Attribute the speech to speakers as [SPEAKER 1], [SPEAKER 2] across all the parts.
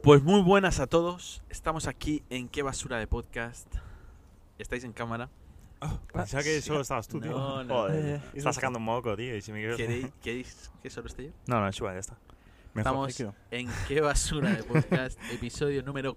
[SPEAKER 1] Pues muy buenas a todos. Estamos aquí en Qué Basura de Podcast. ¿Estáis en cámara?
[SPEAKER 2] Pensaba que solo estabas tú, tío.
[SPEAKER 1] No.
[SPEAKER 2] Joder, estás sacando un moco, tío. Y si me
[SPEAKER 1] ¿Queréis que solo esté yo?
[SPEAKER 2] No, suba, ya está. Mejor.
[SPEAKER 1] Estamos en Qué Basura de Podcast, episodio número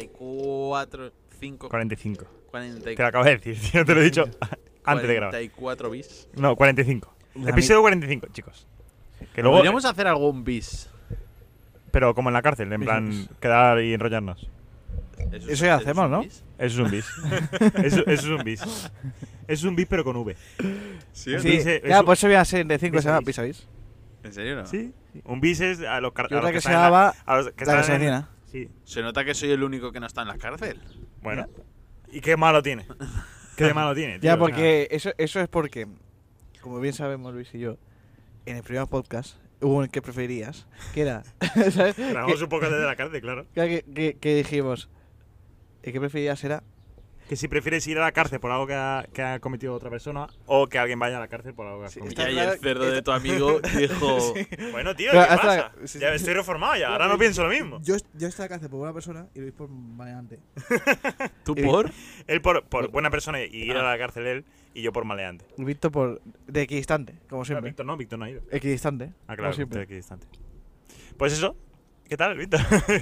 [SPEAKER 1] 44.
[SPEAKER 2] 45.
[SPEAKER 1] 40,
[SPEAKER 2] Te lo acabo de decir, tío. Te lo he dicho antes de grabar.
[SPEAKER 1] 44 bis.
[SPEAKER 2] No, 45. Episodio 45, chicos. Que luego,
[SPEAKER 1] Podríamos hacer algún bis.
[SPEAKER 2] pero como en la cárcel, en plan, quedar y enrollarnos.
[SPEAKER 3] Eso ya hacemos, ¿no?
[SPEAKER 2] Eso es un bis. Eso es un bis. Es un bis, pero con V.
[SPEAKER 1] ¿Sí?
[SPEAKER 2] Un
[SPEAKER 3] Sí,
[SPEAKER 2] bis es
[SPEAKER 3] ya,
[SPEAKER 2] un-
[SPEAKER 3] pues eso voy a ser de 5
[SPEAKER 2] bis,
[SPEAKER 3] semanas,
[SPEAKER 2] bis.
[SPEAKER 3] ¿sabéis?
[SPEAKER 1] ¿En serio no?
[SPEAKER 2] Sí. Un bis es a los
[SPEAKER 3] Y otra que se
[SPEAKER 2] están en
[SPEAKER 3] llamaba
[SPEAKER 2] a los que
[SPEAKER 3] la
[SPEAKER 2] están en-
[SPEAKER 3] gasolina.
[SPEAKER 2] Sí.
[SPEAKER 1] Se nota que soy el único que no está en la cárcel.
[SPEAKER 2] Bueno. ¿Y qué malo tiene? ¿Qué de malo tiene, tío?
[SPEAKER 3] Ya,
[SPEAKER 2] O sea,
[SPEAKER 3] porque eso es porque, como bien sabemos Luis y yo, en el primer podcast hubo un que preferías, que era, ¿sabes?
[SPEAKER 2] grabamos un poco desde la cárcel, claro.
[SPEAKER 3] Que dijimos, el que preferías era,
[SPEAKER 2] Que si prefieres ir a la cárcel por algo que ha cometido otra persona o que alguien vaya a la cárcel por algo que ha
[SPEAKER 3] Sí,
[SPEAKER 1] Y
[SPEAKER 2] cometido.
[SPEAKER 3] está
[SPEAKER 1] ahí
[SPEAKER 3] claro
[SPEAKER 1] el cerdo
[SPEAKER 3] que-
[SPEAKER 1] de tu amigo dijo...
[SPEAKER 2] Bueno, tío,
[SPEAKER 3] Pero
[SPEAKER 2] ¿qué
[SPEAKER 3] hasta-
[SPEAKER 2] pasa?
[SPEAKER 3] sí,
[SPEAKER 2] Ya
[SPEAKER 3] sí.
[SPEAKER 2] estoy reformado ya, ahora no pienso lo mismo.
[SPEAKER 4] Yo estoy en la cárcel por buena persona y Luis por maleante.
[SPEAKER 1] ¿Tú por?
[SPEAKER 2] Él por buena persona y ir a la cárcel él y yo por maleante.
[SPEAKER 3] Víctor por, de equidistante, como
[SPEAKER 2] Ah,
[SPEAKER 3] siempre.
[SPEAKER 2] Víctor no ha ido.
[SPEAKER 3] Equidistante,
[SPEAKER 2] Ah,
[SPEAKER 3] como
[SPEAKER 2] claro,
[SPEAKER 3] siempre.
[SPEAKER 2] estoy aquí distante. Pues eso, ¿qué tal, Víctor?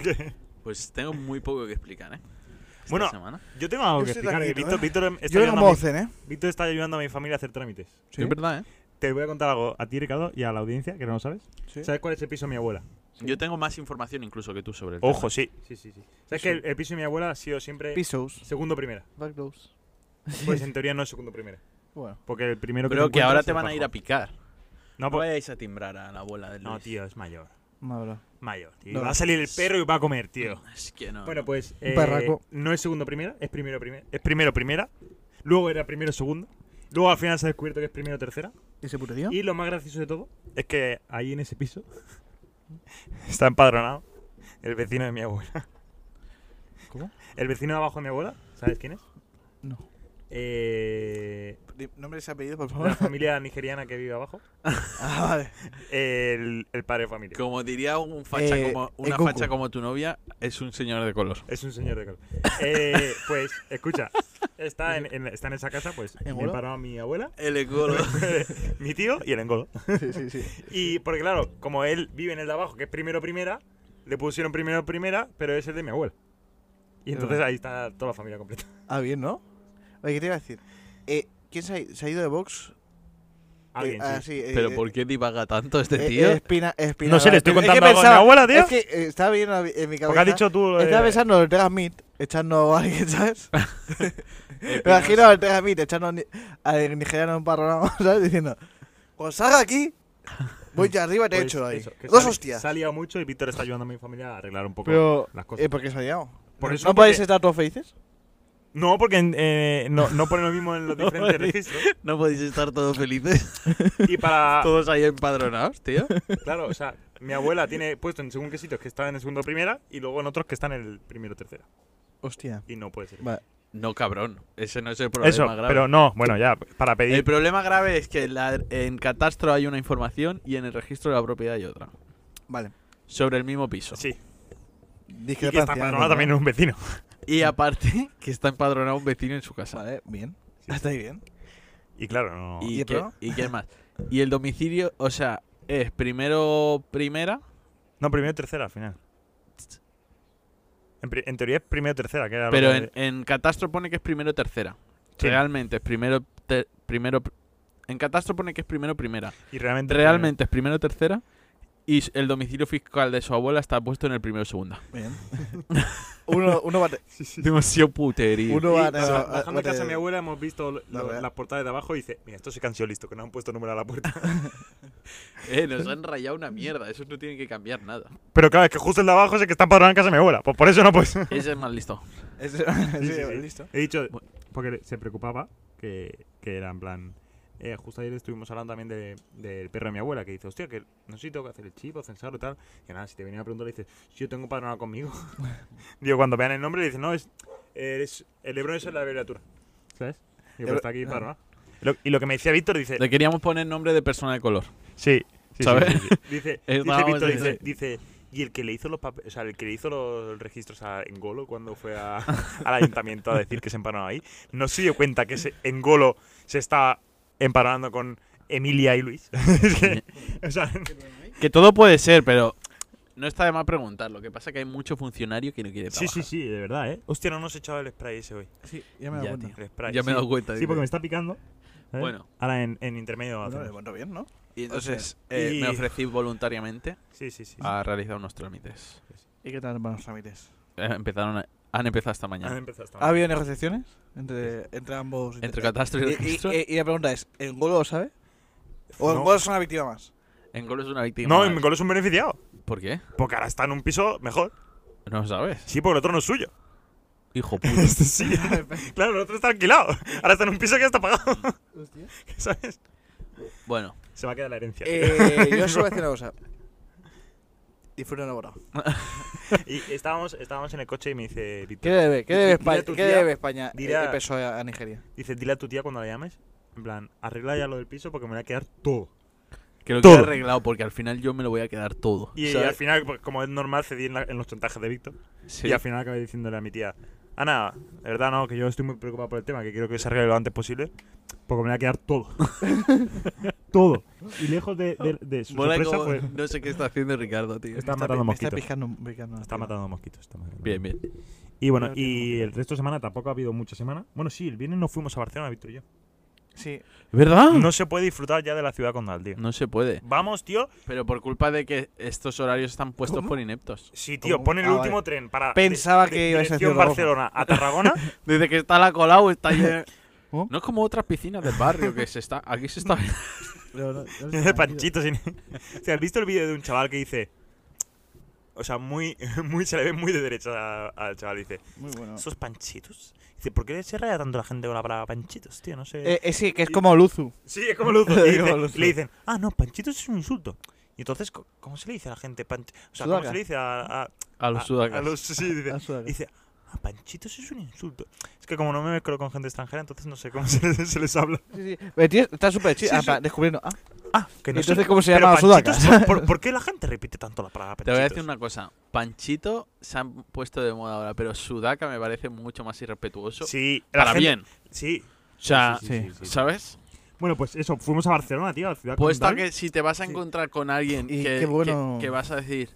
[SPEAKER 1] Pues tengo muy poco que explicar, ¿eh? Esta
[SPEAKER 2] Bueno,
[SPEAKER 1] semana.
[SPEAKER 2] yo tengo algo
[SPEAKER 4] Yo
[SPEAKER 2] que
[SPEAKER 4] estoy
[SPEAKER 2] explicar.
[SPEAKER 4] tranquilo,
[SPEAKER 2] Víctor está
[SPEAKER 3] Yo vengo
[SPEAKER 2] ayudando a
[SPEAKER 3] como
[SPEAKER 2] mi-
[SPEAKER 3] Ocen, ¿eh?
[SPEAKER 2] Víctor está ayudando a mi familia a hacer trámites.
[SPEAKER 3] Sí.
[SPEAKER 1] Es verdad, ¿eh?
[SPEAKER 2] Te voy a contar algo a ti, Ricardo, y a la audiencia, que no lo sabes.
[SPEAKER 3] Sí.
[SPEAKER 2] ¿Sabes cuál es el piso de mi abuela?
[SPEAKER 1] Yo tengo más información incluso que tú sobre el
[SPEAKER 2] Ojo,
[SPEAKER 1] tema.
[SPEAKER 2] sí. ¿Sabes que el piso de mi abuela ha sido siempre
[SPEAKER 3] Pisos,
[SPEAKER 2] segundo primera?
[SPEAKER 3] backdoors.
[SPEAKER 2] Pues en teoría no es segundo primera.
[SPEAKER 3] Bueno,
[SPEAKER 2] Porque el primero
[SPEAKER 1] Pero
[SPEAKER 2] te
[SPEAKER 1] que ahora
[SPEAKER 2] encuentras
[SPEAKER 1] te
[SPEAKER 2] es
[SPEAKER 1] van a ir a
[SPEAKER 2] bajo.
[SPEAKER 1] picar.
[SPEAKER 2] No,
[SPEAKER 1] No
[SPEAKER 2] pues-
[SPEAKER 1] vayáis a timbrar a la abuela del
[SPEAKER 2] no,
[SPEAKER 1] Luis.
[SPEAKER 2] tío, es mayor.
[SPEAKER 3] madre.
[SPEAKER 2] Mayor, tío.
[SPEAKER 3] No.
[SPEAKER 2] Va a salir el perro y va a comer, tío.
[SPEAKER 1] Es que no.
[SPEAKER 2] Bueno, pues
[SPEAKER 3] Un perraco.
[SPEAKER 2] no es segundo primera, es primero primera. Es primero primera. Luego era primero segundo. Luego al final se ha descubierto que es primero tercera.
[SPEAKER 3] ¿Ese puterío?
[SPEAKER 2] Y lo más gracioso de todo es que ahí en ese piso está empadronado el vecino de mi abuela.
[SPEAKER 3] ¿Cómo?
[SPEAKER 2] El vecino de abajo de mi abuela, ¿sabes quién es?
[SPEAKER 3] No. Nombre y apellido, por
[SPEAKER 2] La
[SPEAKER 3] favor.
[SPEAKER 2] familia nigeriana que vive abajo.
[SPEAKER 3] Ah, vale.
[SPEAKER 2] El padre de familia.
[SPEAKER 1] Como diría un facha como, una
[SPEAKER 3] Goku.
[SPEAKER 1] facha como tu novia, es un señor de color.
[SPEAKER 2] Es un señor de color. Pues, escucha, está en esa casa, pues, me
[SPEAKER 3] ¿Engolo?
[SPEAKER 2] empadronó mi abuela,
[SPEAKER 1] El engolo.
[SPEAKER 2] mi tío y el engolo.
[SPEAKER 3] Sí.
[SPEAKER 2] Y porque, claro, como él vive en el de abajo, que es primero primera, le pusieron primero primera, pero es el de mi abuela. Y entonces ahí está toda la familia completa.
[SPEAKER 3] Ah, bien, ¿no? Oye, ¿qué te iba a decir? ¿Quién se ha ido de Vox?
[SPEAKER 2] Alguien, sí.
[SPEAKER 3] Sí,
[SPEAKER 1] Pero ¿por qué divaga tanto este tío?
[SPEAKER 3] Espina,
[SPEAKER 2] No sé, le estoy
[SPEAKER 3] Es que
[SPEAKER 2] contando algo de mi
[SPEAKER 3] pensaba-
[SPEAKER 2] abuela, tío.
[SPEAKER 3] Es que estaba viendo en mi cabeza.
[SPEAKER 2] Porque has dicho tú...
[SPEAKER 3] Estaba pensando en el Tega Meat echando a alguien, ¿sabes? Me imagino al Tega Meat echando al nigeriano emparronado, ¿sabes? Diciendo, cuando salga aquí, voy ya arriba y te
[SPEAKER 2] pues,
[SPEAKER 3] echo ahí.
[SPEAKER 2] eso, que
[SPEAKER 3] Dos
[SPEAKER 2] se ha-
[SPEAKER 3] hostias.
[SPEAKER 2] Se ha liado mucho y Víctor está ayudando a mi familia a arreglar un poco
[SPEAKER 3] Pero,
[SPEAKER 2] las cosas.
[SPEAKER 3] ¿por qué se ha liado?
[SPEAKER 2] Por
[SPEAKER 3] ¿No
[SPEAKER 2] eso
[SPEAKER 3] podéis
[SPEAKER 2] porque-
[SPEAKER 3] estar todos felices?
[SPEAKER 2] No, porque no pone lo mismo en los diferentes registros.
[SPEAKER 1] No podéis estar todos felices.
[SPEAKER 2] Y para...
[SPEAKER 1] Todos ahí empadronados, tío.
[SPEAKER 2] Claro, o sea, mi abuela tiene puesto en según qué sitios que está en el segundo primera y luego en otros que están en el primero tercera.
[SPEAKER 3] Hostia.
[SPEAKER 2] Y no puede ser.
[SPEAKER 3] Vale.
[SPEAKER 1] No, cabrón. Ese no es el problema
[SPEAKER 2] Eso,
[SPEAKER 1] grave.
[SPEAKER 2] pero no, bueno, ya, para pedir...
[SPEAKER 1] El problema grave es que en Catastro hay una información y en el registro de la propiedad hay otra.
[SPEAKER 3] Vale.
[SPEAKER 1] Sobre el mismo piso.
[SPEAKER 2] Sí, y que
[SPEAKER 3] Discrepancia.
[SPEAKER 2] está
[SPEAKER 3] ¿no?
[SPEAKER 2] empadronado también un vecino.
[SPEAKER 1] Y aparte, que está empadronado un vecino en su casa.
[SPEAKER 3] Vale, bien.
[SPEAKER 2] Sí.
[SPEAKER 3] Está ahí bien.
[SPEAKER 2] Y claro, no...
[SPEAKER 1] ¿Y,
[SPEAKER 3] ¿Y
[SPEAKER 1] qué,
[SPEAKER 3] pero?
[SPEAKER 1] ¿Y qué más? Y el domicilio, o sea, es primero primera.
[SPEAKER 2] No, primero y tercera al final. En teoría es primero y tercera, que era lo
[SPEAKER 1] Pero
[SPEAKER 2] que-
[SPEAKER 1] en Catastro pone que es primero tercera.
[SPEAKER 2] Sí.
[SPEAKER 1] Realmente es primero. En Catastro pone que es primero primera.
[SPEAKER 2] Y realmente...
[SPEAKER 1] Realmente es primero tercera. Y el domicilio fiscal de su abuela está puesto en el primero segunda.
[SPEAKER 3] Bien. uno va a...
[SPEAKER 2] Sí, sí.
[SPEAKER 1] Demasiado putería.
[SPEAKER 3] Uno
[SPEAKER 2] Y,
[SPEAKER 3] va a...
[SPEAKER 2] o sea,
[SPEAKER 3] va a-
[SPEAKER 2] bajando
[SPEAKER 3] va
[SPEAKER 2] a casa de
[SPEAKER 3] a-
[SPEAKER 2] mi abuela hemos visto
[SPEAKER 3] real.
[SPEAKER 2] las portadas de abajo y dice, mira, esto sí que han sido listo, que no han puesto número a la puerta.
[SPEAKER 1] Nos han rayado una mierda. Eso no tiene que cambiar nada.
[SPEAKER 2] Pero claro, es que justo el de abajo es el que está empadronado en casa de mi abuela. Pues por eso no pues.
[SPEAKER 1] Ese es más listo.
[SPEAKER 3] Sí,
[SPEAKER 2] sí.
[SPEAKER 3] listo.
[SPEAKER 2] He dicho, porque se preocupaba que era en plan... justo ayer estuvimos hablando también del perro de mi abuela, que dice, hostia, que no sé si tengo que hacer el chip o censarlo y tal. Que nada, si te venía a preguntar, le dices, si yo tengo empadronado conmigo. Digo, cuando vean el nombre, le dicen, no, el Lebron es la abreviatura. ¿Sabes? Digo, pero está aquí empadronado. Y lo que me decía Víctor, dice,
[SPEAKER 1] Le queríamos poner nombre de persona de color.
[SPEAKER 2] sí,
[SPEAKER 1] ¿Sabes?
[SPEAKER 2] Dice
[SPEAKER 1] Estábamos
[SPEAKER 2] Víctor,
[SPEAKER 1] diciendo-
[SPEAKER 2] dice, Y el que le hizo los papeles, o sea, el que le hizo los registros a N'Golo cuando fue al ayuntamiento a decir que se empadronaba ahí, no se dio cuenta que N'Golo se estaba empadronando con Emilia y Luis. Es que, o sea,
[SPEAKER 1] Que todo puede ser, pero no está de más preguntar. Lo que pasa es que hay mucho funcionario que no quiere
[SPEAKER 2] sí,
[SPEAKER 1] trabajar.
[SPEAKER 2] sí, de verdad, ¿eh? Hostia, no nos he echado el spray ese hoy.
[SPEAKER 4] Sí, ya me he
[SPEAKER 1] Ya,
[SPEAKER 4] dado cuenta.
[SPEAKER 1] tío.
[SPEAKER 2] El spray,
[SPEAKER 1] Ya me he
[SPEAKER 2] sí.
[SPEAKER 1] dado cuenta.
[SPEAKER 2] Sí,
[SPEAKER 1] dice.
[SPEAKER 2] porque me está picando. ¿sabes?
[SPEAKER 1] Bueno,
[SPEAKER 2] Ahora en intermedio
[SPEAKER 3] Bueno, de
[SPEAKER 2] hacemos.
[SPEAKER 3] momento bien, ¿no?
[SPEAKER 1] y entonces
[SPEAKER 2] y-
[SPEAKER 1] me ofrecí voluntariamente
[SPEAKER 2] Sí, sí, sí.
[SPEAKER 1] a realizar unos trámites.
[SPEAKER 3] ¿Y qué tal van los trámites?
[SPEAKER 1] Han empezado esta
[SPEAKER 2] Han
[SPEAKER 1] mañana.
[SPEAKER 2] empezado esta
[SPEAKER 3] ¿Ha habido negociaciones entre ambos?
[SPEAKER 1] Entre catastro y registro.
[SPEAKER 3] Y la pregunta es, ¿N'Golo lo sabe? ¿O
[SPEAKER 2] No.
[SPEAKER 3] N'Golo es una víctima más?
[SPEAKER 1] N'Golo es una víctima.
[SPEAKER 2] No,
[SPEAKER 1] más.
[SPEAKER 2] N'Golo es un beneficiado.
[SPEAKER 1] ¿Por qué?
[SPEAKER 2] Porque ahora está en un piso mejor.
[SPEAKER 1] No lo sabes.
[SPEAKER 2] Sí, porque el otro no es suyo.
[SPEAKER 1] Hijo puta.
[SPEAKER 2] Este sí. Claro, el otro está alquilado. Ahora está en un piso que ya está pagado.
[SPEAKER 4] Hostia.
[SPEAKER 2] ¿Sabes?
[SPEAKER 1] Bueno,
[SPEAKER 2] Se va a quedar la herencia.
[SPEAKER 3] Yo solo voy a decir una cosa. Disfruta una hora.
[SPEAKER 2] Y estábamos en el coche y me dice
[SPEAKER 3] ¿Qué
[SPEAKER 2] Víctor,
[SPEAKER 3] debe? ¿Qué debe
[SPEAKER 2] Dile a
[SPEAKER 3] España?
[SPEAKER 2] tu
[SPEAKER 3] ¿Qué
[SPEAKER 2] tía-
[SPEAKER 3] debe España?
[SPEAKER 2] dile a-
[SPEAKER 3] El PSOE a Nigeria.
[SPEAKER 2] dice, dile a tu tía cuando la llames, en plan, arregla ya lo del piso porque me voy a quedar todo.
[SPEAKER 1] que lo
[SPEAKER 2] Todo.
[SPEAKER 1] quiero arreglado porque al final yo me lo voy a quedar todo.
[SPEAKER 2] Y
[SPEAKER 1] ¿sabes?
[SPEAKER 2] al final, pues, como es normal, cedí en los chantajes de Víctor.
[SPEAKER 1] Sí.
[SPEAKER 2] Y al final acabé diciéndole a mi tía, Ana, de verdad no, que yo estoy muy preocupado por el tema, que quiero que se arregle lo antes posible, porque me voy a quedar todo. Todo. Y lejos de su
[SPEAKER 1] Mola
[SPEAKER 2] sorpresa
[SPEAKER 1] como-
[SPEAKER 2] fue...
[SPEAKER 1] No sé qué está haciendo Ricardo, tío.
[SPEAKER 2] Está matando
[SPEAKER 3] me está
[SPEAKER 2] mosquitos.
[SPEAKER 3] picando.
[SPEAKER 2] Está matando mosquitos.
[SPEAKER 1] Bien, bien.
[SPEAKER 2] Y bueno,
[SPEAKER 3] Pero
[SPEAKER 2] y
[SPEAKER 3] tiene
[SPEAKER 2] el resto de semana tampoco ha habido mucha semana. Bueno, sí, el viernes nos fuimos a Barcelona, Víctor y yo.
[SPEAKER 3] Sí.
[SPEAKER 1] ¿Verdad?
[SPEAKER 2] No se puede disfrutar ya de la ciudad condal, tío.
[SPEAKER 1] No se puede.
[SPEAKER 2] Vamos, tío.
[SPEAKER 1] Pero por culpa de que estos horarios están puestos
[SPEAKER 3] ¿Cómo?
[SPEAKER 1] por ineptos.
[SPEAKER 2] Sí, tío,
[SPEAKER 3] ¿Cómo?
[SPEAKER 2] pon el
[SPEAKER 3] Ah,
[SPEAKER 2] último
[SPEAKER 3] vale.
[SPEAKER 2] tren para...
[SPEAKER 3] Pensaba que ibas a decir
[SPEAKER 2] dirección
[SPEAKER 3] otra cosa.
[SPEAKER 2] Barcelona a Tarragona.
[SPEAKER 1] Desde que está la Colau está llena.
[SPEAKER 3] ¿Oh?
[SPEAKER 1] No es como otras piscinas del barrio que se está. Aquí se está.
[SPEAKER 2] de panchitos. O sea, ¿has visto el vídeo de un chaval que dice... O sea, se le ve muy de derecha al chaval. Dice,
[SPEAKER 3] Muy bueno.
[SPEAKER 2] ¿esos panchitos? Dice, ¿por qué se raya tanto la gente con la palabra panchitos, tío? No sé.
[SPEAKER 3] Sí, que es como Luzu.
[SPEAKER 2] Sí, es como Luzo. Y
[SPEAKER 3] Como Luzo.
[SPEAKER 2] le dicen, no, panchitos es un insulto. Y entonces, ¿cómo se le dice a la gente? O sea, ¿cómo
[SPEAKER 3] Sudaca.
[SPEAKER 2] se le dice
[SPEAKER 1] A los sudacas.
[SPEAKER 2] sí, dice, panchitos es un insulto. Es que como no me mezclo con gente extranjera, entonces no sé cómo se les habla.
[SPEAKER 3] Sí. El tío está súper chido.
[SPEAKER 2] Sí, sí.
[SPEAKER 3] Descubriendo.
[SPEAKER 2] Que
[SPEAKER 3] ¿Y
[SPEAKER 2] sé.
[SPEAKER 3] entonces cómo se
[SPEAKER 2] Pero
[SPEAKER 3] llama
[SPEAKER 2] panchitos,
[SPEAKER 3] sudacas?
[SPEAKER 2] ¿por qué la gente repite tanto la palabra
[SPEAKER 1] Te
[SPEAKER 2] panchitos?
[SPEAKER 1] voy a decir una cosa. Panchito se han puesto de moda ahora, pero sudaca me parece mucho más irrespetuoso.
[SPEAKER 2] Sí, la
[SPEAKER 1] Para
[SPEAKER 2] gente-
[SPEAKER 1] bien.
[SPEAKER 2] Sí.
[SPEAKER 1] O sea,
[SPEAKER 3] sí.
[SPEAKER 1] ¿sabes?
[SPEAKER 2] Bueno, pues eso, fuimos a Barcelona, tío, a la ciudad
[SPEAKER 1] Puesto
[SPEAKER 2] condal.
[SPEAKER 1] que si te vas a
[SPEAKER 3] Sí.
[SPEAKER 1] encontrar con alguien
[SPEAKER 3] Y
[SPEAKER 1] que,
[SPEAKER 3] qué bueno.
[SPEAKER 1] que vas a decir.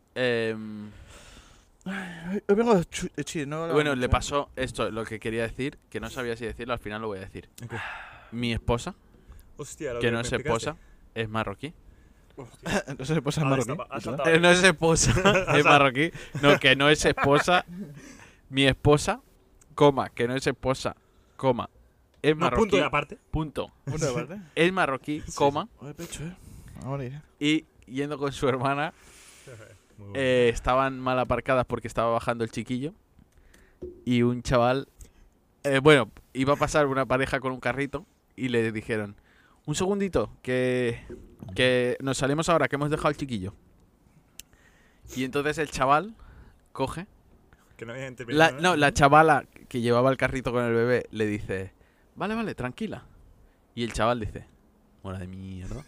[SPEAKER 3] Hoy vengo de Chile, ¿no?
[SPEAKER 1] Bueno, le pasó esto, lo que quería decir, que no sabía si decirlo, al final lo voy a decir.
[SPEAKER 2] Ok.
[SPEAKER 1] Mi esposa,
[SPEAKER 2] Hostia, lo
[SPEAKER 1] que no
[SPEAKER 2] me
[SPEAKER 1] es
[SPEAKER 2] explicaste.
[SPEAKER 1] esposa, es marroquí.
[SPEAKER 3] Entonces se pasa en
[SPEAKER 2] Vale,
[SPEAKER 3] marroquí.
[SPEAKER 2] ha saltado.
[SPEAKER 1] No es esposa, es marroquí. No, que no es esposa. Mi esposa, coma, que no es esposa, coma. Es
[SPEAKER 2] No,
[SPEAKER 1] marroquí.
[SPEAKER 2] punto y aparte.
[SPEAKER 1] Punto.
[SPEAKER 3] Punto de parte.
[SPEAKER 1] Es marroquí, coma.
[SPEAKER 3] Joder, pecho, Vamos a morir.
[SPEAKER 1] Y yendo con su hermana,
[SPEAKER 2] Muy bueno.
[SPEAKER 1] estaban mal aparcadas porque estaba bajando el chiquillo. Y un chaval. Bueno, iba a pasar una pareja con un carrito. Y le dijeron: un segundito, que nos salimos ahora, que hemos dejado al chiquillo. Y entonces el chaval coge.
[SPEAKER 2] Que no había terminado,
[SPEAKER 1] No, la chavala que llevaba el carrito con el bebé le dice: vale, tranquila. Y el chaval dice: mora de mierda.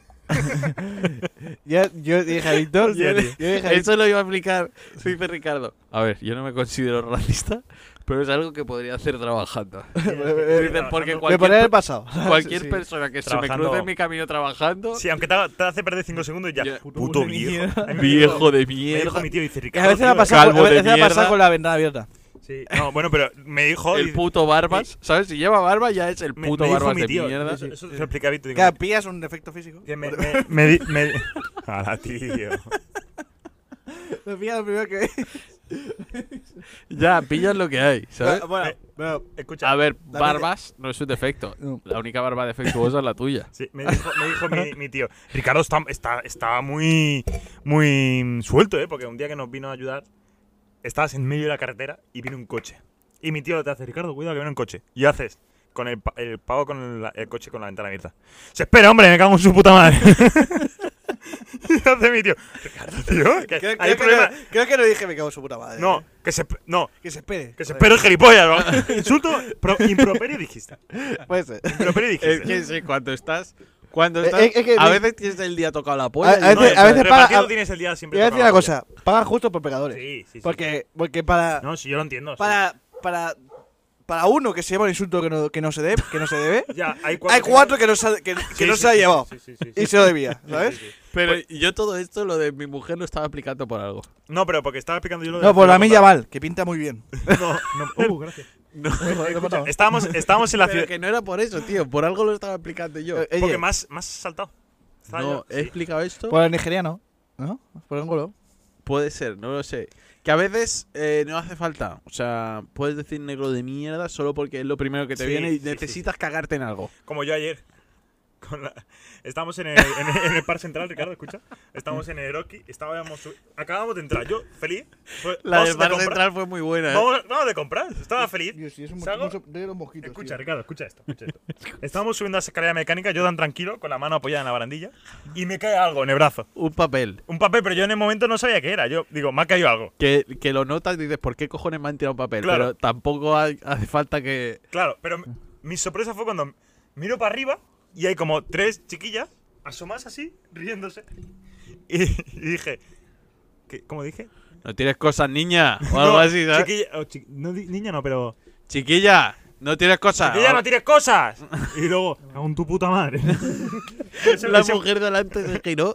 [SPEAKER 3] Yo dije a Víctor.
[SPEAKER 1] Hostia,
[SPEAKER 3] yo
[SPEAKER 1] tío.
[SPEAKER 3] dije a Víctor.
[SPEAKER 1] Eso lo iba a explicar, dice Ricardo. A ver, yo no me considero racista, pero es algo que podría hacer trabajando. Dice, porque
[SPEAKER 3] Me ponía en el
[SPEAKER 1] cualquier,
[SPEAKER 3] pasado.
[SPEAKER 1] cualquier
[SPEAKER 3] Sí.
[SPEAKER 1] persona que se me
[SPEAKER 2] Trabajando.
[SPEAKER 1] cruce en mi camino trabajando,
[SPEAKER 2] Sí, aunque te hace perder 5 segundos y ya.
[SPEAKER 1] Ya.
[SPEAKER 2] Puto
[SPEAKER 3] de
[SPEAKER 2] viejo.
[SPEAKER 3] mierda.
[SPEAKER 2] A mí me
[SPEAKER 1] viejo de
[SPEAKER 2] Me dijo
[SPEAKER 1] mierda,
[SPEAKER 2] mi tío, dice
[SPEAKER 3] Que
[SPEAKER 2] Ricardo.
[SPEAKER 3] a veces me ha
[SPEAKER 2] tío,
[SPEAKER 3] pasado,
[SPEAKER 1] calvo
[SPEAKER 3] a
[SPEAKER 1] de
[SPEAKER 3] veces me ha pasado
[SPEAKER 1] mierda.
[SPEAKER 3] con la ventana abierta.
[SPEAKER 2] Sí. No, bueno, pero me dijo.
[SPEAKER 1] el puto barbas, ¿sabes? Si lleva barba ya es el
[SPEAKER 2] me
[SPEAKER 1] puto
[SPEAKER 2] dijo
[SPEAKER 1] barbas
[SPEAKER 2] mi
[SPEAKER 1] de
[SPEAKER 2] tío.
[SPEAKER 1] mierda.
[SPEAKER 2] Eso se lo expliqué a Víctor.
[SPEAKER 3] Que pillas un defecto físico.
[SPEAKER 2] Que Ahora, tío.
[SPEAKER 3] Me pillas lo primero que.
[SPEAKER 1] Ya, pillas lo que hay, ¿sabes?
[SPEAKER 3] Bueno,
[SPEAKER 2] Escucha.
[SPEAKER 1] A ver,
[SPEAKER 3] La
[SPEAKER 1] barbas no es un defecto.
[SPEAKER 3] No.
[SPEAKER 1] La única barba defectuosa es la tuya.
[SPEAKER 2] Sí, me dijo mi tío. Ricardo está muy suelto, porque un día que nos vino a ayudar, estabas en medio de la carretera y vino un coche. Y mi tío te hace, Ricardo, cuidado que viene un coche. Y haces con el pavo con el coche con la ventana abierta. Se espera, hombre, me cago en su puta madre. Y hace mi tío, Ricardo, tío, que hay problema.
[SPEAKER 3] creo que no dije me cago en su puta madre.
[SPEAKER 2] No, que se
[SPEAKER 3] Que se espere.
[SPEAKER 2] espere el gilipollas. ¿No? Insulto, improperio dijiste.
[SPEAKER 3] Puede ser.
[SPEAKER 2] Improperio
[SPEAKER 1] Es
[SPEAKER 2] dijiste.
[SPEAKER 1] que sí, cuando estás Cuando
[SPEAKER 3] Es
[SPEAKER 1] estás,
[SPEAKER 3] que-
[SPEAKER 1] a veces tienes el día tocado la polla.
[SPEAKER 3] A
[SPEAKER 1] y no
[SPEAKER 3] veces-
[SPEAKER 1] es-
[SPEAKER 2] repartido
[SPEAKER 3] paga-
[SPEAKER 2] tienes el día siempre.
[SPEAKER 3] Te voy a decir
[SPEAKER 2] tocado
[SPEAKER 3] una
[SPEAKER 2] la
[SPEAKER 3] cosa. Pagan justo por pecadores.
[SPEAKER 2] polla. Sí, sí, sí.
[SPEAKER 3] Porque para,
[SPEAKER 2] No, sí, yo lo entiendo. sí.
[SPEAKER 3] para uno que se lleva un insulto que no se debe,
[SPEAKER 2] Ya,
[SPEAKER 3] hay cuatro que no se, no se ha llevado. Y se lo debía, ¿sabes?
[SPEAKER 2] Sí, sí.
[SPEAKER 1] Pero yo todo esto, lo de mi mujer, lo estaba aplicando por algo.
[SPEAKER 2] No, pero porque estaba explicando yo lo de.
[SPEAKER 3] No, por la milla Val, que pinta muy bien.
[SPEAKER 2] No, no. Gracias.
[SPEAKER 1] No,
[SPEAKER 2] Escucha, estábamos en la
[SPEAKER 1] pero
[SPEAKER 2] ciudad.
[SPEAKER 1] que no era por eso, tío. Por algo lo estaba explicando yo.
[SPEAKER 2] Porque más saltado. Estaba
[SPEAKER 1] No,
[SPEAKER 2] yo-
[SPEAKER 1] he
[SPEAKER 2] sí.
[SPEAKER 1] explicado esto.
[SPEAKER 3] Por el nigeriano, ¿no? Por el angolo.
[SPEAKER 1] Puede ser, no lo sé. Que a veces no hace falta. O sea, puedes decir negro de mierda solo porque es lo primero que te
[SPEAKER 2] Sí,
[SPEAKER 1] viene y
[SPEAKER 2] sí,
[SPEAKER 1] necesitas cagarte en algo.
[SPEAKER 2] Como yo ayer. Estábamos en el Parque Central, Ricardo, escucha. Estábamos en el Eroski. Acabamos de entrar. Yo, feliz.
[SPEAKER 1] La
[SPEAKER 2] Vamos
[SPEAKER 1] del
[SPEAKER 2] de
[SPEAKER 1] Bar
[SPEAKER 2] comprar.
[SPEAKER 1] Central fue muy buena, ¿eh?
[SPEAKER 2] Vamos de comprar. Estaba feliz.
[SPEAKER 4] Dios, sí, es un
[SPEAKER 2] Salgo-
[SPEAKER 4] de los mosquitos.
[SPEAKER 2] Escucha,
[SPEAKER 4] tío.
[SPEAKER 2] Ricardo, escucha esto. Estábamos subiendo a esa escalera mecánica, yo tan tranquilo, con la mano apoyada en la barandilla, y me cae algo en el brazo.
[SPEAKER 1] Un papel.
[SPEAKER 2] Un papel, pero yo en el momento no sabía qué era. Yo digo, me ha caído algo.
[SPEAKER 1] Que lo notas y dices, ¿por qué cojones me han tirado un papel?
[SPEAKER 2] Claro.
[SPEAKER 1] Pero tampoco hace falta que.
[SPEAKER 2] Claro, pero mi sorpresa fue cuando miro para arriba y hay como 3 chiquillas asomadas así, riéndose. Y dije, ¿cómo dije?
[SPEAKER 1] No tienes cosas, niña. O algo así, ¿sabes?
[SPEAKER 2] Niña no, pero...
[SPEAKER 1] Chiquilla, no tienes cosas.
[SPEAKER 2] ¡Chiquilla, no tires cosas! Y luego, cago en tu puta madre.
[SPEAKER 1] La mujer delante se giró.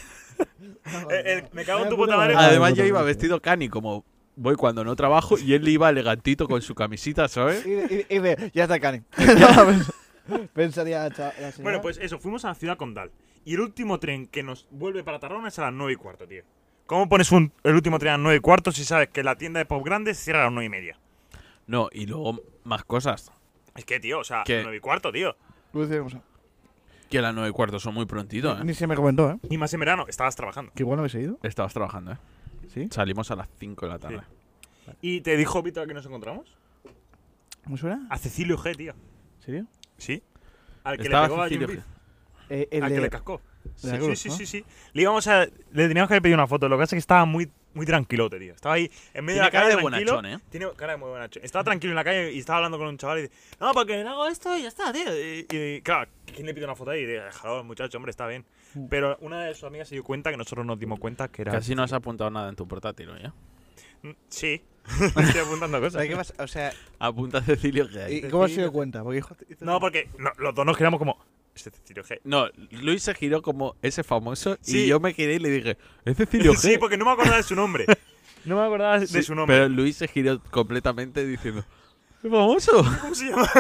[SPEAKER 2] me cago en tu puta madre.
[SPEAKER 1] Además, yo iba vestido cani, como voy cuando no trabajo, y él iba elegantito con su camisita, ¿sabes?
[SPEAKER 3] Y ya está Cani. Pensaría la señora.
[SPEAKER 2] Bueno, pues eso, fuimos a la ciudad condal. Y el último tren que nos vuelve para Tarragona es a las 9:15, tío. ¿Cómo pones el último tren a las 9:15 si sabes que la tienda de Pop Grande se cierra a las 9:30?
[SPEAKER 1] No, y luego más cosas.
[SPEAKER 2] Es que, tío, o sea,
[SPEAKER 1] ¿Qué?
[SPEAKER 2] 9:15, tío.
[SPEAKER 3] Voy a decir una cosa.
[SPEAKER 1] Que las 9:15 son muy prontito, ¿eh?
[SPEAKER 3] Ni se me comentó, ¿eh?
[SPEAKER 2] Y más en verano, estabas trabajando.
[SPEAKER 3] Que igual no habéis ido.
[SPEAKER 1] Estabas trabajando, ¿eh?
[SPEAKER 3] ¿Sí?
[SPEAKER 1] Salimos a las 5 de la tarde.
[SPEAKER 2] ¿Y te dijo Víctor que nos encontramos?
[SPEAKER 3] ¿Me suena?
[SPEAKER 2] A Cecilio G, tío.
[SPEAKER 3] ¿En serio?
[SPEAKER 2] ¿Sí? Al que
[SPEAKER 1] Estaba
[SPEAKER 2] le pegó a
[SPEAKER 1] Cecilio
[SPEAKER 2] Jun Beef.
[SPEAKER 3] El
[SPEAKER 2] Al
[SPEAKER 3] de
[SPEAKER 2] que le cascó.
[SPEAKER 3] de la
[SPEAKER 2] Sí,
[SPEAKER 3] cruz,
[SPEAKER 2] sí,
[SPEAKER 3] ¿no?
[SPEAKER 2] sí, sí. Le teníamos que haber pedido una foto. Lo que pasa es que estaba muy tranquilote, tío. Estaba ahí en medio
[SPEAKER 1] Tiene
[SPEAKER 2] de la
[SPEAKER 1] cara
[SPEAKER 2] calle
[SPEAKER 1] de
[SPEAKER 2] tranquilo.
[SPEAKER 1] bonachón, ¿eh?
[SPEAKER 2] Tiene cara de muy bonachón. Estaba tranquilo en la calle y estaba hablando con un chaval y dice, no, porque hago esto y ya está, tío. Y claro, ¿quién le pide una foto ahí? Y dije, déjalo, muchacho, hombre, está bien. Pero una de sus amigas se dio cuenta que nosotros nos dimos cuenta que era...
[SPEAKER 1] Casi no has apuntado nada en tu portátil, ¿no? ¿Ya?
[SPEAKER 2] Sí. Estoy apuntando cosas.
[SPEAKER 3] ¿Sabes qué pasa? O sea,
[SPEAKER 1] Apunta Cecilio que hay.
[SPEAKER 3] ¿y cómo se dio cuenta? Porque hijo,
[SPEAKER 2] No, porque los dos nos giramos como... Este Cecilio G.
[SPEAKER 1] No, Luis se giró como ese famoso
[SPEAKER 2] Sí.
[SPEAKER 1] y yo me giré y le dije, ¿es Cecilio G?
[SPEAKER 2] Sí, porque no me acordaba de su nombre. No me acordaba de
[SPEAKER 1] Sí,
[SPEAKER 2] su nombre.
[SPEAKER 1] Pero Luis se giró completamente diciendo, ¿es famoso?
[SPEAKER 2] ¿Cómo se llama?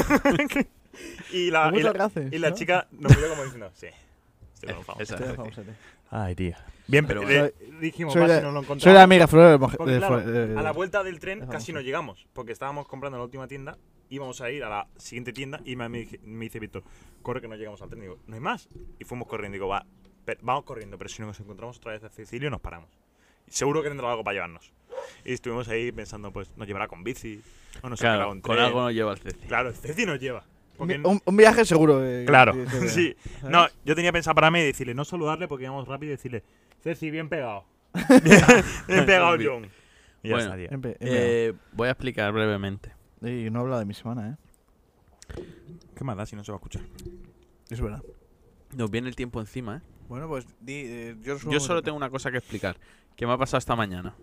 [SPEAKER 2] y la,
[SPEAKER 3] ¿Cómo
[SPEAKER 2] y
[SPEAKER 3] te
[SPEAKER 2] la,
[SPEAKER 3] lo haces,
[SPEAKER 2] y la
[SPEAKER 3] no?
[SPEAKER 2] chica nos miró como diciendo, sí. Estoy con famoso.
[SPEAKER 1] Esa.
[SPEAKER 3] Estoy famosete.
[SPEAKER 2] Ay, tío. Bien,
[SPEAKER 1] Pero
[SPEAKER 2] pero
[SPEAKER 1] bueno.
[SPEAKER 2] dijimos,
[SPEAKER 3] Soy
[SPEAKER 2] va,
[SPEAKER 3] la-
[SPEAKER 2] si nos lo encontramos.
[SPEAKER 3] Soy la amiga Flor
[SPEAKER 2] Porque, claro,
[SPEAKER 3] de-
[SPEAKER 2] a la vuelta del tren
[SPEAKER 3] de
[SPEAKER 2] casi
[SPEAKER 3] famoso.
[SPEAKER 2] no llegamos, porque estábamos comprando en la última tienda, íbamos a ir a la siguiente tienda y me dice Víctor, corre que no llegamos al tren. Y digo, no hay más. Y fuimos corriendo. Digo, vamos corriendo, pero si nos encontramos otra vez a Cecilio nos paramos. Y seguro que tendrá algo para llevarnos. Y estuvimos ahí pensando, pues nos llevará con bici, o nos sacará
[SPEAKER 1] Claro,
[SPEAKER 2] un
[SPEAKER 1] con
[SPEAKER 2] tren.
[SPEAKER 1] algo no lleva el Ceci.
[SPEAKER 2] Claro, el Ceci nos lleva. Porque
[SPEAKER 3] Un viaje seguro.
[SPEAKER 2] Claro,
[SPEAKER 3] que-
[SPEAKER 2] sí.
[SPEAKER 3] ¿sabes?
[SPEAKER 2] No, yo tenía pensado pararme y decirle, no saludarle porque íbamos rápido y decirle, Ceci, bien pegado. bien pegado, John. Y ya
[SPEAKER 1] Bueno.
[SPEAKER 2] está, tío.
[SPEAKER 1] Voy a explicar brevemente.
[SPEAKER 3] Y no he hablado de mi semana, ¿eh?
[SPEAKER 2] ¿Qué más da si no se va a escuchar?
[SPEAKER 3] Es verdad.
[SPEAKER 1] Nos viene el tiempo encima, ¿eh?
[SPEAKER 3] Bueno, pues
[SPEAKER 1] Yo solo tengo una cosa que explicar. ¿Qué me ha pasado esta mañana?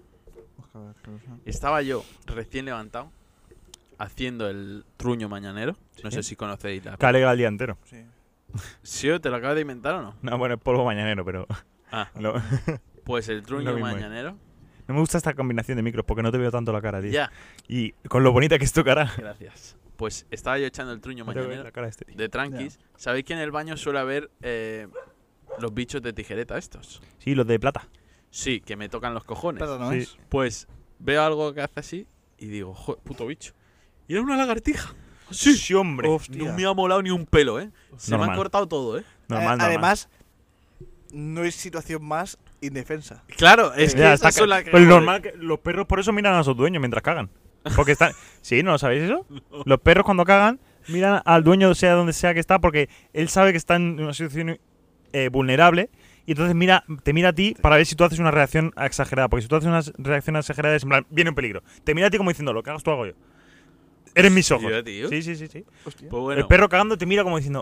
[SPEAKER 1] Estaba yo recién levantado haciendo el truño mañanero. No sé si conocéis la...
[SPEAKER 2] Que alegra el día entero.
[SPEAKER 3] Sí.
[SPEAKER 1] ¿Sí? ¿Te lo acabas de inventar o no?
[SPEAKER 2] No, bueno, es polvo mañanero, pero...
[SPEAKER 1] Ah,
[SPEAKER 2] No,
[SPEAKER 1] pues el
[SPEAKER 2] Lo
[SPEAKER 1] truño
[SPEAKER 2] mismo es.
[SPEAKER 1] mañanero.
[SPEAKER 2] no me gusta esta combinación de micros porque no te veo tanto la cara, tío.
[SPEAKER 1] Ya,
[SPEAKER 2] Y con lo bonita que es tu cara.
[SPEAKER 1] gracias. Pues estaba yo echando el truño
[SPEAKER 2] No te veo
[SPEAKER 1] mañanero
[SPEAKER 2] la cara de este tío.
[SPEAKER 1] de tranquis. ¿Sabéis que en el baño suele haber los bichos de tijereta estos?
[SPEAKER 2] Sí, los de plata.
[SPEAKER 1] Sí, que me tocan los cojones.
[SPEAKER 3] Pero no
[SPEAKER 2] Sí.
[SPEAKER 3] es.
[SPEAKER 1] Pues veo algo que hace así y digo, joder, puto bicho. Y era una lagartija.
[SPEAKER 2] Sí, hombre.
[SPEAKER 1] No me ha molado ni un pelo, ¿eh? Se me
[SPEAKER 2] Normal.
[SPEAKER 1] ha cortado todo, ¿eh?
[SPEAKER 2] Normal, normal.
[SPEAKER 3] Además, no hay situación más indefensa.
[SPEAKER 1] Claro, es que
[SPEAKER 2] Ya,
[SPEAKER 1] esas
[SPEAKER 2] está
[SPEAKER 1] son las
[SPEAKER 2] Pues normal que los perros por eso miran a sus dueños mientras cagan. Porque están... ¿Sí? ¿No lo sabéis eso? Los perros cuando cagan miran al dueño sea donde sea que está porque él sabe que está en una situación vulnerable y entonces te mira a ti para ver si tú haces una reacción exagerada. Porque si tú haces una reacción exagerada es en plan, viene un peligro. Te mira a ti como diciendo, lo que hagas tú hago yo. Eres mis ojos.
[SPEAKER 1] Hostia, tío.
[SPEAKER 2] Sí, sí, sí, sí.
[SPEAKER 3] Hostia.
[SPEAKER 1] Pues bueno,
[SPEAKER 2] El perro cagando te mira como diciendo,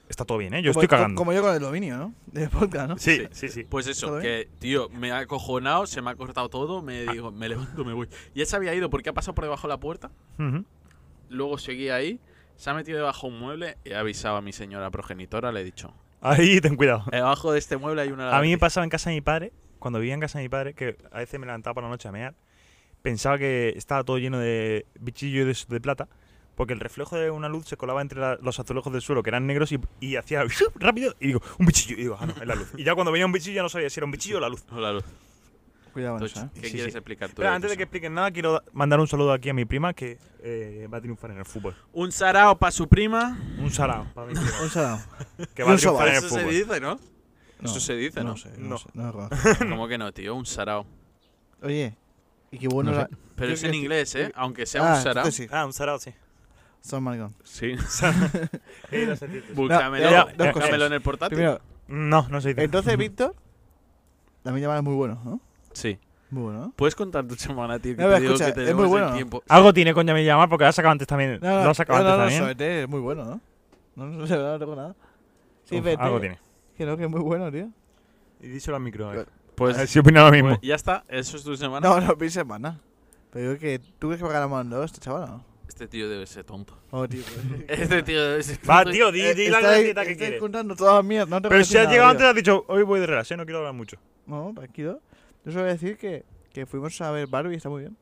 [SPEAKER 2] está todo bien, ¿eh? Yo
[SPEAKER 3] Como-
[SPEAKER 2] estoy cagando.
[SPEAKER 3] Como yo con el dominio, ¿no? De podcast, ¿no?
[SPEAKER 2] Sí, sí, sí.
[SPEAKER 1] Pues eso,
[SPEAKER 3] ¿Todo
[SPEAKER 1] que, tío, me ha acojonado, se me ha cortado todo, me levanto, me voy. Y él se había ido porque ha pasado por debajo de la puerta,
[SPEAKER 2] Ujú.
[SPEAKER 1] luego seguía ahí, se ha metido debajo de un mueble y ha avisado a mi señora progenitora, le he dicho,
[SPEAKER 2] Ahí ten cuidado.
[SPEAKER 1] debajo de este mueble hay una
[SPEAKER 2] A mí me
[SPEAKER 1] lavandería".
[SPEAKER 2] pasaba en casa de mi padre, cuando vivía en casa de mi padre, que a veces me levantaba por la noche a mear, pensaba que estaba todo lleno de bichillos de plata, porque el reflejo de una luz se colaba entre los azulejos del suelo, que eran negros, y hacía ¡shup! Rápido, y digo, un bichillo, y digo, ah, no, es la luz. Y ya cuando veía un bichillo ya no sabía si era un bichillo o la luz.
[SPEAKER 1] Hola, Luz.
[SPEAKER 3] Cuidado con
[SPEAKER 1] Entonces,
[SPEAKER 3] eso, ¿eh?
[SPEAKER 1] ¿qué
[SPEAKER 2] Sí,
[SPEAKER 1] quieres
[SPEAKER 2] sí.
[SPEAKER 1] explicar tú?
[SPEAKER 2] Pero
[SPEAKER 1] de
[SPEAKER 2] antes de
[SPEAKER 1] eso?
[SPEAKER 2] que expliquen nada, quiero mandar un saludo aquí a mi prima, que va a triunfar en el fútbol.
[SPEAKER 1] Un sarao para su prima.
[SPEAKER 2] Un sarao para mi prima,
[SPEAKER 3] Un salado.
[SPEAKER 2] que va a
[SPEAKER 3] Un soba.
[SPEAKER 2] triunfar en el
[SPEAKER 1] Eso se
[SPEAKER 2] fútbol.
[SPEAKER 1] dice, ¿no?
[SPEAKER 3] No,
[SPEAKER 1] Eso se dice, ¿no?
[SPEAKER 3] No sé, no
[SPEAKER 2] No.
[SPEAKER 3] sé. No es raro.
[SPEAKER 1] ¿Cómo que no, tío? Un sarao.
[SPEAKER 3] Oye, y qué bueno
[SPEAKER 2] No sé.
[SPEAKER 3] era.
[SPEAKER 1] Pero
[SPEAKER 3] Yo
[SPEAKER 1] es en
[SPEAKER 3] quiero
[SPEAKER 1] inglés, ¿eh? Aunque sea un
[SPEAKER 3] Ah,
[SPEAKER 1] sarao.
[SPEAKER 3] entonces sí.
[SPEAKER 2] Ah, un sarao, sí.
[SPEAKER 3] Son maricón.
[SPEAKER 1] Sí.
[SPEAKER 3] No,
[SPEAKER 1] Búscamelo,
[SPEAKER 2] ya,
[SPEAKER 3] dos cosas.
[SPEAKER 1] búscamelo en el portátil.
[SPEAKER 3] Primero,
[SPEAKER 2] No se dice.
[SPEAKER 3] entonces Víctor, también llamar es muy bueno, ¿no?
[SPEAKER 1] Sí.
[SPEAKER 3] Muy bueno, ¿no?
[SPEAKER 1] ¿Puedes contar tu semana, tío? Que
[SPEAKER 3] No, pero
[SPEAKER 1] te digo
[SPEAKER 3] escucha,
[SPEAKER 1] que
[SPEAKER 3] es
[SPEAKER 1] tenemos
[SPEAKER 3] muy bueno,
[SPEAKER 1] el
[SPEAKER 3] ¿no?
[SPEAKER 1] tiempo.
[SPEAKER 2] Algo tiene con Yamil Llamar porque lo ha sacado antes también.
[SPEAKER 3] No,
[SPEAKER 2] Lo ha sacado antes también.
[SPEAKER 3] Soete es muy bueno, ¿no? No sé, no tengo nada. Sí,
[SPEAKER 2] Uf,
[SPEAKER 3] vete.
[SPEAKER 2] algo tiene.
[SPEAKER 3] Que no, que es muy bueno, tío.
[SPEAKER 2] Y díselo al micro. A ver
[SPEAKER 1] Pues,
[SPEAKER 2] si opina lo mismo.
[SPEAKER 1] pues ya está. Eso es tu semana.
[SPEAKER 3] No, mi semana. Pero digo que tú crees que va a ganar más no este chaval, ¿no?
[SPEAKER 1] Este tío debe ser tonto.
[SPEAKER 3] Oh, tío. Pues,
[SPEAKER 1] Este tío debe ser
[SPEAKER 2] Va,
[SPEAKER 1] tonto.
[SPEAKER 2] tío, di la gracieta que quieres.
[SPEAKER 3] contando todas las mías. No te voy a
[SPEAKER 2] Pero
[SPEAKER 3] decir
[SPEAKER 2] si has
[SPEAKER 3] nada,
[SPEAKER 2] llegado
[SPEAKER 3] tío.
[SPEAKER 2] antes, has dicho, hoy voy de relax, no quiero hablar mucho.
[SPEAKER 3] No, tranquilo. Yo solo voy a decir que fuimos a ver Barbie y está muy bien.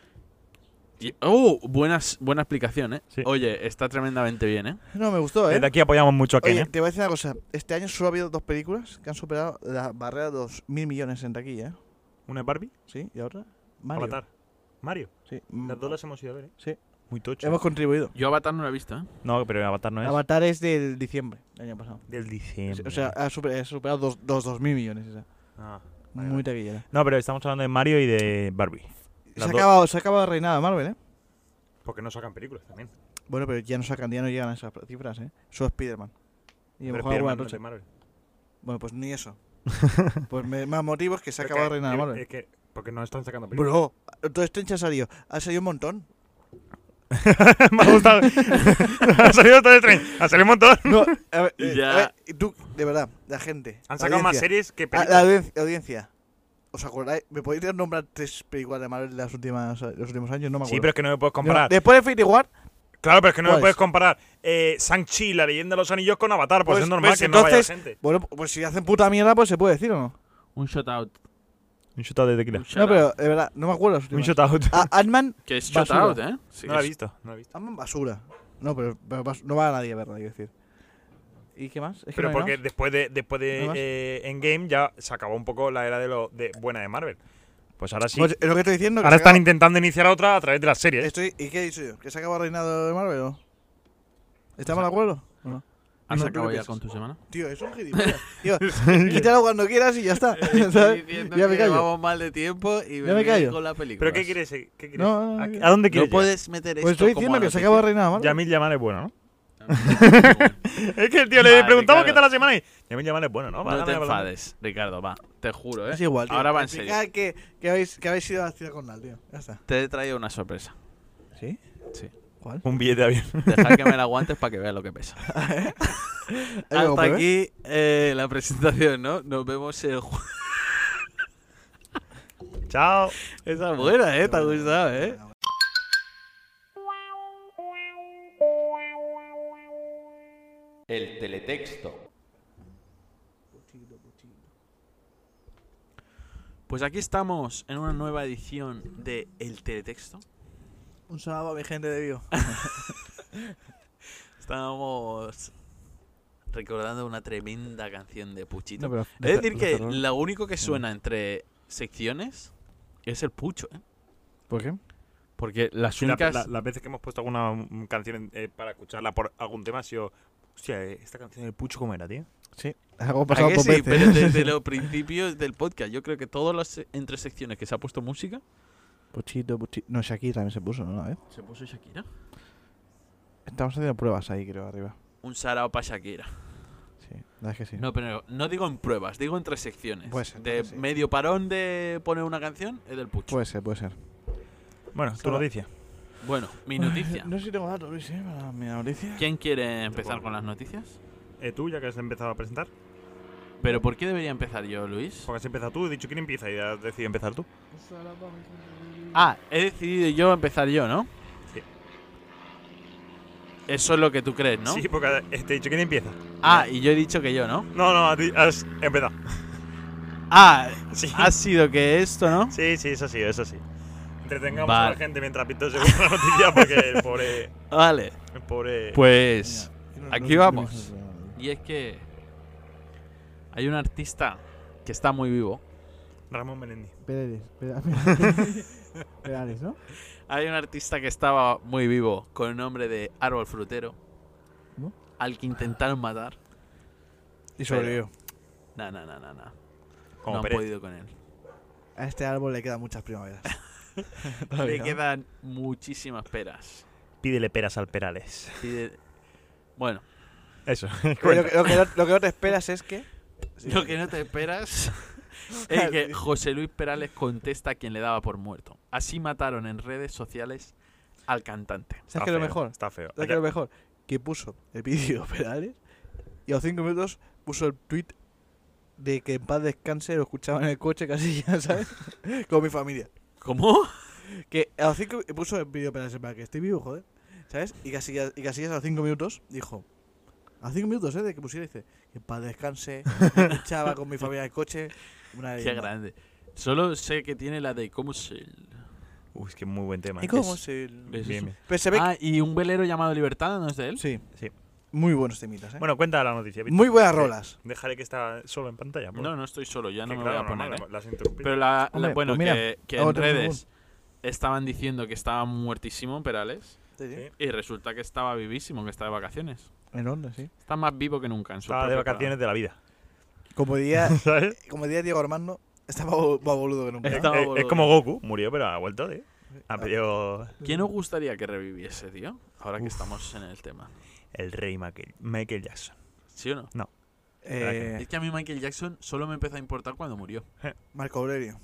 [SPEAKER 1] Buena explicación, ¿eh?
[SPEAKER 2] Sí.
[SPEAKER 1] Oye, está tremendamente bien, ¿eh?
[SPEAKER 3] No, me gustó, ¿eh?
[SPEAKER 2] Desde aquí apoyamos mucho a Ken,
[SPEAKER 3] Oye,
[SPEAKER 2] ¿eh?
[SPEAKER 3] te voy a decir una cosa. Este año solo ha habido 2 películas que han superado la barrera de 2.000 millones en taquilla, ¿eh?
[SPEAKER 2] Una es Barbie,
[SPEAKER 3] ¿Sí? ¿Y otra? Mario.
[SPEAKER 2] Avatar. Mario.
[SPEAKER 3] Sí.
[SPEAKER 2] Las dos las hemos ido a ver, ¿eh?
[SPEAKER 3] Sí.
[SPEAKER 2] Muy tocho.
[SPEAKER 3] Hemos contribuido.
[SPEAKER 1] Yo Avatar no lo he visto, ¿eh?
[SPEAKER 2] No, pero Avatar no es.
[SPEAKER 3] Avatar es del diciembre del año pasado.
[SPEAKER 2] Del diciembre.
[SPEAKER 3] O sea, ha superado 2.000 millones esa.
[SPEAKER 2] Ah, vale,
[SPEAKER 3] Muy
[SPEAKER 2] vale.
[SPEAKER 3] taquillera.
[SPEAKER 2] No, pero estamos hablando de Mario y de Barbie.
[SPEAKER 3] Se
[SPEAKER 2] Las
[SPEAKER 3] ha,
[SPEAKER 2] dos.
[SPEAKER 3] acabado reinado Marvel, ¿eh?
[SPEAKER 2] Porque no sacan películas también.
[SPEAKER 3] Bueno, pero ya no llegan a esas cifras, ¿eh? Solo Spider-Man. Y a lo
[SPEAKER 2] Pero
[SPEAKER 3] mejor alguna
[SPEAKER 2] Spider-Man no es
[SPEAKER 3] tocha.
[SPEAKER 2] de Marvel.
[SPEAKER 3] Bueno, pues ni eso. Pues más motivos que se ha acabado reinado Marvel.
[SPEAKER 2] Es que porque no están sacando películas.
[SPEAKER 3] Bro, entonces Strange ha salido un montón.
[SPEAKER 2] Me ha gustado. Ha salido todo el tren. Ha salido un montón.
[SPEAKER 3] No, a ver,
[SPEAKER 1] Ya.
[SPEAKER 3] a ver, y tú, de verdad, la gente.
[SPEAKER 2] Han
[SPEAKER 3] la
[SPEAKER 2] sacado más
[SPEAKER 3] audiencia.
[SPEAKER 2] series que
[SPEAKER 3] La
[SPEAKER 2] películas.
[SPEAKER 3] audiencia. ¿Os acordáis? ¿Me podéis nombrar 3 películas de Marvel de los últimos años? No me acuerdo.
[SPEAKER 2] Sí, pero es que no me puedes comparar.
[SPEAKER 3] Después de Infinity War,
[SPEAKER 2] Claro, pero es que no me
[SPEAKER 3] ¿Cuáles?
[SPEAKER 2] puedes comparar Shang-Chi, la leyenda de los anillos, con Avatar. Pues,
[SPEAKER 3] Pues-
[SPEAKER 2] es normal
[SPEAKER 3] pues
[SPEAKER 2] que no vaya
[SPEAKER 3] entonces-
[SPEAKER 2] gente.
[SPEAKER 3] bueno, pues si hacen puta mierda, pues se puede decir o no.
[SPEAKER 1] Un shoutout.
[SPEAKER 2] Un shootout de tequila.
[SPEAKER 3] No, pero de verdad, no me acuerdo.
[SPEAKER 2] Un shootout.
[SPEAKER 3] Ant-Man,
[SPEAKER 1] Que es
[SPEAKER 3] Basura.
[SPEAKER 1] shoutout, ¿eh? Sí,
[SPEAKER 2] No la he
[SPEAKER 1] es-
[SPEAKER 2] visto. No la he visto.
[SPEAKER 3] Ant-Man basura. No, pero no va a nadie a verla, quiero decir. ¿Y qué más? Es que
[SPEAKER 2] Pero
[SPEAKER 3] no hay
[SPEAKER 2] porque
[SPEAKER 3] más.
[SPEAKER 2] después
[SPEAKER 3] ¿No hay más?
[SPEAKER 2] de Endgame ya se acabó un poco la era de buena de Marvel. Pues ahora sí.
[SPEAKER 3] Pues es lo que estoy diciendo. que
[SPEAKER 2] Ahora
[SPEAKER 3] se
[SPEAKER 2] están
[SPEAKER 3] acaba-
[SPEAKER 2] intentando iniciar otra a través de las series.
[SPEAKER 3] ¿Y qué he dicho yo? ¿Que se acaba reinado de Marvel o no? ¿Estamos de acuerdo? ¿O no?
[SPEAKER 1] ¿Has
[SPEAKER 3] No, ¿tú
[SPEAKER 1] acabado
[SPEAKER 3] qué
[SPEAKER 1] ya
[SPEAKER 3] piensas?
[SPEAKER 1] con tu semana?
[SPEAKER 3] Tío, es un gilipollas. Tío, quítalo cuando quieras y ya está. ¿Sabes? Ya me callo.
[SPEAKER 1] Vamos mal de tiempo y
[SPEAKER 3] Ya me callo.
[SPEAKER 1] con la película.
[SPEAKER 2] ¿Pero qué quieres? ¿Qué quieres?
[SPEAKER 3] No,
[SPEAKER 2] ¿A dónde
[SPEAKER 1] No
[SPEAKER 2] quieres?
[SPEAKER 1] puedes meter esto
[SPEAKER 3] Pues estoy
[SPEAKER 1] como
[SPEAKER 3] diciendo que se
[SPEAKER 1] noticia.
[SPEAKER 3] acaba reinado Marvel.
[SPEAKER 2] Yamil Yamal es bueno, ¿no?
[SPEAKER 1] llegar.
[SPEAKER 2] Es que el tío le
[SPEAKER 1] Vale,
[SPEAKER 2] preguntamos
[SPEAKER 1] Ricardo.
[SPEAKER 2] qué tal la semana y Yamil Yamal es bueno, ¿no? Va a
[SPEAKER 1] No te
[SPEAKER 2] ganar el balón.
[SPEAKER 1] enfades, Ricardo, va. Te juro, ¿eh?
[SPEAKER 3] Es igual, tío.
[SPEAKER 1] Ahora va en serio.
[SPEAKER 3] Explicar que habéis ido a la ciudad con Nal, tío. Ya está.
[SPEAKER 1] Te he traído una sorpresa.
[SPEAKER 3] ¿Sí?
[SPEAKER 1] Sí.
[SPEAKER 3] ¿Cuál?
[SPEAKER 2] Un billete de avión.
[SPEAKER 1] Dejar que me la aguantes para que veas lo que pesa.
[SPEAKER 3] Ahí lo
[SPEAKER 1] Hasta
[SPEAKER 3] pruebe.
[SPEAKER 1] aquí la presentación, ¿no? Nos vemos el jueves.
[SPEAKER 2] Chao.
[SPEAKER 1] Esa es buena, ¿eh? Te ha gustado, ¿eh?
[SPEAKER 5] El teletexto.
[SPEAKER 1] Pues aquí estamos en una nueva edición de El Teletexto.
[SPEAKER 3] Un saludo a mi gente de Vigo.
[SPEAKER 1] Estábamos recordando una tremenda canción de Puchito.
[SPEAKER 3] No, pero
[SPEAKER 1] Es decir, que
[SPEAKER 3] Ferrol.
[SPEAKER 1] lo único que suena entre secciones es el Pucho, ¿eh?
[SPEAKER 3] ¿Por qué?
[SPEAKER 1] Porque las únicas...
[SPEAKER 2] Las veces que hemos puesto alguna canción para escucharla por algún tema ha sido. Hostia, esta canción del Pucho, ¿cómo era, tío?
[SPEAKER 3] Sí. Algo
[SPEAKER 1] ¿A
[SPEAKER 3] pasado
[SPEAKER 1] que
[SPEAKER 3] por
[SPEAKER 1] sí?
[SPEAKER 3] veces.
[SPEAKER 1] Pero desde los principios del podcast, yo creo que todas las entre secciones que se ha puesto música,
[SPEAKER 3] Puchito. No, Shakira también se puso, ¿no? A ver.
[SPEAKER 1] se puso Shakira.
[SPEAKER 3] Estamos haciendo pruebas ahí, creo, arriba.
[SPEAKER 1] Un sarao para Shakira.
[SPEAKER 3] Sí, la verdad es que sí.
[SPEAKER 1] No, pero no digo en pruebas, digo entre secciones.
[SPEAKER 3] Puede ser,
[SPEAKER 1] de
[SPEAKER 3] puede ser.
[SPEAKER 1] medio parón de poner una canción es del Pucho.
[SPEAKER 3] Puede ser, puede ser.
[SPEAKER 2] Bueno, tu
[SPEAKER 3] Solo-
[SPEAKER 2] noticia.
[SPEAKER 1] Bueno, mi noticia.
[SPEAKER 3] No sé si tengo datos, Luis, para mi noticia.
[SPEAKER 1] ¿Quién quiere empezar con las noticias?
[SPEAKER 2] tú, ya que has empezado a presentar.
[SPEAKER 1] ¿Pero por qué debería empezar yo, Luis?
[SPEAKER 2] Porque has empezado tú, he dicho quién empieza y has decidido empezar tú.
[SPEAKER 1] Ah, he decidido yo empezar yo, ¿no?
[SPEAKER 2] Sí.
[SPEAKER 1] Eso es lo que tú crees, ¿no?
[SPEAKER 2] Sí, porque te he dicho quién empieza.
[SPEAKER 1] Ah, y yo he dicho que yo, ¿no?
[SPEAKER 2] No, has empezado.
[SPEAKER 1] Ah,
[SPEAKER 2] Sí.
[SPEAKER 1] ha sido que esto, ¿no?
[SPEAKER 2] Sí, eso sí. Entretengamos
[SPEAKER 1] Vale.
[SPEAKER 2] a la gente mientras Pito se busca la noticia porque
[SPEAKER 1] Vale.
[SPEAKER 2] el pobre...
[SPEAKER 1] Pues
[SPEAKER 4] Mira,
[SPEAKER 1] aquí
[SPEAKER 4] no-
[SPEAKER 1] vamos. Y es que hay un artista que está muy vivo.
[SPEAKER 2] Ramón Melendi.
[SPEAKER 4] Perales, ¿no?
[SPEAKER 1] Hay un artista que estaba muy vivo con el nombre de Árbol Frutero,
[SPEAKER 4] ¿No?
[SPEAKER 1] al que intentaron matar.
[SPEAKER 3] Y sobrevivió.
[SPEAKER 1] No.
[SPEAKER 2] Como
[SPEAKER 1] No han
[SPEAKER 2] Pérez.
[SPEAKER 1] podido con él.
[SPEAKER 3] A este árbol le quedan muchas primaveras.
[SPEAKER 1] Le quedan muchísimas peras.
[SPEAKER 2] Pídele peras al Perales.
[SPEAKER 1] Bueno,
[SPEAKER 2] Eso.
[SPEAKER 3] Lo que no te esperas es que...
[SPEAKER 1] lo que no te esperas es que José Luis Perales contesta a quien le daba por muerto. Así mataron en redes sociales al cantante.
[SPEAKER 3] ¿Sabes qué es lo mejor?
[SPEAKER 2] Está feo.
[SPEAKER 3] ¿Sabes qué es lo mejor? Que puso el vídeo Perales y a los 5 minutos puso el tweet de que en paz descanse, lo escuchaba en el coche casi ya, ¿sabes? Con mi familia.
[SPEAKER 1] ¿Cómo?
[SPEAKER 3] Que a los 5 puso el vídeo Perales para que estoy vivo, joder. ¿Sabes? Y Casillas a los 5 minutos dijo... A 5 minutos, de que pusiera, dice... Que en paz descanse, lo escuchaba con mi familia en el coche. Una
[SPEAKER 1] Qué
[SPEAKER 3] leyenda.
[SPEAKER 1] grande. Solo sé que tiene la de cómo se...
[SPEAKER 2] Uy, es que muy buen tema.
[SPEAKER 3] ¿Y cómo
[SPEAKER 1] Es-
[SPEAKER 3] se...?
[SPEAKER 1] ¿Ves
[SPEAKER 2] Bien,
[SPEAKER 1] eso?
[SPEAKER 2] bien.
[SPEAKER 3] Pero se ve
[SPEAKER 1] Ah, y un velero llamado Libertad, ¿no es de él?
[SPEAKER 3] Sí,
[SPEAKER 2] Sí.
[SPEAKER 3] muy buenos temitas, ¿eh?
[SPEAKER 2] Bueno, cuenta la noticia. Pito.
[SPEAKER 3] Muy buenas rolas.
[SPEAKER 2] Dejaré que está solo en pantalla. por-
[SPEAKER 1] No estoy solo, ya no
[SPEAKER 2] que
[SPEAKER 1] me
[SPEAKER 2] claro,
[SPEAKER 1] voy a poner.
[SPEAKER 2] normal,
[SPEAKER 1] ¿eh?
[SPEAKER 2] la has interrumpido.
[SPEAKER 1] Pero
[SPEAKER 3] Hombre,
[SPEAKER 1] bueno,
[SPEAKER 3] pues mira,
[SPEAKER 1] que
[SPEAKER 3] hago
[SPEAKER 1] en
[SPEAKER 3] otro
[SPEAKER 1] redes estaban diciendo que estaba muertísimo Perales
[SPEAKER 3] Sí, sí.
[SPEAKER 2] Sí.
[SPEAKER 1] y resulta que estaba vivísimo, que está de vacaciones.
[SPEAKER 3] En onda, sí.
[SPEAKER 1] Está más vivo que nunca en su
[SPEAKER 2] Estaba de
[SPEAKER 1] propio
[SPEAKER 2] vacaciones de la vida.
[SPEAKER 3] Como diría,
[SPEAKER 2] ¿Sabes?
[SPEAKER 3] Diego Armando, está más boludo que nunca.
[SPEAKER 1] Estaba
[SPEAKER 2] Es
[SPEAKER 1] boludo.
[SPEAKER 2] como Goku, murió, pero ha vuelto, ¿eh? Ha pedido
[SPEAKER 1] parado. ¿Quién os gustaría que reviviese, tío? Ahora que estamos en el tema.
[SPEAKER 2] el rey Michael Jackson.
[SPEAKER 1] ¿Sí o no?
[SPEAKER 3] Eh,
[SPEAKER 1] Es que a mí Michael Jackson solo me empezó a importar cuando murió.
[SPEAKER 3] Marco Aurelio.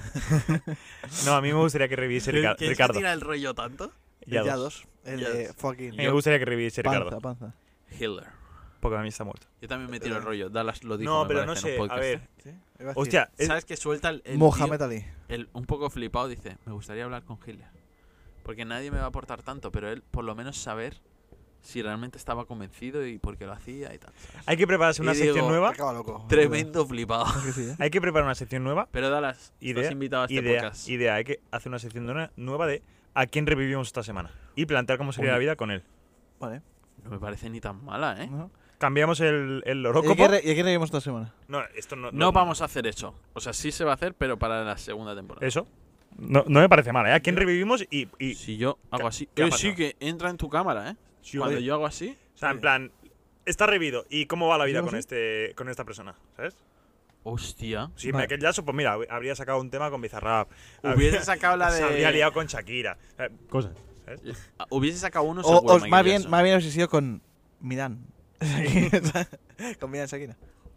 [SPEAKER 2] No, a mí me gustaría que reviviese
[SPEAKER 1] ¿Quién se
[SPEAKER 2] Ricardo.
[SPEAKER 1] tira el rollo tanto?
[SPEAKER 2] Ya
[SPEAKER 3] Ya
[SPEAKER 2] dos.
[SPEAKER 3] dos. El
[SPEAKER 1] Ya
[SPEAKER 3] de
[SPEAKER 1] dos.
[SPEAKER 3] fucking
[SPEAKER 2] A mí me gustaría que reviviese Ricardo.
[SPEAKER 3] panza.
[SPEAKER 1] Hitler.
[SPEAKER 2] Porque a mí está muerto.
[SPEAKER 1] Yo también me tiro el rollo. Dallas lo dijo.
[SPEAKER 2] No,
[SPEAKER 1] me
[SPEAKER 2] pero no
[SPEAKER 1] parece, en
[SPEAKER 2] sé.
[SPEAKER 1] un
[SPEAKER 2] A
[SPEAKER 1] podcast,
[SPEAKER 2] ver.
[SPEAKER 1] ¿eh?
[SPEAKER 3] ¿Sí? Iba a decir,
[SPEAKER 2] Hostia,
[SPEAKER 1] ¿Sabes qué suelta el
[SPEAKER 3] Mohamed
[SPEAKER 1] tío?
[SPEAKER 3] Ali.
[SPEAKER 1] Él, un poco flipado, dice: Me gustaría hablar con Hitler. Porque nadie me va a aportar tanto, pero él, por lo menos, saber si realmente estaba convencido y por qué lo hacía y tal. ¿sabes?
[SPEAKER 2] hay que prepararse una
[SPEAKER 1] Y
[SPEAKER 2] sección
[SPEAKER 1] digo,
[SPEAKER 2] nueva.
[SPEAKER 3] Acaba loco.
[SPEAKER 1] Tremendo flipado.
[SPEAKER 3] Es que sí, ¿eh?
[SPEAKER 2] Hay que preparar una sección nueva.
[SPEAKER 1] Pero Dallas,
[SPEAKER 2] Idea,
[SPEAKER 1] estás invitado a este podcast.
[SPEAKER 2] idea. Hay que hacer una sección nueva de a quién revivimos esta semana. Y plantear cómo sería
[SPEAKER 1] Oye.
[SPEAKER 2] la vida con él.
[SPEAKER 3] Vale.
[SPEAKER 1] No me parece ni tan mala, ¿eh?
[SPEAKER 3] ¿No?
[SPEAKER 2] Cambiamos el
[SPEAKER 3] ¿Y
[SPEAKER 2] horóscopo.
[SPEAKER 3] qué reímos esta semana?
[SPEAKER 2] No, esto no.
[SPEAKER 1] No vamos a hacer eso. O sea, sí se va a hacer, pero para la segunda temporada.
[SPEAKER 2] Eso. No me parece mal, ¿eh? ¿A quién revivimos? Y
[SPEAKER 1] Si yo hago así.
[SPEAKER 2] qué ha
[SPEAKER 1] Sí,
[SPEAKER 2] pasado?
[SPEAKER 1] que entra en tu cámara, ¿eh?
[SPEAKER 2] Sí,
[SPEAKER 1] Cuando
[SPEAKER 2] oye.
[SPEAKER 1] yo hago así.
[SPEAKER 2] O sea, en plan, está revivido. ¿Y cómo va la vida
[SPEAKER 3] ¿Sí,
[SPEAKER 2] con
[SPEAKER 3] sí?
[SPEAKER 2] con esta persona? ¿Sabes?
[SPEAKER 1] Hostia.
[SPEAKER 2] Si
[SPEAKER 3] Vale.
[SPEAKER 2] Michael Jackson, pues mira, habría sacado un tema con Bizarrap.
[SPEAKER 1] Hubiese sacado la
[SPEAKER 2] Se habría
[SPEAKER 1] de.
[SPEAKER 2] liado con Shakira. Cosas. ¿Sabes?
[SPEAKER 1] Hubiese sacado uno
[SPEAKER 3] O,
[SPEAKER 1] seguro.
[SPEAKER 3] o
[SPEAKER 1] Michael
[SPEAKER 3] más bien
[SPEAKER 1] Jackson.
[SPEAKER 3] hubiese sido con Milan. Con Milan Shakira.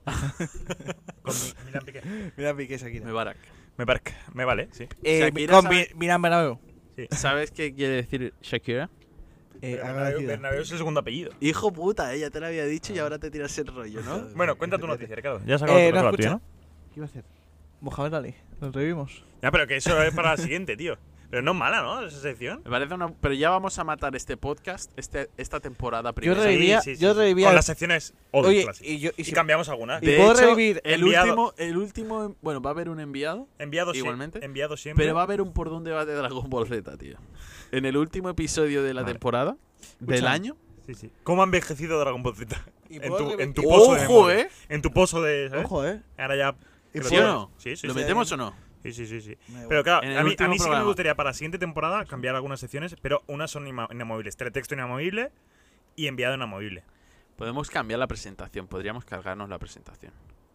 [SPEAKER 2] Con Milan Piqué.
[SPEAKER 3] Milan Piqué Shakira.
[SPEAKER 1] Mebarak.
[SPEAKER 2] Me vale, sí.
[SPEAKER 1] Shakira
[SPEAKER 3] Con
[SPEAKER 1] sabe-
[SPEAKER 3] Milan Bernabéu.
[SPEAKER 1] ¿Sabes qué quiere decir Shakira?
[SPEAKER 3] Agradecida.
[SPEAKER 2] Bernabéu es el segundo apellido.
[SPEAKER 1] Hijo puta, ya te lo había dicho y ahora te tiras el rollo, ¿no?
[SPEAKER 2] Bueno, cuenta tu noticia, Ricardo. Ya has sacado
[SPEAKER 3] No
[SPEAKER 2] tu la
[SPEAKER 3] escucha.
[SPEAKER 2] tuya, ¿no?
[SPEAKER 3] ¿Qué iba a hacer? Mohamed Ali. Nos revivimos.
[SPEAKER 2] Ya, pero que eso es para la siguiente, tío. Pero no es mala, ¿no? Esa sección.
[SPEAKER 1] Me parece una. Pero ya vamos a matar este podcast, esta temporada
[SPEAKER 3] Yo
[SPEAKER 1] primera.
[SPEAKER 3] revivía- yo revivía-
[SPEAKER 2] Con las secciones old
[SPEAKER 3] Oye,
[SPEAKER 2] classic.
[SPEAKER 3] y yo.
[SPEAKER 2] Y
[SPEAKER 3] si-
[SPEAKER 2] cambiamos alguna.
[SPEAKER 3] y puedo
[SPEAKER 1] hecho,
[SPEAKER 3] revivir
[SPEAKER 2] enviado.
[SPEAKER 1] el último. Bueno, va a haber un enviado,
[SPEAKER 2] Enviado
[SPEAKER 1] igualmente,
[SPEAKER 2] Enviado siempre.
[SPEAKER 1] pero va a haber un por dónde va de Dragon Ball Z, tío. En el último episodio de la
[SPEAKER 2] Vale.
[SPEAKER 1] temporada, del
[SPEAKER 3] Escucha.
[SPEAKER 1] año.
[SPEAKER 2] Sí, sí. ¿Cómo ha envejecido Dragon Ball Z?
[SPEAKER 3] y
[SPEAKER 2] En
[SPEAKER 3] puedo
[SPEAKER 2] tu, en tu
[SPEAKER 3] revivir-
[SPEAKER 2] pozo de
[SPEAKER 1] ¡Ojo,
[SPEAKER 2] memoria. En tu pozo de. ¿sabes?
[SPEAKER 3] Ojo,
[SPEAKER 2] Ahora ya.
[SPEAKER 3] ¿Y
[SPEAKER 2] que lo
[SPEAKER 1] ¿Sí
[SPEAKER 3] puedo-
[SPEAKER 1] o
[SPEAKER 2] tienes.
[SPEAKER 1] no?
[SPEAKER 2] Sí, sí,
[SPEAKER 1] ¿Lo
[SPEAKER 2] sí.
[SPEAKER 1] metemos o no?
[SPEAKER 2] Sí.
[SPEAKER 3] Me da
[SPEAKER 2] Pero claro,
[SPEAKER 1] En el
[SPEAKER 2] a mí
[SPEAKER 1] último
[SPEAKER 2] sí que me
[SPEAKER 1] programa.
[SPEAKER 2] gustaría para la siguiente temporada cambiar algunas secciones, pero unas son inamovibles. Teletexto inamovible y enviado inamovible.
[SPEAKER 1] Podemos cambiar la presentación, podríamos cargarnos la presentación.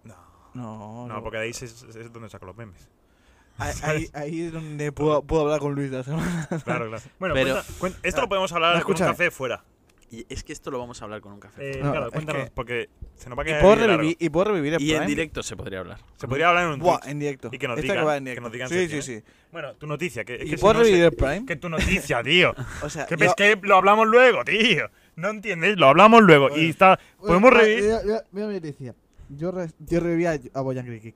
[SPEAKER 3] No,
[SPEAKER 2] No, porque de ahí es donde saco los memes.
[SPEAKER 3] Ahí es donde puedo hablar con Luis la semana.
[SPEAKER 2] Claro. Bueno,
[SPEAKER 1] Pero-
[SPEAKER 2] esto lo podemos hablar
[SPEAKER 3] No,
[SPEAKER 2] con un
[SPEAKER 3] escúchame.
[SPEAKER 2] café fuera.
[SPEAKER 1] Y es que esto lo vamos a hablar con un café.
[SPEAKER 3] No,
[SPEAKER 2] Claro,
[SPEAKER 3] es
[SPEAKER 2] cuéntanos,
[SPEAKER 3] que-
[SPEAKER 2] porque se nos va a
[SPEAKER 3] Y
[SPEAKER 2] quedar
[SPEAKER 3] puedo
[SPEAKER 2] muy largo.
[SPEAKER 3] revivir el
[SPEAKER 1] Y en
[SPEAKER 3] Prime.
[SPEAKER 1] directo se podría hablar.
[SPEAKER 2] Se podría hablar en un
[SPEAKER 3] Buah,
[SPEAKER 2] tweet.
[SPEAKER 3] en directo.
[SPEAKER 2] Y que nos
[SPEAKER 3] Esta
[SPEAKER 2] digan,
[SPEAKER 3] va en
[SPEAKER 2] que
[SPEAKER 3] directo.
[SPEAKER 2] nos digan
[SPEAKER 3] Sí,
[SPEAKER 2] secciones. Bueno, tu noticia. Que
[SPEAKER 3] ¿Y
[SPEAKER 2] si
[SPEAKER 3] puedo
[SPEAKER 2] no sé-
[SPEAKER 3] revivir el Prime?
[SPEAKER 2] Que tu noticia, tío.
[SPEAKER 3] O sea,
[SPEAKER 2] que
[SPEAKER 3] yo-
[SPEAKER 2] es que lo hablamos luego, tío. No entiendes, lo hablamos luego. Y está. Podemos revivir.
[SPEAKER 4] Mira mi noticia. Yo revivía a Boyan Cricket.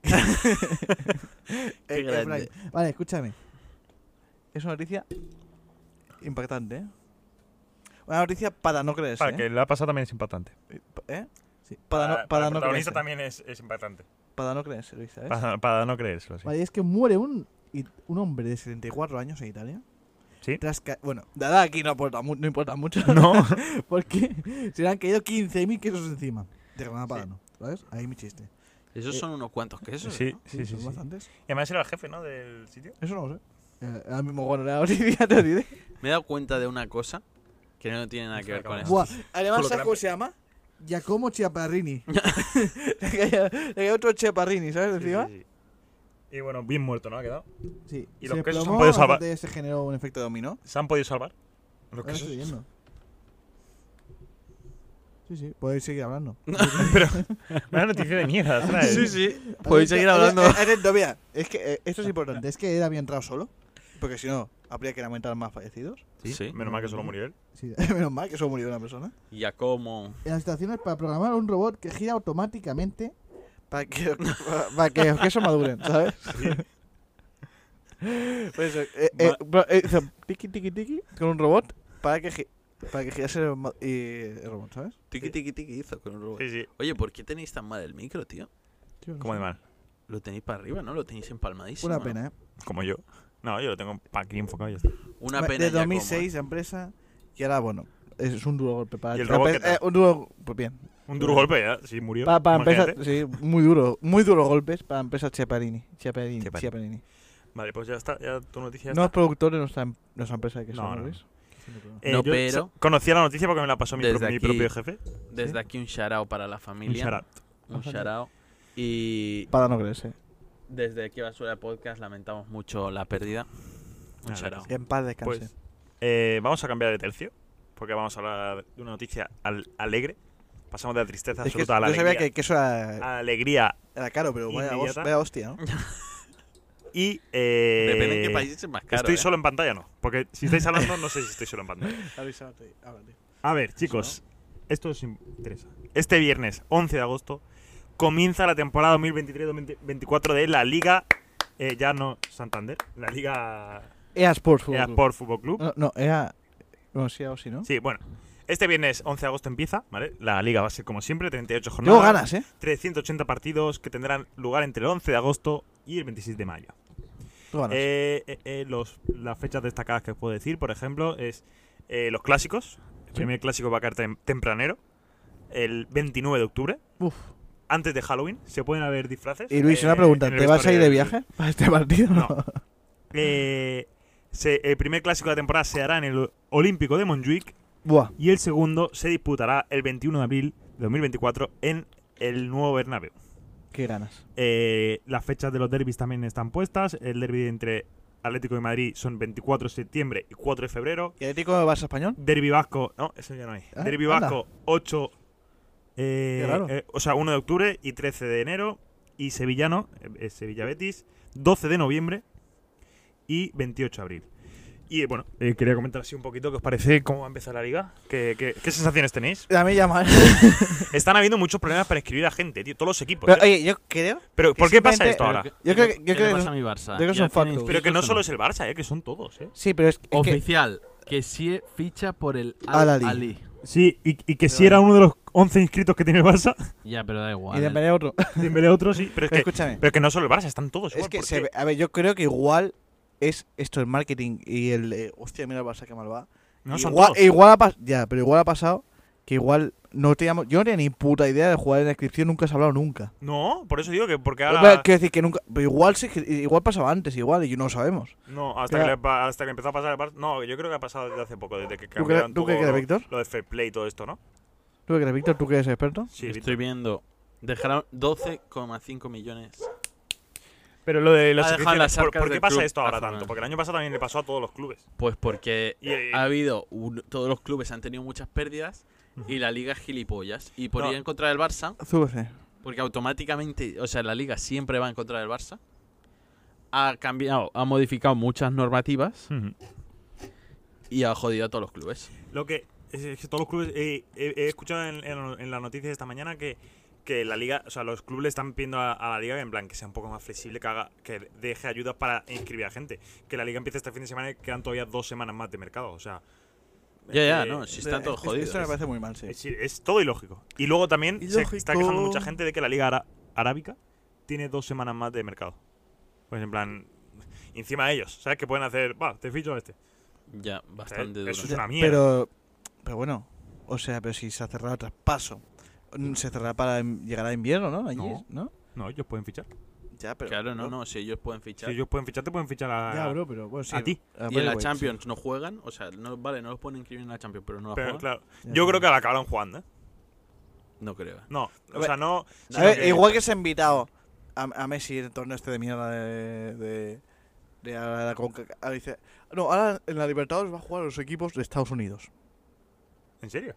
[SPEAKER 1] Qué grande.
[SPEAKER 4] Vale, escúchame.
[SPEAKER 3] Es una noticia impactante, ¿eh? Una noticia para no creerse,
[SPEAKER 2] Para que le ha pasado también es impactante.
[SPEAKER 3] ¿eh?
[SPEAKER 4] Sí.
[SPEAKER 3] Para
[SPEAKER 2] el
[SPEAKER 3] no
[SPEAKER 2] protagonista
[SPEAKER 3] creerse.
[SPEAKER 2] también es impactante.
[SPEAKER 3] Para no creerse, Luis, ¿sabes?
[SPEAKER 2] Para no creérselo, sí.
[SPEAKER 4] Vale, es que muere un hombre de 74 años en Italia.
[SPEAKER 2] ¿Sí?
[SPEAKER 3] Bueno, de edad aquí no importa mucho.
[SPEAKER 2] No.
[SPEAKER 4] Porque se le han caído 15.000 quesos encima. De Granada Padano, ¿sabes? Ahí mi chiste.
[SPEAKER 1] Esos son unos cuantos quesos.
[SPEAKER 2] Sí,
[SPEAKER 1] ¿no?
[SPEAKER 2] sí, sí.
[SPEAKER 4] son
[SPEAKER 2] sí.
[SPEAKER 4] bastantes.
[SPEAKER 2] Y además era el jefe, ¿no? Del sitio.
[SPEAKER 4] Eso no lo sé. Ahora mismo, bueno, la noticia te lo diré.
[SPEAKER 1] Me he dado cuenta de una cosa que no tiene nada que ver con esto.
[SPEAKER 4] Buah,
[SPEAKER 3] Además, ¿sabes cómo se llama?
[SPEAKER 4] Giacomo Chiaparrini.
[SPEAKER 3] Le cae otro Chiaparrini, ¿sabes? Encima.
[SPEAKER 2] Sí. Y bueno, bien muerto, ¿no? Ha quedado.
[SPEAKER 4] Sí.
[SPEAKER 2] ¿Y
[SPEAKER 4] se
[SPEAKER 2] los quesos se
[SPEAKER 4] desplomó,
[SPEAKER 2] han podido salvar?
[SPEAKER 4] aparte se generó un efecto
[SPEAKER 3] Efecto dominó.
[SPEAKER 2] ¿Se han podido salvar? Los
[SPEAKER 4] Ahora
[SPEAKER 2] quesos.
[SPEAKER 4] estoy viendo. Sí, podéis seguir hablando.
[SPEAKER 2] Pero. Una noticia de mierda, ¿sabes?
[SPEAKER 1] Sí, sí. Podéis seguir
[SPEAKER 3] Es que,
[SPEAKER 1] hablando.
[SPEAKER 3] atento, mira, es que esto es importante.
[SPEAKER 4] Es que él había entrado
[SPEAKER 3] Entrado solo. Porque si no, habría que lamentar más fallecidos.
[SPEAKER 1] Sí.
[SPEAKER 2] Menos mal que solo murió él.
[SPEAKER 4] Sí.
[SPEAKER 3] Menos mal que solo murió una persona.
[SPEAKER 1] Giacomo.
[SPEAKER 4] En las situaciones para programar un robot que gira automáticamente.
[SPEAKER 3] Para que, para que los quesos maduren, ¿sabes? Pues hizo tiki tiki tiki con un robot para que girase el robot, ¿sabes?
[SPEAKER 1] Tiki tiki tiki hizo con un robot.
[SPEAKER 2] Sí, sí.
[SPEAKER 1] Oye, ¿por qué tenéis tan mal el micro, tío?
[SPEAKER 4] Tío, no
[SPEAKER 2] Como
[SPEAKER 4] sé.
[SPEAKER 2] de mal.
[SPEAKER 1] Lo tenéis para arriba, ¿no? Lo tenéis empalmadísimo.
[SPEAKER 4] Una
[SPEAKER 1] ¿no?
[SPEAKER 4] pena, ¿eh?
[SPEAKER 2] Como yo. No, yo lo tengo para aquí enfocado y ya está.
[SPEAKER 1] Una
[SPEAKER 3] De
[SPEAKER 1] pena, Giacomo.
[SPEAKER 3] 2006 la empresa y ahora, bueno, es un duro golpe para
[SPEAKER 2] ¿Y el robot qué tal?
[SPEAKER 3] un duro, pues bien.
[SPEAKER 2] Un duro golpe, ya. Sí, murió.
[SPEAKER 3] Para
[SPEAKER 2] Imagínate.
[SPEAKER 3] empezar, sí, muy duros golpes para empresa Chiaparini.
[SPEAKER 2] Vale, pues ya está. Ya tu noticia ya
[SPEAKER 3] No es
[SPEAKER 2] está.
[SPEAKER 3] productor de nuestra empresa de quesos,
[SPEAKER 2] No,
[SPEAKER 3] ¿no,
[SPEAKER 2] no.
[SPEAKER 3] Luis?
[SPEAKER 1] No,
[SPEAKER 2] Yo
[SPEAKER 1] pero-
[SPEAKER 2] conocía la noticia porque me la pasó mi
[SPEAKER 1] Desde aquí-
[SPEAKER 2] propio jefe.
[SPEAKER 1] Desde aquí un shout para la
[SPEAKER 2] Un
[SPEAKER 1] familia.
[SPEAKER 2] shout out.
[SPEAKER 1] Un shout Y
[SPEAKER 3] Para no creerse.
[SPEAKER 1] desde aquí Basura Podcast lamentamos mucho la pérdida. Un
[SPEAKER 2] Nada,
[SPEAKER 1] shout
[SPEAKER 3] Que en paz descanse.
[SPEAKER 2] Pues vamos a cambiar de tercio. Porque vamos a hablar de una noticia alegre. Pasamos de la tristeza
[SPEAKER 3] Es que
[SPEAKER 2] absoluta a la
[SPEAKER 3] yo sabía
[SPEAKER 2] alegría.
[SPEAKER 3] que el queso era
[SPEAKER 2] Alegría.
[SPEAKER 3] caro, pero
[SPEAKER 2] Inmediata.
[SPEAKER 3] vaya hostia, ¿no?
[SPEAKER 2] Y.
[SPEAKER 1] Depende en qué país es más caro.
[SPEAKER 2] Estoy
[SPEAKER 1] ¿eh?
[SPEAKER 2] solo en pantalla, ¿no? Porque si estáis hablando, no sé si estoy solo en pantalla. A ver, chicos. Esto os interesa. Este viernes, 11 de agosto, comienza la temporada 2023-2024 de la Liga. Ya no Santander. La Liga.
[SPEAKER 3] EA Sports Fútbol
[SPEAKER 2] EA
[SPEAKER 3] Club.
[SPEAKER 2] Sport Fútbol Club.
[SPEAKER 3] No, EA... No, sí o sí, ¿no?
[SPEAKER 2] Sí, bueno. Este viernes 11 de agosto empieza, ¿vale? La liga va a ser como siempre, 38
[SPEAKER 3] Tengo
[SPEAKER 2] jornadas.
[SPEAKER 3] ganas, ¿eh?
[SPEAKER 2] 380 partidos que tendrán lugar entre el 11 de agosto y el 26 de mayo.
[SPEAKER 3] Tengo ganas.
[SPEAKER 2] Las fechas destacadas que os puedo decir, por ejemplo, es los clásicos. El primer clásico va a caer tempranero, el 29 de octubre,
[SPEAKER 3] Uf.
[SPEAKER 2] antes de Halloween. Se pueden haber disfraces.
[SPEAKER 3] Y Luis, una pregunta.
[SPEAKER 2] en el
[SPEAKER 3] ¿Te vas a ir de
[SPEAKER 2] vestuario
[SPEAKER 3] viaje para este partido?
[SPEAKER 2] No. El primer clásico de la temporada se hará en el Olímpico de Montjuic
[SPEAKER 3] Buah.
[SPEAKER 2] y el segundo se disputará el 21 de abril de 2024 en el nuevo Bernabéu.
[SPEAKER 3] Qué ganas.
[SPEAKER 2] Las fechas de los derbis también están puestas. El derbi entre Atlético de Madrid son 24 de septiembre y 4 de febrero.
[SPEAKER 3] ¿Y Atlético de Barça español?
[SPEAKER 2] Derbi vasco, no, eso ya no hay.
[SPEAKER 3] Ah,
[SPEAKER 2] Derbi
[SPEAKER 3] anda.
[SPEAKER 2] vasco 8,
[SPEAKER 3] raro.
[SPEAKER 2] o sea, 1 de octubre y 13 de enero. Y sevillano, Sevilla Betis, 12 de noviembre y 28 de abril. Y bueno, quería comentar así un poquito qué os parece, cómo va a empezar la liga. ¿Qué sensaciones tenéis?
[SPEAKER 3] A mí llama.
[SPEAKER 2] Están habiendo muchos problemas para inscribir a gente, tío, todos los equipos.
[SPEAKER 3] Pero,
[SPEAKER 2] ¿eh?
[SPEAKER 3] oye, yo creo.
[SPEAKER 2] Pero
[SPEAKER 3] que
[SPEAKER 2] ¿por qué pasa
[SPEAKER 3] simplemente-
[SPEAKER 2] esto ahora?
[SPEAKER 3] Yo creo que-
[SPEAKER 1] ¿Qué le pasa
[SPEAKER 3] no-
[SPEAKER 1] a mi Barça?
[SPEAKER 3] yo creo que
[SPEAKER 1] Ya
[SPEAKER 3] son
[SPEAKER 1] tienen
[SPEAKER 3] factos.
[SPEAKER 2] Pero que no
[SPEAKER 1] inscritos o
[SPEAKER 2] solo es el Barça, que son todos,
[SPEAKER 3] Sí, pero es que.
[SPEAKER 1] Oficial, que sí ficha por el
[SPEAKER 3] Al-Ali.
[SPEAKER 1] Ali.
[SPEAKER 2] Sí, y que si era uno de los 11 inscritos que tiene el Barça,
[SPEAKER 1] Ya, pero da igual.
[SPEAKER 3] Y de Dembélé otro.
[SPEAKER 2] Dembélé otro, sí. Pero es,
[SPEAKER 3] Pero escúchame.
[SPEAKER 2] pero que no solo el Barça, están todos igual.
[SPEAKER 3] Es que
[SPEAKER 2] ¿por
[SPEAKER 3] se
[SPEAKER 2] qué?
[SPEAKER 3] ve- a ver, yo creo que igual es esto el marketing y el hostia, mira el Barça que mal va.
[SPEAKER 2] No son
[SPEAKER 3] igual,
[SPEAKER 2] todos.
[SPEAKER 3] pero igual ha pasado que igual no teníamos, yo no tenía ni puta idea de jugar en la inscripción, nunca se ha hablado nunca.
[SPEAKER 2] No, por eso digo que porque
[SPEAKER 3] Pero,
[SPEAKER 2] ahora...
[SPEAKER 3] quiero decir que nunca, pero igual sí, igual pasaba antes igual y no lo sabemos.
[SPEAKER 2] No, hasta
[SPEAKER 3] Pero-
[SPEAKER 2] que empezó a pasar el Barça... No, yo creo que ha pasado desde hace poco, desde que
[SPEAKER 3] ¿Tú
[SPEAKER 2] cambiaron
[SPEAKER 3] qué crees, Víctor?
[SPEAKER 2] lo de Fair Play y todo esto, ¿no?
[SPEAKER 3] ¿Tú qué crees, Víctor? ¿Tú que eres experto?
[SPEAKER 2] Sí,
[SPEAKER 1] Estoy viendo. Dejaron 12,5 millones.
[SPEAKER 2] Pero lo de las
[SPEAKER 1] Ha dejado en las
[SPEAKER 2] inscripciones, ¿por
[SPEAKER 1] arcas
[SPEAKER 2] qué
[SPEAKER 1] del
[SPEAKER 2] pasa
[SPEAKER 1] club
[SPEAKER 2] esto ahora
[SPEAKER 1] Barcelona.
[SPEAKER 2] tanto? Porque el año pasado también le pasó a todos los clubes.
[SPEAKER 1] Pues porque
[SPEAKER 2] Y,
[SPEAKER 1] ha habido. Todos los clubes han tenido muchas pérdidas y la liga es gilipollas. Y por
[SPEAKER 2] No.
[SPEAKER 1] ir en contra del Barça,
[SPEAKER 3] Súbese.
[SPEAKER 1] porque automáticamente. O sea, la liga siempre va en contra del Barça. Ha cambiado, ha modificado muchas normativas y ha jodido a todos los clubes.
[SPEAKER 2] Lo que Es que todos los clubes. He escuchado en las noticias esta mañana que la liga, o sea, los clubes le están pidiendo a la liga en plan que sea un poco más flexible, que deje ayudas para inscribir a gente. Que la liga empiece este fin de semana y quedan todavía 2 semanas más de mercado. O sea.
[SPEAKER 1] Ya, no, si están todos jodidos.
[SPEAKER 3] Eso me parece muy mal, sí.
[SPEAKER 2] Es todo ilógico. Y luego también se
[SPEAKER 3] Ilógico.
[SPEAKER 2] está quejando mucha gente de que la liga arábica tiene 2 semanas más de mercado. Pues en plan, encima de ellos, ¿sabes? Que pueden hacer, va, te ficho a este.
[SPEAKER 1] Ya, bastante duro.
[SPEAKER 2] Eso es una mierda.
[SPEAKER 3] Pero bueno, o sea, pero si se ha cerrado el traspaso, se cerrará para llegar a invierno, ¿no? Allí,
[SPEAKER 2] No. No, ellos pueden fichar.
[SPEAKER 3] Ya, pero.
[SPEAKER 1] Claro, no, si ellos pueden
[SPEAKER 2] Si
[SPEAKER 1] fichar.
[SPEAKER 2] ellos pueden fichar, te pueden fichar
[SPEAKER 3] Ya, bro, pero bueno, sí.
[SPEAKER 2] a ti.
[SPEAKER 1] Y en la Champions no juegan, o sea, no los pueden inscribir en la Champions, pero no la
[SPEAKER 2] Pero
[SPEAKER 1] juegan.
[SPEAKER 2] claro,
[SPEAKER 3] Ya,
[SPEAKER 2] yo
[SPEAKER 3] sí.
[SPEAKER 2] creo que la acabaron jugando, ¿eh?
[SPEAKER 1] No creo.
[SPEAKER 2] No,
[SPEAKER 3] A
[SPEAKER 2] o
[SPEAKER 3] ver,
[SPEAKER 2] sea, no.
[SPEAKER 3] A
[SPEAKER 2] sino
[SPEAKER 3] ver,
[SPEAKER 2] que-
[SPEAKER 3] igual que se ha invitado a Messi en el torneo este de mierda de la CONCACAF. Ahora dice, no, ahora en la Libertadores va a jugar los equipos de Estados Unidos.
[SPEAKER 2] ¿En serio?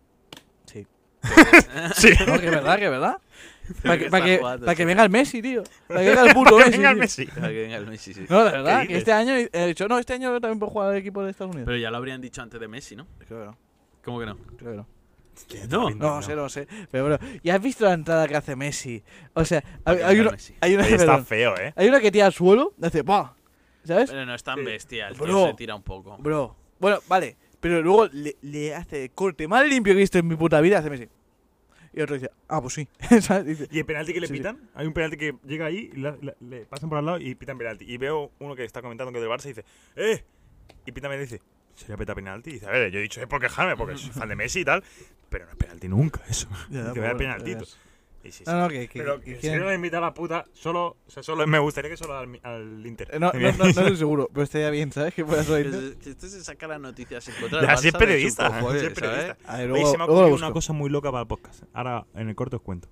[SPEAKER 3] Sí.
[SPEAKER 2] Sí.
[SPEAKER 3] No, que verdad, que verdad. Para que,
[SPEAKER 1] está
[SPEAKER 3] para que,
[SPEAKER 1] jugando,
[SPEAKER 3] para que
[SPEAKER 1] sí.
[SPEAKER 3] venga el Messi, tío. Para que venga el puto Messi.
[SPEAKER 2] Venga el
[SPEAKER 3] tío.
[SPEAKER 2] Messi.
[SPEAKER 1] Para que venga el Messi, sí.
[SPEAKER 3] No, de verdad,
[SPEAKER 2] ¿Qué
[SPEAKER 3] que
[SPEAKER 2] dices?
[SPEAKER 3] este año he dicho, no, este año también puedo jugar al equipo de Estados Unidos.
[SPEAKER 1] Pero ya lo habrían dicho antes de Messi, ¿no?
[SPEAKER 3] Creo que no,
[SPEAKER 1] ¿Cómo que no?
[SPEAKER 3] creo que no.
[SPEAKER 1] No.
[SPEAKER 3] No sé. Pero bueno, ¿ya has visto la entrada que hace Messi? O sea,
[SPEAKER 1] Para que
[SPEAKER 3] hay
[SPEAKER 1] venga
[SPEAKER 3] una,
[SPEAKER 1] el Messi.
[SPEAKER 3] hay una,
[SPEAKER 2] Ahí está
[SPEAKER 3] perdón,
[SPEAKER 2] feo, ¿eh?
[SPEAKER 3] hay una que tira al suelo, y hace ¡pah! ¿Sabes?
[SPEAKER 1] Pero no es tan
[SPEAKER 2] Sí.
[SPEAKER 1] bestia, el
[SPEAKER 3] Bro.
[SPEAKER 1] tío se tira un poco.
[SPEAKER 3] Bro. Bueno, vale. Pero luego le hace el corte más limpio que he visto en mi puta vida, hace Messi. Y otro dice, ah, pues sí. ¿Sabes? Dice,
[SPEAKER 2] ¿Y el penalti que le
[SPEAKER 3] Sí, sí.
[SPEAKER 2] pitan? Hay un penalti que llega ahí y le pasan por al lado y pitan penalti. Y veo uno que está comentando que es del Barça y dice, ¡eh! Y pitan penalti y dice, ¿sería peta penalti? Y dice, a ver, yo he dicho es por quejarme, porque soy fan de Messi y tal, pero no es penalti nunca eso.
[SPEAKER 3] ya,
[SPEAKER 2] Dice,
[SPEAKER 3] pues
[SPEAKER 2] vaya
[SPEAKER 3] bueno,
[SPEAKER 2] penaltito.
[SPEAKER 3] ya ves.
[SPEAKER 2] Y sí, sí.
[SPEAKER 3] No, no, que
[SPEAKER 2] Pero
[SPEAKER 3] que
[SPEAKER 2] si
[SPEAKER 3] quieren-
[SPEAKER 2] no le invita a la puta, solo me gustaría que solo al Inter.
[SPEAKER 3] No estoy seguro, pero estaría bien, ¿sabes? Que pueda ser.
[SPEAKER 1] Que este se saca las noticias en contra
[SPEAKER 2] Ya,
[SPEAKER 1] del
[SPEAKER 2] si es
[SPEAKER 1] Barça de
[SPEAKER 2] periodista,
[SPEAKER 1] sus cojones,
[SPEAKER 2] si es periodista.
[SPEAKER 1] ¿sabes?
[SPEAKER 3] A ver,
[SPEAKER 2] Oye,
[SPEAKER 3] luego,
[SPEAKER 2] se me ha
[SPEAKER 3] luego lo
[SPEAKER 2] ocurrido
[SPEAKER 3] busco.
[SPEAKER 2] una cosa muy loca para el podcast. Ahora, en el corte os cuento.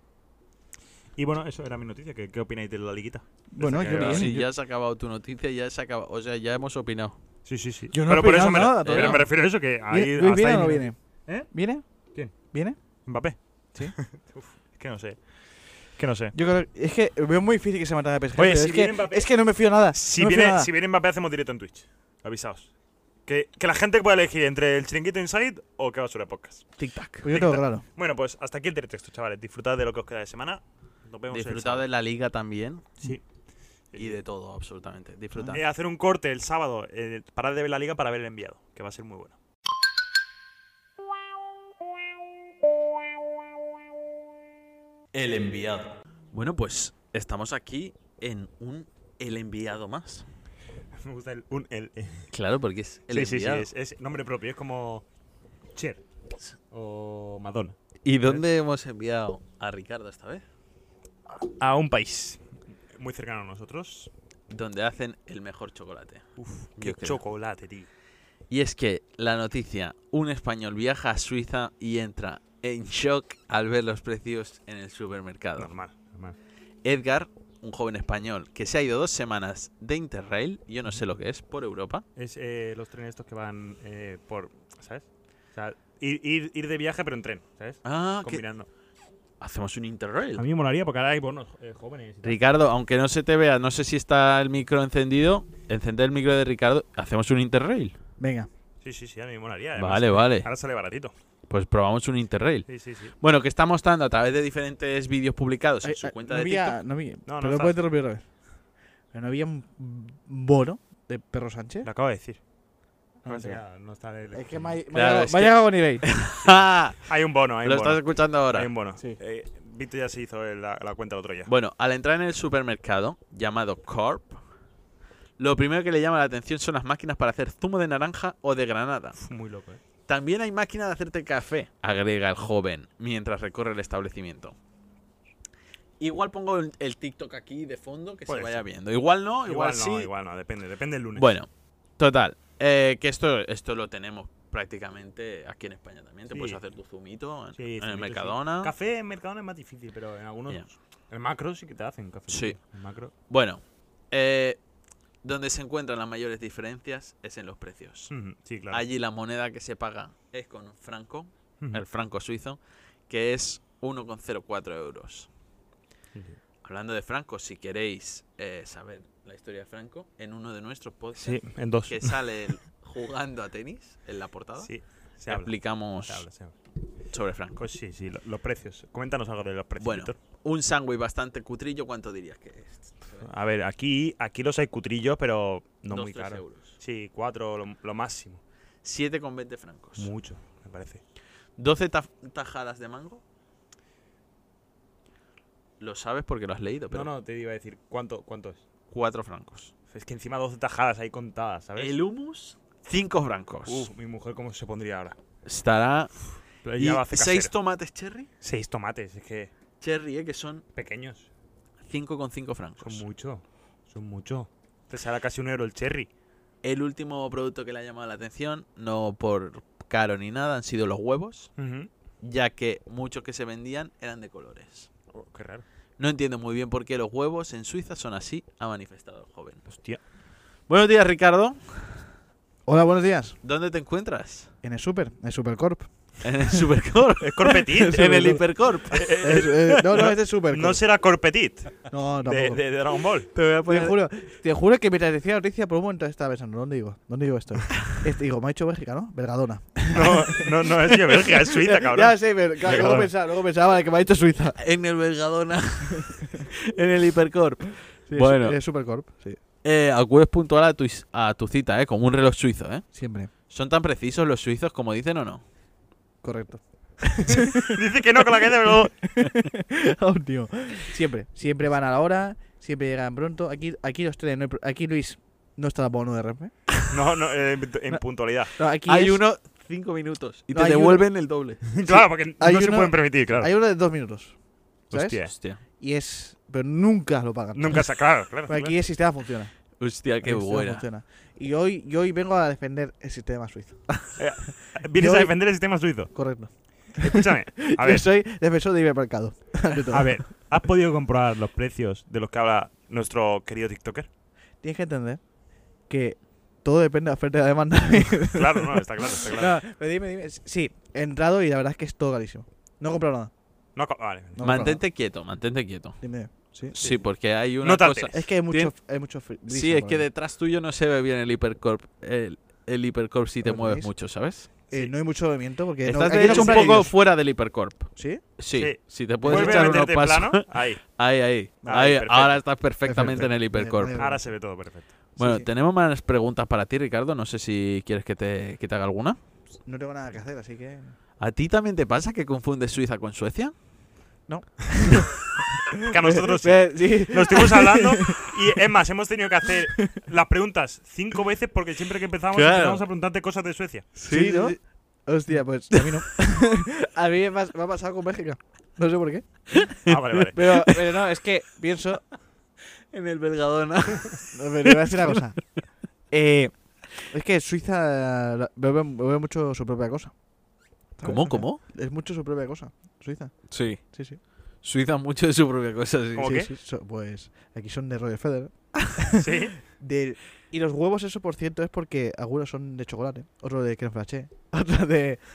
[SPEAKER 2] Y bueno, eso era mi noticia. ¿Qué opináis de la liguita?
[SPEAKER 3] Bueno,
[SPEAKER 2] Esa
[SPEAKER 3] yo
[SPEAKER 2] que-
[SPEAKER 3] bien.
[SPEAKER 1] Si ya se ha acabado tu noticia, ya se acaba. O sea, ya hemos opinado.
[SPEAKER 2] Sí, sí, sí.
[SPEAKER 3] Yo no
[SPEAKER 2] pero
[SPEAKER 3] he
[SPEAKER 2] por eso
[SPEAKER 3] opinado nada
[SPEAKER 2] pero
[SPEAKER 3] todavía.
[SPEAKER 2] me refiero a eso, que ahí
[SPEAKER 3] ¿Viene,
[SPEAKER 2] hasta
[SPEAKER 3] ¿viene
[SPEAKER 2] ahí
[SPEAKER 3] o no
[SPEAKER 2] mi-
[SPEAKER 3] viene?
[SPEAKER 2] ¿Eh?
[SPEAKER 3] ¿Viene?
[SPEAKER 2] ¿Quién?
[SPEAKER 3] ¿Viene?
[SPEAKER 2] ¿Mbappé?
[SPEAKER 3] Sí.
[SPEAKER 2] Uf, es que no sé. Que no sé.
[SPEAKER 3] Yo creo es que veo muy difícil que se matara a PSG.
[SPEAKER 2] Oye,
[SPEAKER 3] pero
[SPEAKER 2] si
[SPEAKER 3] es,
[SPEAKER 2] viene
[SPEAKER 3] que,
[SPEAKER 2] Mbappé-
[SPEAKER 3] es que no me fío nada.
[SPEAKER 2] Si
[SPEAKER 3] no me fío
[SPEAKER 2] viene,
[SPEAKER 3] nada.
[SPEAKER 2] si viene Mbappé, hacemos directo en Twitch. Avisaos. Que la gente pueda elegir entre el Chiringuito Inside o qué basura de podcast.
[SPEAKER 1] Tic-tac.
[SPEAKER 3] Pues yo tengo claro.
[SPEAKER 2] Bueno, pues hasta aquí el teletexto, chavales. Disfrutad de lo que os queda de semana. Nos vemos el
[SPEAKER 1] Disfrutad
[SPEAKER 2] sábado.
[SPEAKER 1] de la liga también.
[SPEAKER 2] Sí.
[SPEAKER 1] Y de todo, absolutamente. Disfrutad.
[SPEAKER 2] Hacer un corte el sábado. Parar de ver la liga para ver el enviado. Que va a ser muy bueno.
[SPEAKER 5] El enviado.
[SPEAKER 1] Bueno, pues estamos aquí en El Enviado más.
[SPEAKER 2] Me gusta el.
[SPEAKER 1] Claro, porque es el
[SPEAKER 2] sí,
[SPEAKER 1] enviado.
[SPEAKER 2] es nombre propio. Es como. Cher. O Madonna.
[SPEAKER 1] ¿Y dónde hemos enviado a Ricardo esta vez?
[SPEAKER 2] A un país muy cercano a nosotros.
[SPEAKER 1] Donde hacen el mejor chocolate.
[SPEAKER 2] Uf,
[SPEAKER 1] Yo
[SPEAKER 2] qué
[SPEAKER 1] creo.
[SPEAKER 2] chocolate, tío.
[SPEAKER 1] Y es que la noticia, un español viaja a Suiza y entra en shock al ver los precios en el supermercado.
[SPEAKER 2] Normal.
[SPEAKER 1] Edgar, un joven español que se ha ido 2 semanas de Interrail, yo no sé lo que es, por Europa.
[SPEAKER 2] Es los trenes estos que van por. ¿Sabes? O sea, ir de viaje, pero en tren, ¿sabes?
[SPEAKER 1] Ah, que
[SPEAKER 2] Combinando.
[SPEAKER 1] hacemos un Interrail.
[SPEAKER 2] A mí me molaría porque ahora hay bonos jóvenes y tal.
[SPEAKER 1] Ricardo, aunque no se te vea, no sé si está el micro encendido, encender el micro de Ricardo, hacemos un Interrail.
[SPEAKER 3] Venga.
[SPEAKER 2] Sí, a mí me molaría. Además,
[SPEAKER 1] Vale, vale.
[SPEAKER 2] Ahora sale baratito.
[SPEAKER 1] Pues probamos un Interrail.
[SPEAKER 2] Sí.
[SPEAKER 1] Bueno, que está mostrando a través de diferentes vídeos publicados en su cuenta
[SPEAKER 3] no
[SPEAKER 1] de
[SPEAKER 3] había,
[SPEAKER 1] TikTok.
[SPEAKER 3] no había,
[SPEAKER 2] No,
[SPEAKER 3] pero
[SPEAKER 2] no
[SPEAKER 3] lo puedo interrumpir otra vez. Pero no había un bono de Perro Sánchez.
[SPEAKER 2] Lo acabo de decir.
[SPEAKER 3] No,
[SPEAKER 2] No,
[SPEAKER 3] sé.
[SPEAKER 2] no está el-
[SPEAKER 3] Es que me ha
[SPEAKER 1] Claro, es
[SPEAKER 3] llegado con eBay.
[SPEAKER 2] Hay un bono, hay
[SPEAKER 1] Lo
[SPEAKER 2] un
[SPEAKER 1] estás
[SPEAKER 2] bono.
[SPEAKER 1] escuchando ahora.
[SPEAKER 2] Hay un bono.
[SPEAKER 3] Sí.
[SPEAKER 2] Víctor ya se hizo la cuenta el otro día.
[SPEAKER 1] Bueno, al entrar en el supermercado llamado Corp, lo primero que le llama la atención son las máquinas para hacer zumo de naranja o de granada.
[SPEAKER 2] Uf, muy loco, ¿eh?
[SPEAKER 1] También hay máquina de hacerte café, agrega el joven mientras recorre el establecimiento. Igual pongo el TikTok aquí de fondo que
[SPEAKER 2] Puede
[SPEAKER 1] se vaya
[SPEAKER 2] ser.
[SPEAKER 1] viendo. Igual no, igual, sí.
[SPEAKER 2] Igual no, depende el lunes.
[SPEAKER 1] Bueno, total. Que esto lo tenemos prácticamente aquí en España también. Te
[SPEAKER 2] Sí.
[SPEAKER 1] puedes hacer tu zumito
[SPEAKER 2] Sí,
[SPEAKER 1] en el
[SPEAKER 2] zumito,
[SPEAKER 1] Mercadona.
[SPEAKER 2] sí. Café en Mercadona es más difícil, pero en algunos.
[SPEAKER 1] Ya.
[SPEAKER 2] El macro sí que te hacen café.
[SPEAKER 1] Sí.
[SPEAKER 2] El macro.
[SPEAKER 1] Bueno, donde se encuentran las mayores diferencias es en los precios.
[SPEAKER 2] Sí, claro.
[SPEAKER 1] Allí la moneda que se paga es con franco,
[SPEAKER 2] Ujú.
[SPEAKER 1] el franco suizo, que es 1,04 euros.
[SPEAKER 2] Sí, sí.
[SPEAKER 1] Hablando de franco, si queréis saber la historia de Franco, en uno de nuestros podcasts
[SPEAKER 2] Sí, en 2.
[SPEAKER 1] que sale él jugando a tenis en la portada,
[SPEAKER 2] Sí. Se habla.
[SPEAKER 1] explicamos
[SPEAKER 2] Se habla, se habla.
[SPEAKER 1] sobre Franco.
[SPEAKER 2] Pues sí, sí, los precios. Coméntanos algo de los precios,
[SPEAKER 1] Bueno,
[SPEAKER 2] Víctor.
[SPEAKER 1] un sándwich bastante cutrillo, ¿cuánto dirías que es?
[SPEAKER 2] A ver, aquí los hay cutrillos, pero no
[SPEAKER 1] 2,
[SPEAKER 2] muy
[SPEAKER 1] 3
[SPEAKER 2] caros.
[SPEAKER 1] euros.
[SPEAKER 2] Sí, 4 lo máximo.
[SPEAKER 1] 7,20 francos.
[SPEAKER 2] Mucho, me parece.
[SPEAKER 1] 12 tajadas de mango. Lo sabes porque lo has leído, pero
[SPEAKER 2] No, te iba a decir, ¿cuánto es?
[SPEAKER 1] 4 francos.
[SPEAKER 2] Es que encima 12 tajadas ahí contadas, ¿sabes?
[SPEAKER 1] El hummus, 5 francos.
[SPEAKER 2] Mi mujer cómo se pondría ahora.
[SPEAKER 1] Estará...
[SPEAKER 2] Pero
[SPEAKER 1] ¿Y
[SPEAKER 2] ella lo hace
[SPEAKER 1] 6
[SPEAKER 2] casero.
[SPEAKER 1] tomates cherry?
[SPEAKER 2] 6 tomates, es que
[SPEAKER 1] Cherry, que son
[SPEAKER 2] pequeños.
[SPEAKER 1] 5,5 francos.
[SPEAKER 2] Son mucho. Te sale casi €1 el cherry.
[SPEAKER 1] El último producto que le ha llamado la atención, no por caro ni nada, han sido los huevos, ya que muchos que se vendían eran de colores.
[SPEAKER 2] Oh, qué raro.
[SPEAKER 1] No entiendo muy bien por qué los huevos en Suiza son así, ha manifestado el joven.
[SPEAKER 2] Hostia.
[SPEAKER 1] Buenos días, Ricardo.
[SPEAKER 3] Hola, buenos días.
[SPEAKER 1] ¿Dónde te encuentras?
[SPEAKER 3] En el Supercorp.
[SPEAKER 1] En el Supercorp.
[SPEAKER 2] Es Corpetit.
[SPEAKER 1] En el Hipercorp.
[SPEAKER 3] No, es de Supercorp.
[SPEAKER 2] No será Corpetit.
[SPEAKER 3] No,
[SPEAKER 2] De
[SPEAKER 3] tampoco.
[SPEAKER 2] Dragon Ball.
[SPEAKER 1] Te voy a
[SPEAKER 3] Te juro que mientras decía la noticia, por un momento estaba pensando, ¿dónde digo esto? Digo, me ha dicho Bélgica, ¿no? Belgadona.
[SPEAKER 2] No es de Bélgica, es Suiza, cabrón.
[SPEAKER 3] Ya sé, pero claro, luego pensaba, vale, que me ha dicho Suiza.
[SPEAKER 1] En el Belgadona. En el Hipercorp.
[SPEAKER 3] Sí,
[SPEAKER 1] Bueno.
[SPEAKER 3] Es Supercorp, sí.
[SPEAKER 1] Acudes puntual a tu cita, como un reloj suizo,
[SPEAKER 3] Siempre.
[SPEAKER 1] ¿Son tan precisos los suizos como dicen o no?
[SPEAKER 3] Correcto.
[SPEAKER 2] Dice que no con la que luego.
[SPEAKER 3] Oh, tío. Siempre van a la hora, siempre llegan pronto. Aquí los trenes, aquí Luis no está por 9 RP.
[SPEAKER 2] No, en puntualidad.
[SPEAKER 3] No, aquí
[SPEAKER 1] Hay
[SPEAKER 3] es-
[SPEAKER 1] uno 5 minutos y
[SPEAKER 3] No,
[SPEAKER 1] te
[SPEAKER 3] hay
[SPEAKER 1] devuelven el doble.
[SPEAKER 2] Claro, porque
[SPEAKER 3] hay
[SPEAKER 2] no se
[SPEAKER 3] uno-
[SPEAKER 2] pueden permitir, claro.
[SPEAKER 3] Hay uno de 2 minutos. ¿Sabes?
[SPEAKER 2] Hostia.
[SPEAKER 1] Hostia,
[SPEAKER 3] Y es. Pero nunca lo pagan.
[SPEAKER 2] Nunca claro.
[SPEAKER 3] Pero aquí el sistema funciona.
[SPEAKER 1] hostia, qué
[SPEAKER 3] El sistema
[SPEAKER 1] buena.
[SPEAKER 3] funciona. Y hoy vengo a defender el sistema suizo.
[SPEAKER 2] Vienes
[SPEAKER 3] Yo-
[SPEAKER 2] a defender el sistema suizo.
[SPEAKER 3] Correcto.
[SPEAKER 2] Escúchame. A
[SPEAKER 3] Yo
[SPEAKER 2] ver,
[SPEAKER 3] soy defensor de hipermercado. ante todo.
[SPEAKER 2] a ver. ¿Has podido comprobar los precios de los que habla nuestro querido TikToker?
[SPEAKER 3] Tienes que entender que todo depende de la oferta y la demanda.
[SPEAKER 2] Claro, no, está claro, está claro.
[SPEAKER 3] No, pero dime. Sí, he entrado y la verdad es que es todo carísimo. No he comprado nada.
[SPEAKER 2] No, vale.
[SPEAKER 3] No he
[SPEAKER 1] Mantente quieto, mantente quieto.
[SPEAKER 3] comprado nada. Dime.
[SPEAKER 1] Sí, porque hay una
[SPEAKER 2] No te
[SPEAKER 1] cosa...
[SPEAKER 2] alteres.
[SPEAKER 3] Es que hay mucho.
[SPEAKER 1] Tien-
[SPEAKER 3] Hay mucho
[SPEAKER 1] Sí, es que detrás tuyo no se ve bien el Hipercorp. El Hipercorp si te
[SPEAKER 3] ¿Lo
[SPEAKER 1] mueves
[SPEAKER 3] veis?
[SPEAKER 1] mucho, ¿sabes?
[SPEAKER 2] Sí.
[SPEAKER 3] No hay mucho movimiento porque.
[SPEAKER 1] Estás
[SPEAKER 3] aquí
[SPEAKER 1] de hecho un
[SPEAKER 3] compran
[SPEAKER 1] poco
[SPEAKER 3] ellos.
[SPEAKER 1] fuera del Hipercorp.
[SPEAKER 3] ¿Sí?
[SPEAKER 1] Sí,
[SPEAKER 2] Sí.
[SPEAKER 1] si te puedes
[SPEAKER 2] Vuelve
[SPEAKER 1] echar
[SPEAKER 2] a
[SPEAKER 1] unos
[SPEAKER 2] meterte en
[SPEAKER 1] pasos.
[SPEAKER 2] plano. Ahí.
[SPEAKER 1] Ahí.
[SPEAKER 2] perfecto.
[SPEAKER 1] Ahora estás perfectamente
[SPEAKER 3] Perfecto.
[SPEAKER 1] en el Hipercorp.
[SPEAKER 3] Vale.
[SPEAKER 2] Ahora se ve todo perfecto.
[SPEAKER 1] Bueno,
[SPEAKER 3] sí.
[SPEAKER 1] tenemos más preguntas para ti, Ricardo. No sé si quieres que te haga alguna.
[SPEAKER 3] No tengo nada que hacer, así que.
[SPEAKER 1] ¿A ti también te pasa que confundes Suiza con Suecia?
[SPEAKER 2] Que a nosotros sí.
[SPEAKER 3] Sí.
[SPEAKER 2] Lo estuvimos hablando y es más, hemos tenido que hacer las preguntas 5 veces porque siempre que
[SPEAKER 1] Claro.
[SPEAKER 2] empezamos a preguntarte cosas de Suecia.
[SPEAKER 3] Sí, ¿no? Hostia, pues a mí no. A mí me ha pasado con Bélgica. No sé por qué.
[SPEAKER 2] Ah, vale.
[SPEAKER 3] Pero no, es que pienso.
[SPEAKER 1] En el Belgadona.
[SPEAKER 3] No, pero te voy a decir una cosa. Es que Suiza bebe mucho su propia cosa. ¿Sabes?
[SPEAKER 1] ¿Cómo?
[SPEAKER 3] Es mucho su propia cosa. Suiza.
[SPEAKER 1] Sí.
[SPEAKER 3] Sí.
[SPEAKER 1] Suiza mucho de su propia cosa, sí.
[SPEAKER 2] ¿Cómo
[SPEAKER 3] Sí,
[SPEAKER 2] qué?
[SPEAKER 3] sí, pues aquí son de Roger Federer.
[SPEAKER 2] Sí.
[SPEAKER 3] Y los huevos, eso por cierto, es porque algunos son de chocolate, otros de crème fraîché, otros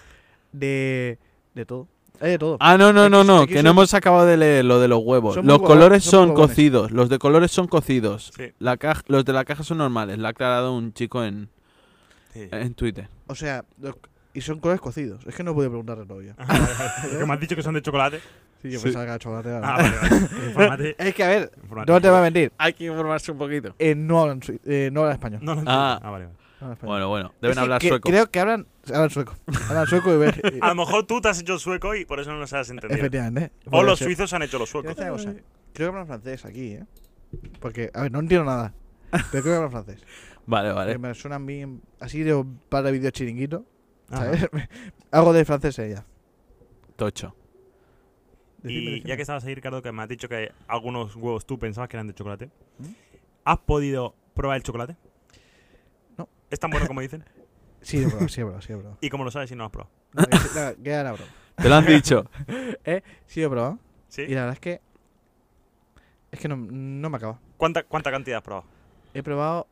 [SPEAKER 3] de todo. Hay de todo.
[SPEAKER 1] Ah, no,
[SPEAKER 3] Aquí
[SPEAKER 1] que
[SPEAKER 3] son-
[SPEAKER 1] no hemos acabado de leer lo de los huevos.
[SPEAKER 3] Son muy
[SPEAKER 1] Los
[SPEAKER 3] huevones,
[SPEAKER 1] colores
[SPEAKER 3] son
[SPEAKER 1] son
[SPEAKER 3] muy huevones.
[SPEAKER 1] cocidos, los de colores son cocidos.
[SPEAKER 2] Sí.
[SPEAKER 1] Los de la caja son normales, lo ha aclarado un chico en
[SPEAKER 2] Sí.
[SPEAKER 1] Twitter.
[SPEAKER 3] O sea, y son colores cocidos. Es que no pude preguntarle todavía.
[SPEAKER 2] Que me has dicho que son de chocolate.
[SPEAKER 3] Sí, yo
[SPEAKER 1] Sí.
[SPEAKER 3] pensaba que era chocolate.
[SPEAKER 2] Ah, vale. Infórmate.
[SPEAKER 3] Es que, a ver,
[SPEAKER 2] Infórmate.
[SPEAKER 3] no te voy a mentir.
[SPEAKER 1] Hay que informarse un poquito.
[SPEAKER 3] No hablan, no hablan español.
[SPEAKER 2] No, no,
[SPEAKER 1] Ah.
[SPEAKER 2] vale.
[SPEAKER 3] No hablan español.
[SPEAKER 1] Bueno, deben
[SPEAKER 3] Es que
[SPEAKER 1] hablar sueco.
[SPEAKER 3] Creo que hablan sueco. Hablan sueco y
[SPEAKER 2] A lo mejor tú te has hecho sueco y por eso no nos has entendido.
[SPEAKER 3] efectivamente.
[SPEAKER 2] O
[SPEAKER 3] Puede
[SPEAKER 2] los
[SPEAKER 3] ser.
[SPEAKER 2] suizos han hecho los
[SPEAKER 3] Te voy a
[SPEAKER 2] suecos.
[SPEAKER 3] decir una cosa. Creo que hablan francés aquí, ¿eh? Porque, a ver, no entiendo nada. Pero creo que hablan francés.
[SPEAKER 1] Vale.
[SPEAKER 3] Me suenan bien. Así de un par de vídeos chiringuito.
[SPEAKER 2] Ajá.
[SPEAKER 3] ¿Sabes? Algo de francés ella.
[SPEAKER 1] Tocho.
[SPEAKER 2] Y ya que estabas ahí, Ricardo, que me has dicho que algunos huevos tú pensabas que eran de chocolate.
[SPEAKER 3] ¿Mm?
[SPEAKER 2] ¿Has podido probar el chocolate?
[SPEAKER 3] No.
[SPEAKER 2] ¿Es tan bueno como dicen?
[SPEAKER 3] Sí, he probado, sí, he probado.
[SPEAKER 2] ¿Y cómo lo sabes si no lo has probado?
[SPEAKER 3] No, queda la broma.
[SPEAKER 1] Te lo han dicho.
[SPEAKER 3] Sí, he probado.
[SPEAKER 2] ¿Sí?
[SPEAKER 3] Y la verdad es que. Es que no me acaba.
[SPEAKER 2] ¿Cuánta cantidad has probado?
[SPEAKER 3] He probado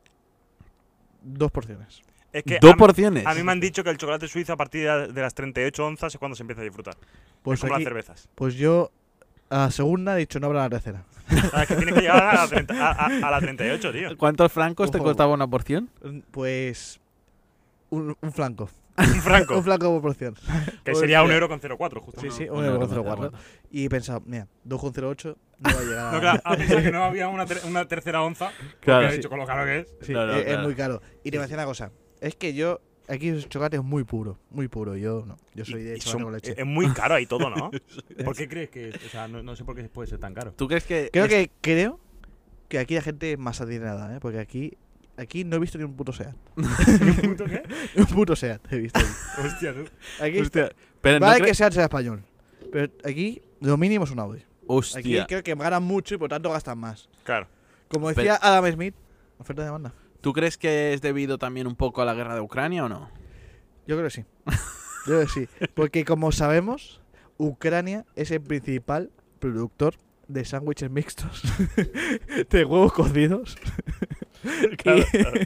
[SPEAKER 3] 2 porciones.
[SPEAKER 2] Es que
[SPEAKER 1] Dos porciones.
[SPEAKER 2] a mí me han dicho que el chocolate suizo a partir de las 38 onzas es cuando se empieza a disfrutar.
[SPEAKER 3] Pues
[SPEAKER 2] es como las
[SPEAKER 3] aquí,
[SPEAKER 2] cervezas.
[SPEAKER 3] pues yo a la segunda he dicho no habrá la tercera.
[SPEAKER 2] Es que tienes que llegar a la 38, tío.
[SPEAKER 1] ¿Cuántos francos te
[SPEAKER 3] Ojo.
[SPEAKER 1] costaba una porción?
[SPEAKER 3] Pues. Un flanco.
[SPEAKER 2] Un franco.
[SPEAKER 3] Un franco por porción.
[SPEAKER 2] Que sería 1,04 €, justo.
[SPEAKER 3] Sí, sí,
[SPEAKER 1] un
[SPEAKER 3] 1,04
[SPEAKER 1] euro.
[SPEAKER 3] Y he pensado, mira, 2,08 no va a llegar a...
[SPEAKER 2] No, claro, a pensar que no había una tercera onza.
[SPEAKER 1] Claro,
[SPEAKER 2] Porque he
[SPEAKER 1] sí.
[SPEAKER 2] dicho con lo caro que es.
[SPEAKER 3] Sí,
[SPEAKER 1] No, no,
[SPEAKER 3] es
[SPEAKER 1] claro.
[SPEAKER 3] muy caro. Y te voy a decir una cosa. Es que yo... Aquí el chocolate es muy puro. Muy puro. Yo no. Yo soy de
[SPEAKER 2] Y
[SPEAKER 3] chocolate
[SPEAKER 2] son-
[SPEAKER 3] con leche.
[SPEAKER 2] es muy caro ahí todo, ¿no? ¿Por qué crees que.? O sea, no sé por qué puede ser tan caro.
[SPEAKER 1] ¿Tú crees que
[SPEAKER 3] Creo que aquí la gente es más adinerada, ¿eh? Porque aquí no he visto ni un puto SEAT.
[SPEAKER 2] ¿Un puto qué?
[SPEAKER 3] Un puto SEAT he visto.
[SPEAKER 2] Hostia, tú.
[SPEAKER 3] Aquí
[SPEAKER 1] Hostia, pero no
[SPEAKER 3] vale que
[SPEAKER 1] crees-
[SPEAKER 3] SEAT sea español. Pero aquí lo mínimo es un Audi. Aquí
[SPEAKER 1] Hostia.
[SPEAKER 3] creo que ganan mucho y por tanto gastan más.
[SPEAKER 2] Claro.
[SPEAKER 3] Como decía Adam Smith, oferta y demanda.
[SPEAKER 1] ¿Tú crees que es debido también un poco a la guerra de Ucrania o no?
[SPEAKER 3] Yo creo que sí. Yo creo que sí. Porque como sabemos, Ucrania es el principal productor de sándwiches mixtos, de huevos cocidos
[SPEAKER 2] Claro,
[SPEAKER 3] y,
[SPEAKER 2] claro.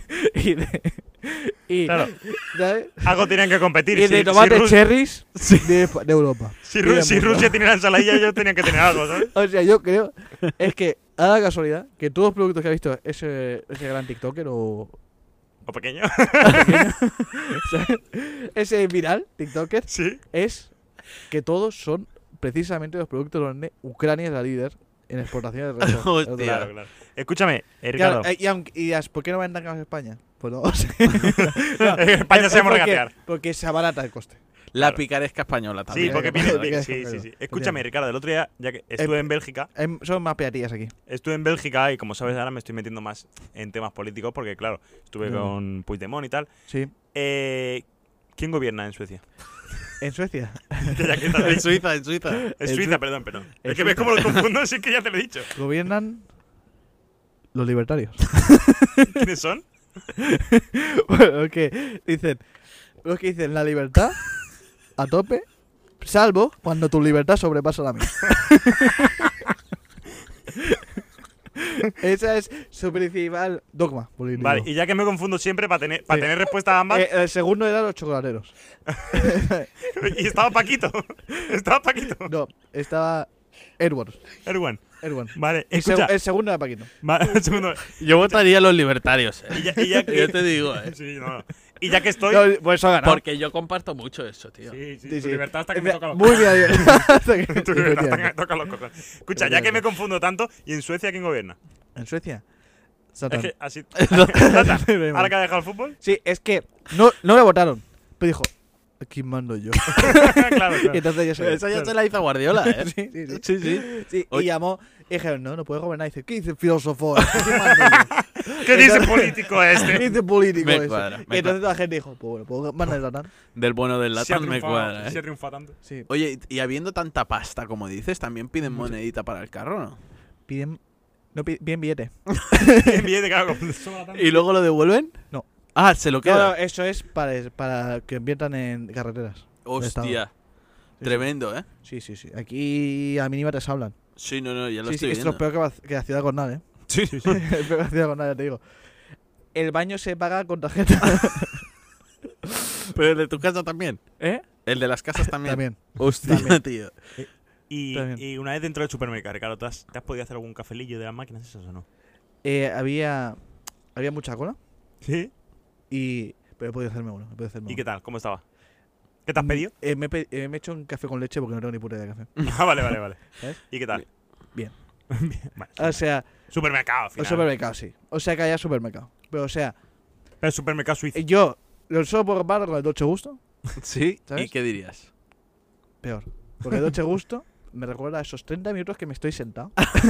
[SPEAKER 3] y
[SPEAKER 2] Claro.
[SPEAKER 3] ¿sabes?
[SPEAKER 2] Algo tienen que competir.
[SPEAKER 3] Y
[SPEAKER 2] Si-
[SPEAKER 3] de
[SPEAKER 2] si
[SPEAKER 3] tomates
[SPEAKER 2] Rus-
[SPEAKER 3] cherries de Europa.
[SPEAKER 2] Si,
[SPEAKER 3] Y del
[SPEAKER 2] si
[SPEAKER 3] mundo.
[SPEAKER 2] Rusia tiene la ensaladilla, ellos tenían que tener algo, ¿sabes?
[SPEAKER 3] O sea, yo creo es que a la casualidad que todos los productos que ha visto ese gran TikToker o
[SPEAKER 2] O pequeño.
[SPEAKER 3] ¿sabes? Ese viral TikToker
[SPEAKER 2] Sí.
[SPEAKER 3] es que todos son precisamente los productos donde Ucrania es la líder en exportaciones de resto.
[SPEAKER 1] Hostia.
[SPEAKER 2] Claro, claro. Escúchame,
[SPEAKER 3] Claro,
[SPEAKER 2] Ricardo.
[SPEAKER 3] y dirás, ¿por qué no venden a España? Pues no, o sea,
[SPEAKER 2] En España sabemos
[SPEAKER 3] porque-
[SPEAKER 2] regatear.
[SPEAKER 3] Porque se abarata el coste.
[SPEAKER 1] La
[SPEAKER 2] Claro.
[SPEAKER 1] picaresca española
[SPEAKER 2] Sí,
[SPEAKER 1] también.
[SPEAKER 2] porque
[SPEAKER 3] claro,
[SPEAKER 2] viene.
[SPEAKER 3] claro,
[SPEAKER 2] Sí,
[SPEAKER 3] claro,
[SPEAKER 2] sí, sí.
[SPEAKER 3] claro.
[SPEAKER 2] Escúchame, Ricardo, el otro día, ya que estuve en Bélgica,
[SPEAKER 3] Son más peatillas aquí.
[SPEAKER 2] estuve en Bélgica y como sabes ahora me estoy metiendo más en temas políticos porque, claro, estuve
[SPEAKER 3] No.
[SPEAKER 2] con Puigdemont y tal.
[SPEAKER 3] Sí.
[SPEAKER 2] ¿Quién gobierna en Suecia?
[SPEAKER 3] En Suecia.
[SPEAKER 2] Que ya que estás ahí.
[SPEAKER 1] En Suiza, en Suiza.
[SPEAKER 2] En
[SPEAKER 3] En
[SPEAKER 2] Suiza,
[SPEAKER 3] Sui-
[SPEAKER 2] perdón, perdón.
[SPEAKER 3] en
[SPEAKER 2] Es que ves
[SPEAKER 3] Suiza.
[SPEAKER 2] cómo lo confundo, sí que ya te lo he dicho.
[SPEAKER 3] Gobiernan los libertarios.
[SPEAKER 2] ¿Quiénes son?
[SPEAKER 3] Bueno, los que dicen la libertad a tope, salvo cuando tu libertad sobrepasa la mía. Esa es su principal dogma político.
[SPEAKER 2] Vale, y ya que me confundo siempre para tener respuesta a ambas,
[SPEAKER 3] El segundo era los chocolateros.
[SPEAKER 2] y estaba Paquito. Estaba Paquito.
[SPEAKER 3] No, estaba Edward.
[SPEAKER 2] Erwan. Vale,
[SPEAKER 3] El,
[SPEAKER 2] escucha.
[SPEAKER 3] el segundo era Paquito.
[SPEAKER 2] Un segundo.
[SPEAKER 1] Yo votaría a los libertarios.
[SPEAKER 2] Y ya que,
[SPEAKER 1] Yo te digo,
[SPEAKER 2] Sí, no. Y ya que estoy.
[SPEAKER 3] No, pues eso ha ganado.
[SPEAKER 1] Porque yo comparto mucho eso, tío.
[SPEAKER 2] Sí, sí,
[SPEAKER 3] Sí,
[SPEAKER 2] tu
[SPEAKER 3] sí.
[SPEAKER 2] libertad hasta que me toca los
[SPEAKER 3] Muy bien. Hasta que-
[SPEAKER 2] Tu libertad hasta que me
[SPEAKER 3] efectivamente.
[SPEAKER 2] toca los cojones. Escucha, ya que me confundo tanto, ¿y en Suecia quién gobierna?
[SPEAKER 3] En Suecia.
[SPEAKER 2] Es
[SPEAKER 3] Satan.
[SPEAKER 2] que así. Tata, ahora que ha dejado el fútbol.
[SPEAKER 3] Sí, es que no le votaron. Pero dijo, aquí mando yo.
[SPEAKER 2] Claro,
[SPEAKER 3] Y
[SPEAKER 2] claro.
[SPEAKER 3] entonces ya se
[SPEAKER 1] Esa ya se la hizo Guardiola, ¿eh?
[SPEAKER 3] Sí, sí, sí.
[SPEAKER 1] Sí, sí.
[SPEAKER 3] Sí,
[SPEAKER 1] Oye.
[SPEAKER 3] y llamó y dijeron, no puede gobernar. Y dice, ¿qué dice filósofo? ¿Qué mando yo?
[SPEAKER 2] ¿Qué dice
[SPEAKER 3] Entonces-
[SPEAKER 2] político
[SPEAKER 3] ¿Qué
[SPEAKER 2] este?
[SPEAKER 3] dice político
[SPEAKER 1] Me
[SPEAKER 3] ese?
[SPEAKER 1] cuadra, me
[SPEAKER 3] Y entonces la gente dijo, pues bueno, puedo mandar el Satan.
[SPEAKER 1] Del bueno del
[SPEAKER 2] Si ha
[SPEAKER 1] latán me
[SPEAKER 2] triunfado-
[SPEAKER 1] cuadra,
[SPEAKER 2] si ha
[SPEAKER 1] ¿eh?
[SPEAKER 2] triunfado tanto.
[SPEAKER 3] Sí.
[SPEAKER 1] Oye, y habiendo tanta pasta como dices, ¿también piden monedita para el carro, no?
[SPEAKER 3] Piden, no piden billete.
[SPEAKER 2] Bien, de cago. Sobra tanto.
[SPEAKER 1] ¿Y luego lo devuelven?
[SPEAKER 3] No.
[SPEAKER 1] Ah, se lo
[SPEAKER 3] No,
[SPEAKER 1] queda.
[SPEAKER 3] eso es para que inviertan en carreteras.
[SPEAKER 1] Hostia.
[SPEAKER 3] Sí,
[SPEAKER 1] Tremendo, ¿eh?
[SPEAKER 3] Sí, sí, sí. Aquí a mínima te hablan.
[SPEAKER 1] Sí, no, ya lo
[SPEAKER 3] Sí, sí,
[SPEAKER 1] estoy
[SPEAKER 3] esto es
[SPEAKER 1] viendo.
[SPEAKER 3] peor que la ciudad condal, ¿eh?
[SPEAKER 1] Sí,
[SPEAKER 3] Es peor que la ciudad condal, ya te digo. El baño se paga con tarjeta.
[SPEAKER 1] Pero el de tu casa también.
[SPEAKER 3] ¿Eh?
[SPEAKER 1] El de las casas también.
[SPEAKER 3] También.
[SPEAKER 1] Hostia,
[SPEAKER 3] También.
[SPEAKER 1] tío.
[SPEAKER 2] Y,
[SPEAKER 3] Está
[SPEAKER 2] y una vez dentro del supermercado, Ricardo, ¿te has podido hacer algún cafelillo de las máquinas esas o no?
[SPEAKER 3] Había mucha cola.
[SPEAKER 2] Sí.
[SPEAKER 3] Pero he podido hacerme uno.
[SPEAKER 2] ¿Y qué tal? ¿Cómo estaba? ¿Qué te has pedido?
[SPEAKER 3] Me he hecho un café con leche porque no tengo ni puta idea de café.
[SPEAKER 2] Ah, vale.
[SPEAKER 3] ¿Sabes?
[SPEAKER 2] ¿Y qué tal?
[SPEAKER 3] Bien.
[SPEAKER 2] Bien, vale.
[SPEAKER 3] O sea,
[SPEAKER 2] Supermercado, al
[SPEAKER 3] el
[SPEAKER 2] final.
[SPEAKER 3] supermercado sí. O sea que haya supermercado. Pero o sea,
[SPEAKER 2] El supermercado suizo.
[SPEAKER 3] yo lo solo puedo comparar con el Dolce Gusto.
[SPEAKER 1] Sí,
[SPEAKER 3] ¿Sabes?
[SPEAKER 1] ¿y qué dirías?
[SPEAKER 3] Peor. Porque el Dolce Gusto me recuerda a esos 30 minutos que me estoy sentado.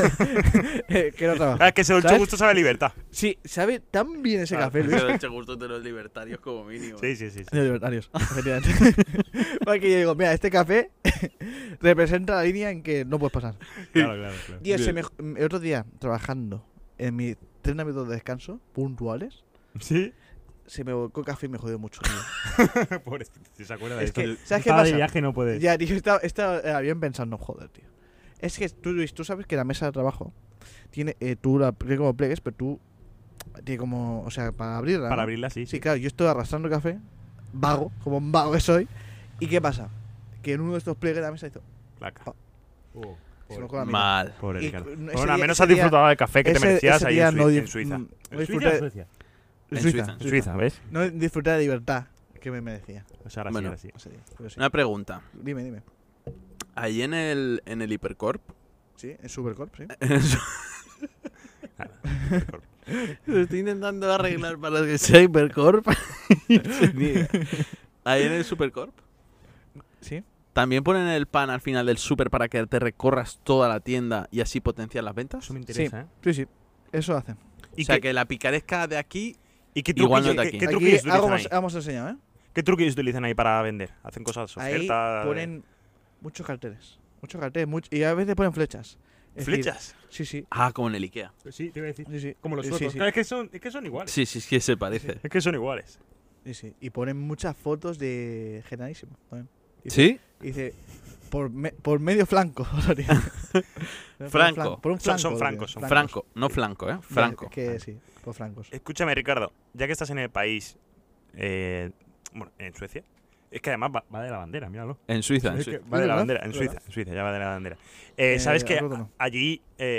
[SPEAKER 3] Que no trabajo.
[SPEAKER 2] Ah, es que ese Dolce
[SPEAKER 3] ¿Sabes?
[SPEAKER 2] Gusto sabe a libertad.
[SPEAKER 3] Sí, sabe tan bien ese
[SPEAKER 2] Claro,
[SPEAKER 3] café, Luis.
[SPEAKER 1] Ese gusto de los libertarios como mínimo.
[SPEAKER 2] Sí.
[SPEAKER 3] De libertarios, efectivamente. Porque yo digo, mira, este café representa la línea en que no puedes pasar.
[SPEAKER 2] Claro.
[SPEAKER 3] Tío, el otro día, trabajando en mis 30 minutos de descanso, puntuales,
[SPEAKER 2] ¿Sí?
[SPEAKER 3] se me volcó el café y me jodió mucho, tío.
[SPEAKER 2] Pobre, si se acuerda de
[SPEAKER 3] Es
[SPEAKER 2] esto.
[SPEAKER 3] que, ¿sabes qué
[SPEAKER 2] Estaba de
[SPEAKER 3] pasa?
[SPEAKER 2] viaje, no puede.
[SPEAKER 3] Ya, tío, estaba bien pensando, joder, tío. Es que tú, Luis, tú sabes que la mesa de trabajo tiene, tú la tiene como pliegues, pero tú tiene como, o sea, para abrirla.
[SPEAKER 2] Para
[SPEAKER 3] ¿no?
[SPEAKER 2] abrirla, sí.
[SPEAKER 3] Sí, claro, yo estoy arrastrando café, vago, como un vago que soy. ¿Y qué pasa? Que en uno de estos pliegues de la mesa hizo.
[SPEAKER 2] Placa.
[SPEAKER 3] Se me fue la mitad.
[SPEAKER 1] Mal.
[SPEAKER 2] Pobre
[SPEAKER 3] Y
[SPEAKER 2] Ricardo.
[SPEAKER 3] ese
[SPEAKER 2] Bueno,
[SPEAKER 3] día-
[SPEAKER 2] al menos
[SPEAKER 3] ese
[SPEAKER 2] has
[SPEAKER 3] día-
[SPEAKER 2] disfrutado del café que te merecías
[SPEAKER 3] ese
[SPEAKER 2] ahí
[SPEAKER 3] día
[SPEAKER 2] en,
[SPEAKER 3] no
[SPEAKER 2] en Suiza.
[SPEAKER 3] no
[SPEAKER 2] ¿En
[SPEAKER 3] disfruté,
[SPEAKER 2] Suiza?
[SPEAKER 3] en Suiza,
[SPEAKER 2] En Suiza, ¿ves?
[SPEAKER 3] no disfruté de libertad que me merecía.
[SPEAKER 2] O sea, ahora
[SPEAKER 1] Bueno.
[SPEAKER 2] sí, ahora sí.
[SPEAKER 3] Sí, pero sí.
[SPEAKER 1] Una pregunta.
[SPEAKER 3] Dime.
[SPEAKER 1] Ahí en el Hipercorp.
[SPEAKER 3] Sí, en Supercorp, sí.
[SPEAKER 1] Lo estoy intentando arreglar para que sea Hipercorp. Ahí en el Supercorp.
[SPEAKER 3] Sí.
[SPEAKER 1] ¿También ponen el pan al final del super para que te recorras toda la tienda y así potenciar las ventas?
[SPEAKER 2] Eso me interesa, ¿eh?
[SPEAKER 3] Sí. Eso hacen.
[SPEAKER 2] ¿Y
[SPEAKER 1] O sea,
[SPEAKER 2] qué,
[SPEAKER 1] que la picaresca de aquí...
[SPEAKER 2] y qué
[SPEAKER 1] igual no
[SPEAKER 2] truquillos,
[SPEAKER 1] es de aquí.
[SPEAKER 2] qué
[SPEAKER 3] Aquí
[SPEAKER 2] truquillos
[SPEAKER 3] algo
[SPEAKER 2] utilizan ahí?
[SPEAKER 3] hemos enseñado, ¿eh?
[SPEAKER 2] ¿Qué truquillos utilizan ahí para vender? ¿Hacen cosas
[SPEAKER 3] Ahí
[SPEAKER 2] ofertas?
[SPEAKER 3] ponen muchos carteles. Y a veces ponen flechas. Es decir,
[SPEAKER 2] ¿Flechas?
[SPEAKER 3] Sí.
[SPEAKER 1] Ah, como en el Ikea.
[SPEAKER 2] Sí, te iba a decir.
[SPEAKER 3] Sí.
[SPEAKER 2] Como los
[SPEAKER 3] Sí,
[SPEAKER 2] suecos.
[SPEAKER 3] sí.
[SPEAKER 2] Claro, es que son iguales.
[SPEAKER 1] Sí, sí, se parece.
[SPEAKER 2] Es que son iguales.
[SPEAKER 3] Sí. Y ponen muchas fotos de Generalísimo también.
[SPEAKER 1] ¿Sí?
[SPEAKER 3] Dice, por medio flanco.
[SPEAKER 1] Franco.
[SPEAKER 3] Por un
[SPEAKER 2] Son
[SPEAKER 3] flanco.
[SPEAKER 2] francos, son
[SPEAKER 1] Franco, no flanco, ¿eh? Franco.
[SPEAKER 3] Que sí, por francos.
[SPEAKER 2] Escúchame, Ricardo. Ya que estás en el país, bueno, en Suecia, es que además va de la bandera, míralo.
[SPEAKER 1] En Suiza, en
[SPEAKER 2] Es que
[SPEAKER 1] Suiza.
[SPEAKER 2] va de la
[SPEAKER 3] ¿Verdad?
[SPEAKER 2] bandera, en
[SPEAKER 3] ¿Verdad?
[SPEAKER 2] Suiza, ya va de la bandera. ¿Sabes que
[SPEAKER 3] Roto no.
[SPEAKER 2] allí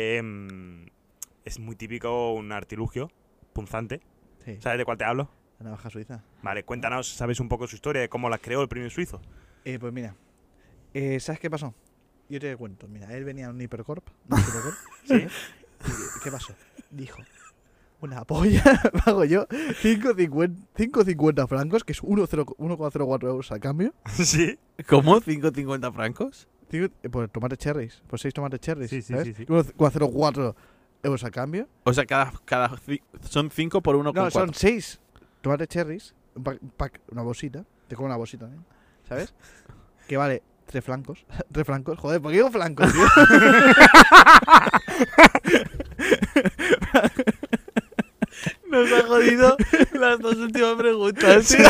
[SPEAKER 2] es muy típico un artilugio punzante?
[SPEAKER 3] Sí,
[SPEAKER 2] ¿Sabes de cuál te hablo?
[SPEAKER 3] la navaja suiza.
[SPEAKER 2] Vale, cuéntanos, ¿sabes un poco su historia de cómo la creó el primer suizo?
[SPEAKER 3] Pues mira, ¿sabes qué pasó? Yo te cuento. Mira, él venía a un Hipercorp.
[SPEAKER 2] ¿Sí?
[SPEAKER 3] ¿Y qué pasó? Dijo, una polla, pago yo 5,50 francos, que es 1,04 euros al cambio.
[SPEAKER 2] ¿Sí?
[SPEAKER 1] ¿Cómo? ¿5,50 francos?
[SPEAKER 3] Por tomates cherries, por 6 tomates cherries.
[SPEAKER 2] Sí,
[SPEAKER 3] ¿sabes?
[SPEAKER 2] sí.
[SPEAKER 3] 1,04 euros al cambio.
[SPEAKER 1] O sea, son 5 por 1,4.
[SPEAKER 3] No, son 6 tomates cherries, un pack, una bolsita. Te como una bolsita también, ¿sabes? Que vale 3 francos. 3 francos, joder, ¿por qué digo francos, tío?
[SPEAKER 1] Nos ha jodido las dos últimas preguntas.
[SPEAKER 2] Sí.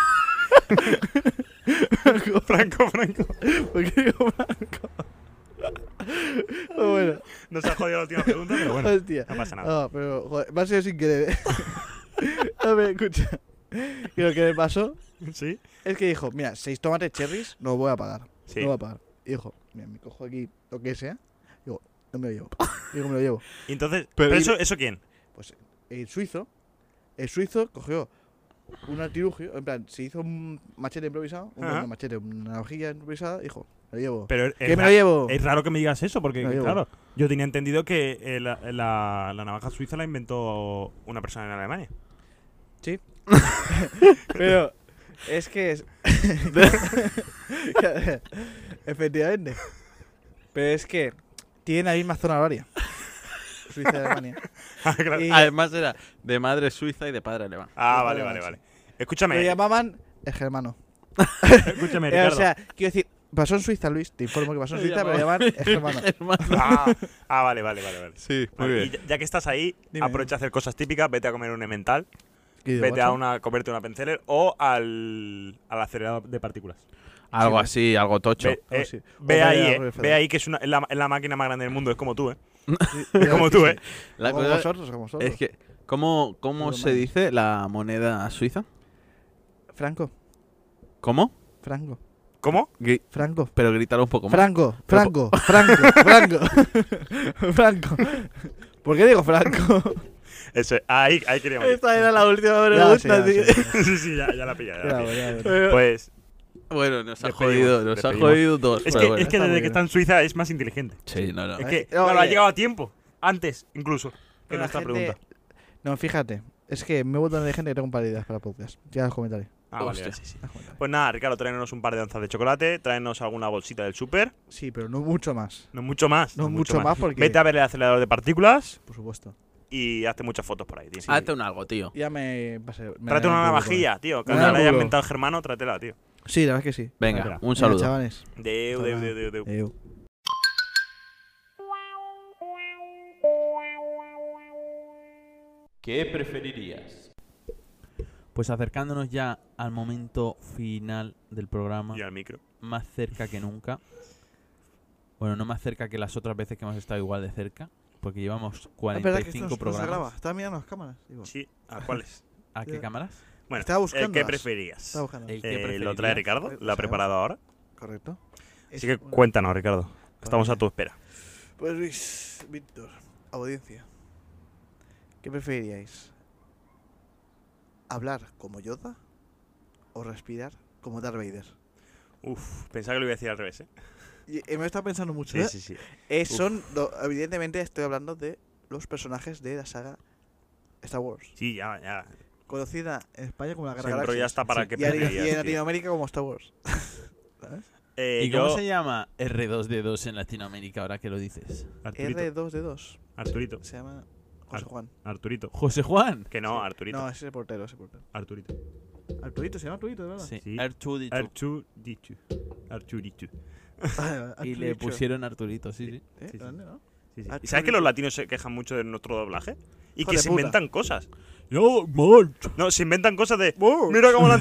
[SPEAKER 2] Franco.
[SPEAKER 3] ¿Por qué digo franco? Bueno,
[SPEAKER 2] Nos ha jodido la última pregunta, pero bueno,
[SPEAKER 3] hostia.
[SPEAKER 2] no pasa nada.
[SPEAKER 3] Ah, pero, joder, me ha sido sin querer. A ver, escucha. Y lo que me pasó
[SPEAKER 2] ¿Sí?
[SPEAKER 3] es que dijo, mira, 6 tomates cherries no voy a pagar.
[SPEAKER 2] Sí.
[SPEAKER 3] No voy a pagar. Y dijo, mira, me cojo aquí lo que sea. Digo, no me lo llevo. Digo, me lo llevo.
[SPEAKER 2] Y entonces,
[SPEAKER 1] Pero
[SPEAKER 2] ¿pero
[SPEAKER 1] y-
[SPEAKER 2] eso quién?
[SPEAKER 3] Pues el suizo cogió un artilugio, en plan, se hizo un machete improvisado,
[SPEAKER 2] Ajá.
[SPEAKER 3] una navajilla improvisada, dijo, me lo llevo.
[SPEAKER 2] Pero
[SPEAKER 3] ¿Qué me lo llevo?
[SPEAKER 2] es raro que me digas eso, porque,
[SPEAKER 3] Me lo llevo.
[SPEAKER 2] claro, yo tenía entendido que la navaja suiza la inventó una persona en Alemania.
[SPEAKER 3] Pero es que es... Efectivamente. Pero es que tiene la misma zona horaria. Suiza y Alemania.
[SPEAKER 2] Claro.
[SPEAKER 3] Y
[SPEAKER 1] Además era de madre suiza y de padre alemán.
[SPEAKER 2] Vale.
[SPEAKER 3] sí.
[SPEAKER 2] Escúchame,
[SPEAKER 3] lo llamaban el germano.
[SPEAKER 2] escúchame,
[SPEAKER 3] O
[SPEAKER 2] Ricardo.
[SPEAKER 3] sea, quiero decir, pasó en Suiza, Luis. Te informo que pasó en
[SPEAKER 1] Lo
[SPEAKER 3] Suiza, pero lo llaman el germano.
[SPEAKER 2] Vale.
[SPEAKER 1] Sí, muy
[SPEAKER 2] Vale,
[SPEAKER 1] bien.
[SPEAKER 2] y ya que estás ahí,
[SPEAKER 3] Dime.
[SPEAKER 2] aprovecha a hacer cosas típicas, vete a comer un emmental,
[SPEAKER 3] ¿Qué digo,
[SPEAKER 2] vete a
[SPEAKER 3] macho?
[SPEAKER 2] comerte una penceler o al acelerador de partículas.
[SPEAKER 1] Algo
[SPEAKER 3] Sí,
[SPEAKER 1] así, algo tocho.
[SPEAKER 2] Ve,
[SPEAKER 3] sí.
[SPEAKER 2] ve
[SPEAKER 3] O
[SPEAKER 2] ahí,
[SPEAKER 3] vaya Ruiz
[SPEAKER 2] ve ahí que es la máquina más grande del mundo, es como tú,
[SPEAKER 3] Sí,
[SPEAKER 2] como
[SPEAKER 3] sí,
[SPEAKER 2] tú,
[SPEAKER 3] sí.
[SPEAKER 1] La
[SPEAKER 3] Como
[SPEAKER 1] cosa
[SPEAKER 3] vosotros, como vosotros.
[SPEAKER 1] es que, ¿cómo
[SPEAKER 3] Todo
[SPEAKER 1] se
[SPEAKER 3] mal.
[SPEAKER 1] dice la moneda suiza?
[SPEAKER 3] Franco,
[SPEAKER 1] ¿Cómo?
[SPEAKER 3] Franco,
[SPEAKER 2] ¿Cómo?
[SPEAKER 3] Franco.
[SPEAKER 1] Pero grítalo un poco más.
[SPEAKER 3] Franco. ¿Por qué digo Franco?
[SPEAKER 2] Eso, ahí queríamos ir.
[SPEAKER 1] Esta era la última
[SPEAKER 3] Ya,
[SPEAKER 1] pregunta,
[SPEAKER 3] sí,
[SPEAKER 1] tío.
[SPEAKER 2] sí, ya la pilla. Ya la pilla.
[SPEAKER 3] Ya.
[SPEAKER 2] Pues
[SPEAKER 1] Bueno, nos ha
[SPEAKER 2] Despedimos,
[SPEAKER 1] jodido dos.
[SPEAKER 2] es
[SPEAKER 1] pero
[SPEAKER 2] que,
[SPEAKER 1] bueno.
[SPEAKER 2] es que
[SPEAKER 3] Está
[SPEAKER 2] desde
[SPEAKER 3] muy
[SPEAKER 2] que
[SPEAKER 3] bien.
[SPEAKER 2] está en Suiza es más inteligente.
[SPEAKER 1] Sí, no.
[SPEAKER 2] Es que,
[SPEAKER 3] No,
[SPEAKER 2] claro, ha
[SPEAKER 3] oye.
[SPEAKER 2] llegado a tiempo. Antes, incluso, que
[SPEAKER 3] La
[SPEAKER 2] nuestra
[SPEAKER 3] gente-
[SPEAKER 2] pregunta.
[SPEAKER 3] No, fíjate. Es que me he vuelto de gente que tengo un par de ideas para podcast. Ya los comentaré.
[SPEAKER 2] Ah, vale,
[SPEAKER 1] Hostia.
[SPEAKER 2] vale, sí.
[SPEAKER 3] Ya los comentaré.
[SPEAKER 2] Pues nada, Ricardo, tráenos un par de onzas de chocolate, tráenos alguna bolsita del súper,
[SPEAKER 3] Sí, pero no mucho más.
[SPEAKER 2] no mucho más.
[SPEAKER 3] No mucho más porque...
[SPEAKER 2] Vete a ver el acelerador de partículas
[SPEAKER 3] Por supuesto.
[SPEAKER 2] y hazte muchas fotos por ahí, tío.
[SPEAKER 1] Hazte un algo, tío.
[SPEAKER 3] Ya me pasé.
[SPEAKER 2] Tráete una navajilla, tío. Que
[SPEAKER 3] Me
[SPEAKER 2] ahora
[SPEAKER 3] da
[SPEAKER 2] la haya
[SPEAKER 3] culo.
[SPEAKER 2] inventado el germano, trátela, tío.
[SPEAKER 3] Sí, la verdad es que sí.
[SPEAKER 1] Venga,
[SPEAKER 2] Venga,
[SPEAKER 1] un
[SPEAKER 3] Venga,
[SPEAKER 1] saludo.
[SPEAKER 3] chavales.
[SPEAKER 2] Deu.
[SPEAKER 3] Adeu.
[SPEAKER 5] ¿Qué preferirías?
[SPEAKER 1] Pues acercándonos ya al momento final del programa,
[SPEAKER 2] Y al micro.
[SPEAKER 1] más cerca que nunca. Bueno, no más cerca que las otras veces que hemos estado igual de cerca, porque llevamos 45 programas.
[SPEAKER 3] Estaba mirando las cámaras. Digo.
[SPEAKER 2] Sí, ¿a cuáles?
[SPEAKER 1] ¿A qué cámaras?
[SPEAKER 2] Bueno,
[SPEAKER 3] Estaba buscándolas.
[SPEAKER 2] ¿qué preferías?
[SPEAKER 3] Estaba buscando.
[SPEAKER 1] El que
[SPEAKER 2] ¿Lo
[SPEAKER 1] preferirías.
[SPEAKER 2] trae Ricardo? ¿Lo ha
[SPEAKER 3] ¿Sabes?
[SPEAKER 2] preparado ahora?
[SPEAKER 3] Correcto.
[SPEAKER 2] Así que cuéntanos, Ricardo. Estamos a tu espera.
[SPEAKER 3] Pues Luis, Víctor, audiencia. ¿Qué preferiríais? ¿Hablar como Yoda o respirar como Darth Vader?
[SPEAKER 2] Uf, pensaba que lo iba a decir al revés, ¿eh?
[SPEAKER 3] Y me está pensando mucho,
[SPEAKER 2] Sí,
[SPEAKER 3] ¿eh?
[SPEAKER 2] sí, sí.
[SPEAKER 3] Evidentemente estoy hablando de los personajes de la saga Star Wars.
[SPEAKER 2] Sí, ya.
[SPEAKER 3] Conocida en España como la Guerra
[SPEAKER 2] Siempre ya
[SPEAKER 3] Galaxias.
[SPEAKER 2] está para
[SPEAKER 1] Sí.
[SPEAKER 2] que
[SPEAKER 3] Y en
[SPEAKER 2] preferirías, tío.
[SPEAKER 3] Latinoamérica como Star Wars. ¿Sabes?
[SPEAKER 1] ¿Y cómo
[SPEAKER 2] yo,
[SPEAKER 1] se llama R2D2 en Latinoamérica ahora que lo dices?
[SPEAKER 2] Arturito.
[SPEAKER 3] R2D2.
[SPEAKER 2] Arturito.
[SPEAKER 3] Se llama José Juan.
[SPEAKER 2] Arturito.
[SPEAKER 1] José Juan.
[SPEAKER 2] Que no, Arturito.
[SPEAKER 3] No, ese es el portero,
[SPEAKER 2] Arturito.
[SPEAKER 3] Arturito, se llama Arturito, de verdad.
[SPEAKER 1] Sí,
[SPEAKER 2] Sí.
[SPEAKER 1] Arturito.
[SPEAKER 2] Arturito. Arturito.
[SPEAKER 1] Y le pusieron Arturito, sí, sí.
[SPEAKER 3] ¿Eh?
[SPEAKER 2] Sí, sí.
[SPEAKER 3] Grande, ¿no?
[SPEAKER 2] Sí, sí.
[SPEAKER 3] Arturito.
[SPEAKER 2] ¿Y sabes que los latinos se quejan mucho de nuestro doblaje? Y
[SPEAKER 3] Hijo
[SPEAKER 2] que
[SPEAKER 3] de
[SPEAKER 2] se
[SPEAKER 3] puta.
[SPEAKER 2] inventan cosas.
[SPEAKER 1] No, March.
[SPEAKER 2] No, se inventan cosas de. Mira cómo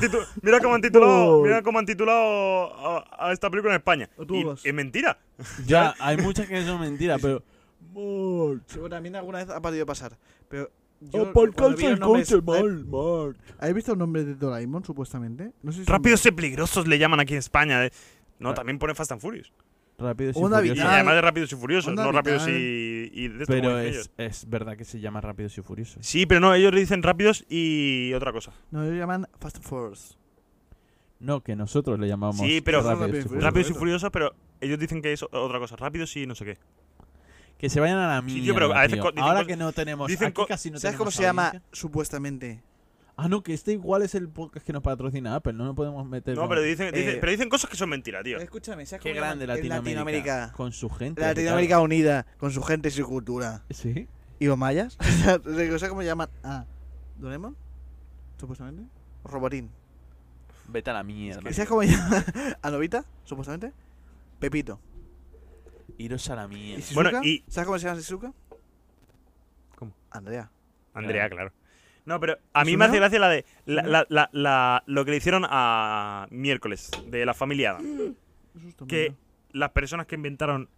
[SPEAKER 2] han titulado a esta película en España.
[SPEAKER 3] O tú
[SPEAKER 2] Y
[SPEAKER 3] vas.
[SPEAKER 2] es mentira.
[SPEAKER 1] Ya, hay muchas que son mentiras, pero. March.
[SPEAKER 3] Seguro también alguna vez ha podido pasar. Pero yo
[SPEAKER 1] Aparca
[SPEAKER 3] cuando vi
[SPEAKER 1] el
[SPEAKER 3] los nombres-
[SPEAKER 1] coche, mal, March.
[SPEAKER 3] ¿Habéis visto el nombre de Doraemon, supuestamente? No sé si son-
[SPEAKER 2] Rápidos y peligrosos le llaman aquí en España. No,
[SPEAKER 1] Ah.
[SPEAKER 2] también pone Fast and Furious.
[SPEAKER 1] Rápido y
[SPEAKER 3] Onda
[SPEAKER 2] Y
[SPEAKER 1] Furioso.
[SPEAKER 3] vital.
[SPEAKER 2] además de Rápidos y Furiosos,
[SPEAKER 3] Onda
[SPEAKER 2] no Rápidos
[SPEAKER 3] vital.
[SPEAKER 2] y de esto
[SPEAKER 1] Pero
[SPEAKER 2] como dicen ellos.
[SPEAKER 1] es verdad que se llama Rápidos y Furiosos.
[SPEAKER 2] Sí, pero no, ellos le dicen Rápidos y otra cosa.
[SPEAKER 3] No, ellos llaman Fast and Furious.
[SPEAKER 1] No, que nosotros le llamamos
[SPEAKER 2] Sí, pero
[SPEAKER 1] Rápidos y
[SPEAKER 3] Rápidos y
[SPEAKER 1] Furiosos.
[SPEAKER 2] Rápidos y Furiosos, pero ellos dicen que es otra cosa. Rápidos y no sé qué.
[SPEAKER 1] Que se vayan a la
[SPEAKER 2] Sí,
[SPEAKER 1] mierda,
[SPEAKER 2] tío, pero a veces
[SPEAKER 1] tío.
[SPEAKER 2] dicen
[SPEAKER 1] Ahora
[SPEAKER 2] cosas-
[SPEAKER 1] que no tenemos...
[SPEAKER 2] dicen
[SPEAKER 1] aquí casi no
[SPEAKER 3] ¿Sabes cómo
[SPEAKER 1] tenemos
[SPEAKER 3] se llama
[SPEAKER 1] audiencia.
[SPEAKER 3] supuestamente?
[SPEAKER 1] Ah, no, que este igual es el podcast que nos patrocina Apple. No nos podemos meter...
[SPEAKER 2] No,
[SPEAKER 1] con-
[SPEAKER 2] pero dicen,
[SPEAKER 3] Eh,
[SPEAKER 2] cosas que son mentiras, tío.
[SPEAKER 3] Escúchame, ¿sabes
[SPEAKER 1] Qué
[SPEAKER 3] cómo
[SPEAKER 1] grande
[SPEAKER 3] llaman en
[SPEAKER 1] Latinoamérica.
[SPEAKER 3] Latinoamérica?
[SPEAKER 1] Con su gente.
[SPEAKER 3] Latinoamérica unida, con su gente y su cultura.
[SPEAKER 1] Sí.
[SPEAKER 3] ¿Y los mayas? ¿Sabes cómo llaman a Doraemon? Supuestamente. Robotín.
[SPEAKER 1] Vete a la mierda.
[SPEAKER 3] ¿Y sabes cómo llaman a Novita? Supuestamente. Pepito.
[SPEAKER 1] Iros a la
[SPEAKER 3] ¿Y
[SPEAKER 1] mierda.
[SPEAKER 3] Shizuka?
[SPEAKER 2] Bueno, y-
[SPEAKER 3] ¿Sabes cómo se llama Shizuka?
[SPEAKER 2] ¿Cómo?
[SPEAKER 3] Andrea.
[SPEAKER 2] Andrea, claro. No, pero a mí
[SPEAKER 3] ¿Su
[SPEAKER 2] me hace
[SPEAKER 3] nombre?
[SPEAKER 2] gracia la de lo que le hicieron a Miércoles, de la familia Adam. Que las personas que inventaron